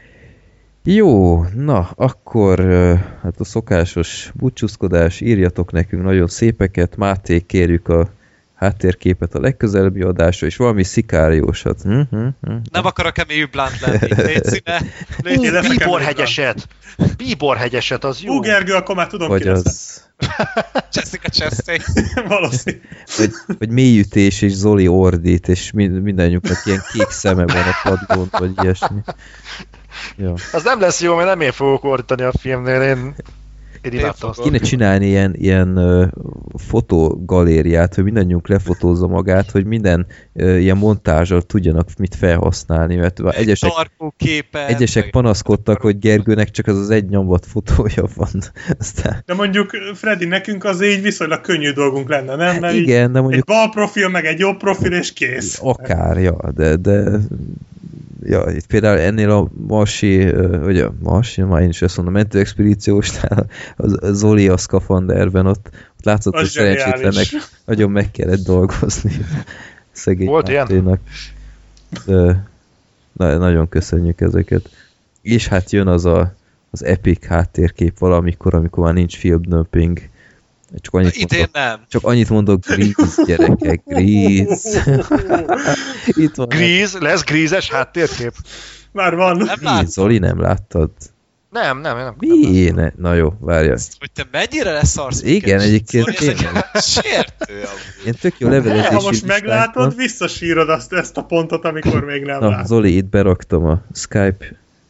Jó, na, akkor hát a szokásos búcsúzkodás, írjatok nekünk nagyon szépeket, Máté, kérjük a háttérképet a legközelebbi adásra, és valami szikáriósat. Hm, hm, hm. Nem akarok Emily Blunt lenni, légy színe. Ú, Bíborhegyeset! Bíborhegyeset, az jó. Ú, Gergő, akkor már tudom, vagy ki lesz. Az... Jessica Chastain. Valószínű. Vagy, vagy mélyütés, és Zoli ordít, és mindannyiuknak ilyen kék szeme van a padlón, vagy ilyesmi. Ja. Az nem lesz jó, mert nem én fogok ordítani a filmnél, én, én imádtam azt. Kéne csinálni ilyen, ilyen uh, fotogalériát, hogy mindannyiunk lefotózza magát, hogy minden uh, ilyen montázsal tudjanak mit felhasználni, mert egyesek, egyesek panaszkodtak, hogy Gergőnek csak az az egy nyomvat fotója van. Aztán... De mondjuk, Freddy, nekünk az így viszonylag könnyű dolgunk lenne, nem? Mert igen, de mondjuk... Egy bal profil, meg egy jobb profil, és kész. Akár, ja, de... de... Ja, itt például ennél a Marsi, vagy a Marsi, már én is ezt mondom, a mentőexpedíciósnál a Zoli a szkafanderben, ott, ott látszott, az hogy szerencsétlennek nagyon meg kellett dolgozni. Szegény volt ilyen? De, na, nagyon köszönjük ezeket. És hát jön az a, az epic háttérkép valamikor, amikor már nincs filmdömping. Csak annyit idén mondok, nem. Csak annyit mondok, Grease, gyerekek, Grease. Itt van. Grease, lesz Grease-es háttérkép? Már van. Nem Mi, Zoli, nem láttad? Nem, nem, nem. Mi? Nem ne, na jó, várjál. Hogy te mennyire leszarsz? Igen, egyébként én. Sértő. Én tök jó levelezési Ha most meglátod, visszasírod azt, ezt a pontot, amikor még nem na, látod. Zoli, itt beraktam a Skype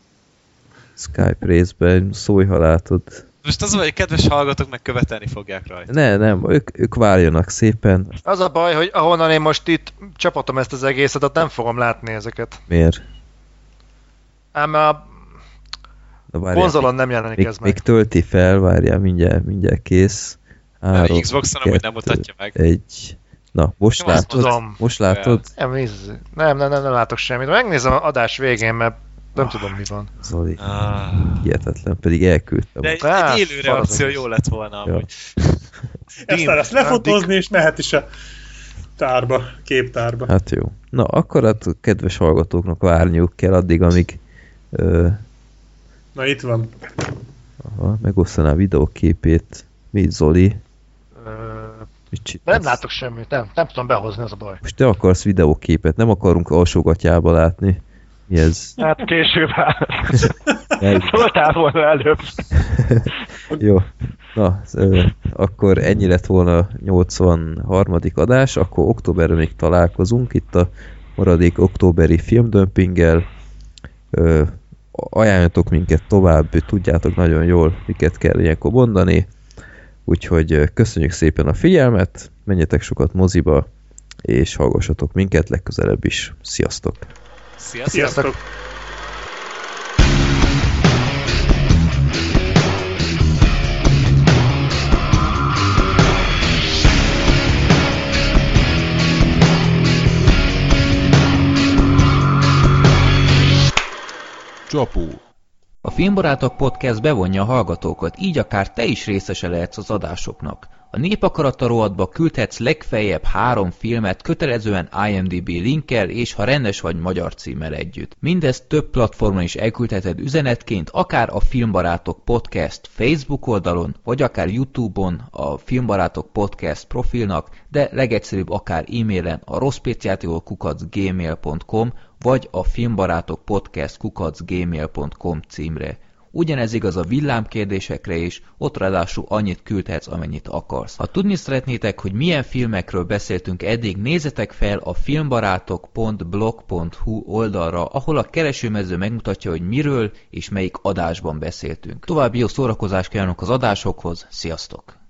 Skype részben, szólj, ha látod. Most az, hogy kedves hallgatók meg követelni fogják rajta. Ne, nem, ők, ők várjanak szépen. Az a baj, hogy ahonnan én most itt csapatom ezt az egészet, ott nem fogom látni ezeket. Miért? Ám a konzolon nem jelenik még, ez meg. Még tölti fel, várjál, mindjárt, mindjárt kész. Három, Xboxon amúgy nem mutatja meg. Egy. Na, most nem látod? Most látod? Nem, nem, nem, nem, nem látok semmit. Megnézem az adás végén, mert nem oh, tudom, mi van. Zoli, ah. hihetetlen, pedig elküldtem. De egy, egy élő reakció jó lett volna amúgy. Ja. Ezt el lesz lefotózni, és mehet is a tárba, képtárba. Hát jó. Na, akkor hát kedves hallgatóknak várniuk kell addig, amíg ö, na itt van. Aha, megosztaná a videóképét. Mi, Zoli? Ö, nem látok semmit, nem, nem tudom behozni, az a baj. Most te akarsz videóképet, nem akarunk alsógatyába látni. Mi ez? Hát később áll. Szóltál volna előbb. Jó. Na, ö, akkor ennyi lett volna a nyolcvanharmadik adás, akkor októberben még találkozunk, itt a maradék októberi filmdömpinggel. Ö, ajánljatok minket tovább, tudjátok nagyon jól, miket kell ilyenkor mondani. Úgyhogy köszönjük szépen a figyelmet, menjetek sokat moziba, és hallgassatok minket legközelebb is. Sziasztok! Sziasztok! Sziasztok. Csapó. A Filmbarátok Podcast bevonja a hallgatókat, így akár te is részese lehetsz az adásoknak. A Népakarata rovatba küldhetsz legfeljebb három filmet kötelezően IMDb linkkel és ha rendes vagy magyar címmel együtt. Mindezt több platformon is elküldheted üzenetként, akár a Filmbarátok Podcast Facebook oldalon, vagy akár YouTube-on a Filmbarátok Podcast profilnak, de legegyszerűbb akár e-mailen a rosszpéciátival kukac gmail pont com vagy a Filmbarátok Podcast kukac gmail pont com címre. Ugyanez igaz a villámkérdésekre is, ott ráadásul annyit küldhetsz, amennyit akarsz. Ha tudni szeretnétek, hogy milyen filmekről beszéltünk eddig, nézzetek fel a filmbarátok pont blog pont hu oldalra, ahol a keresőmező megmutatja, hogy miről és melyik adásban beszéltünk. További jó szórakozást kívánok az adásokhoz, sziasztok!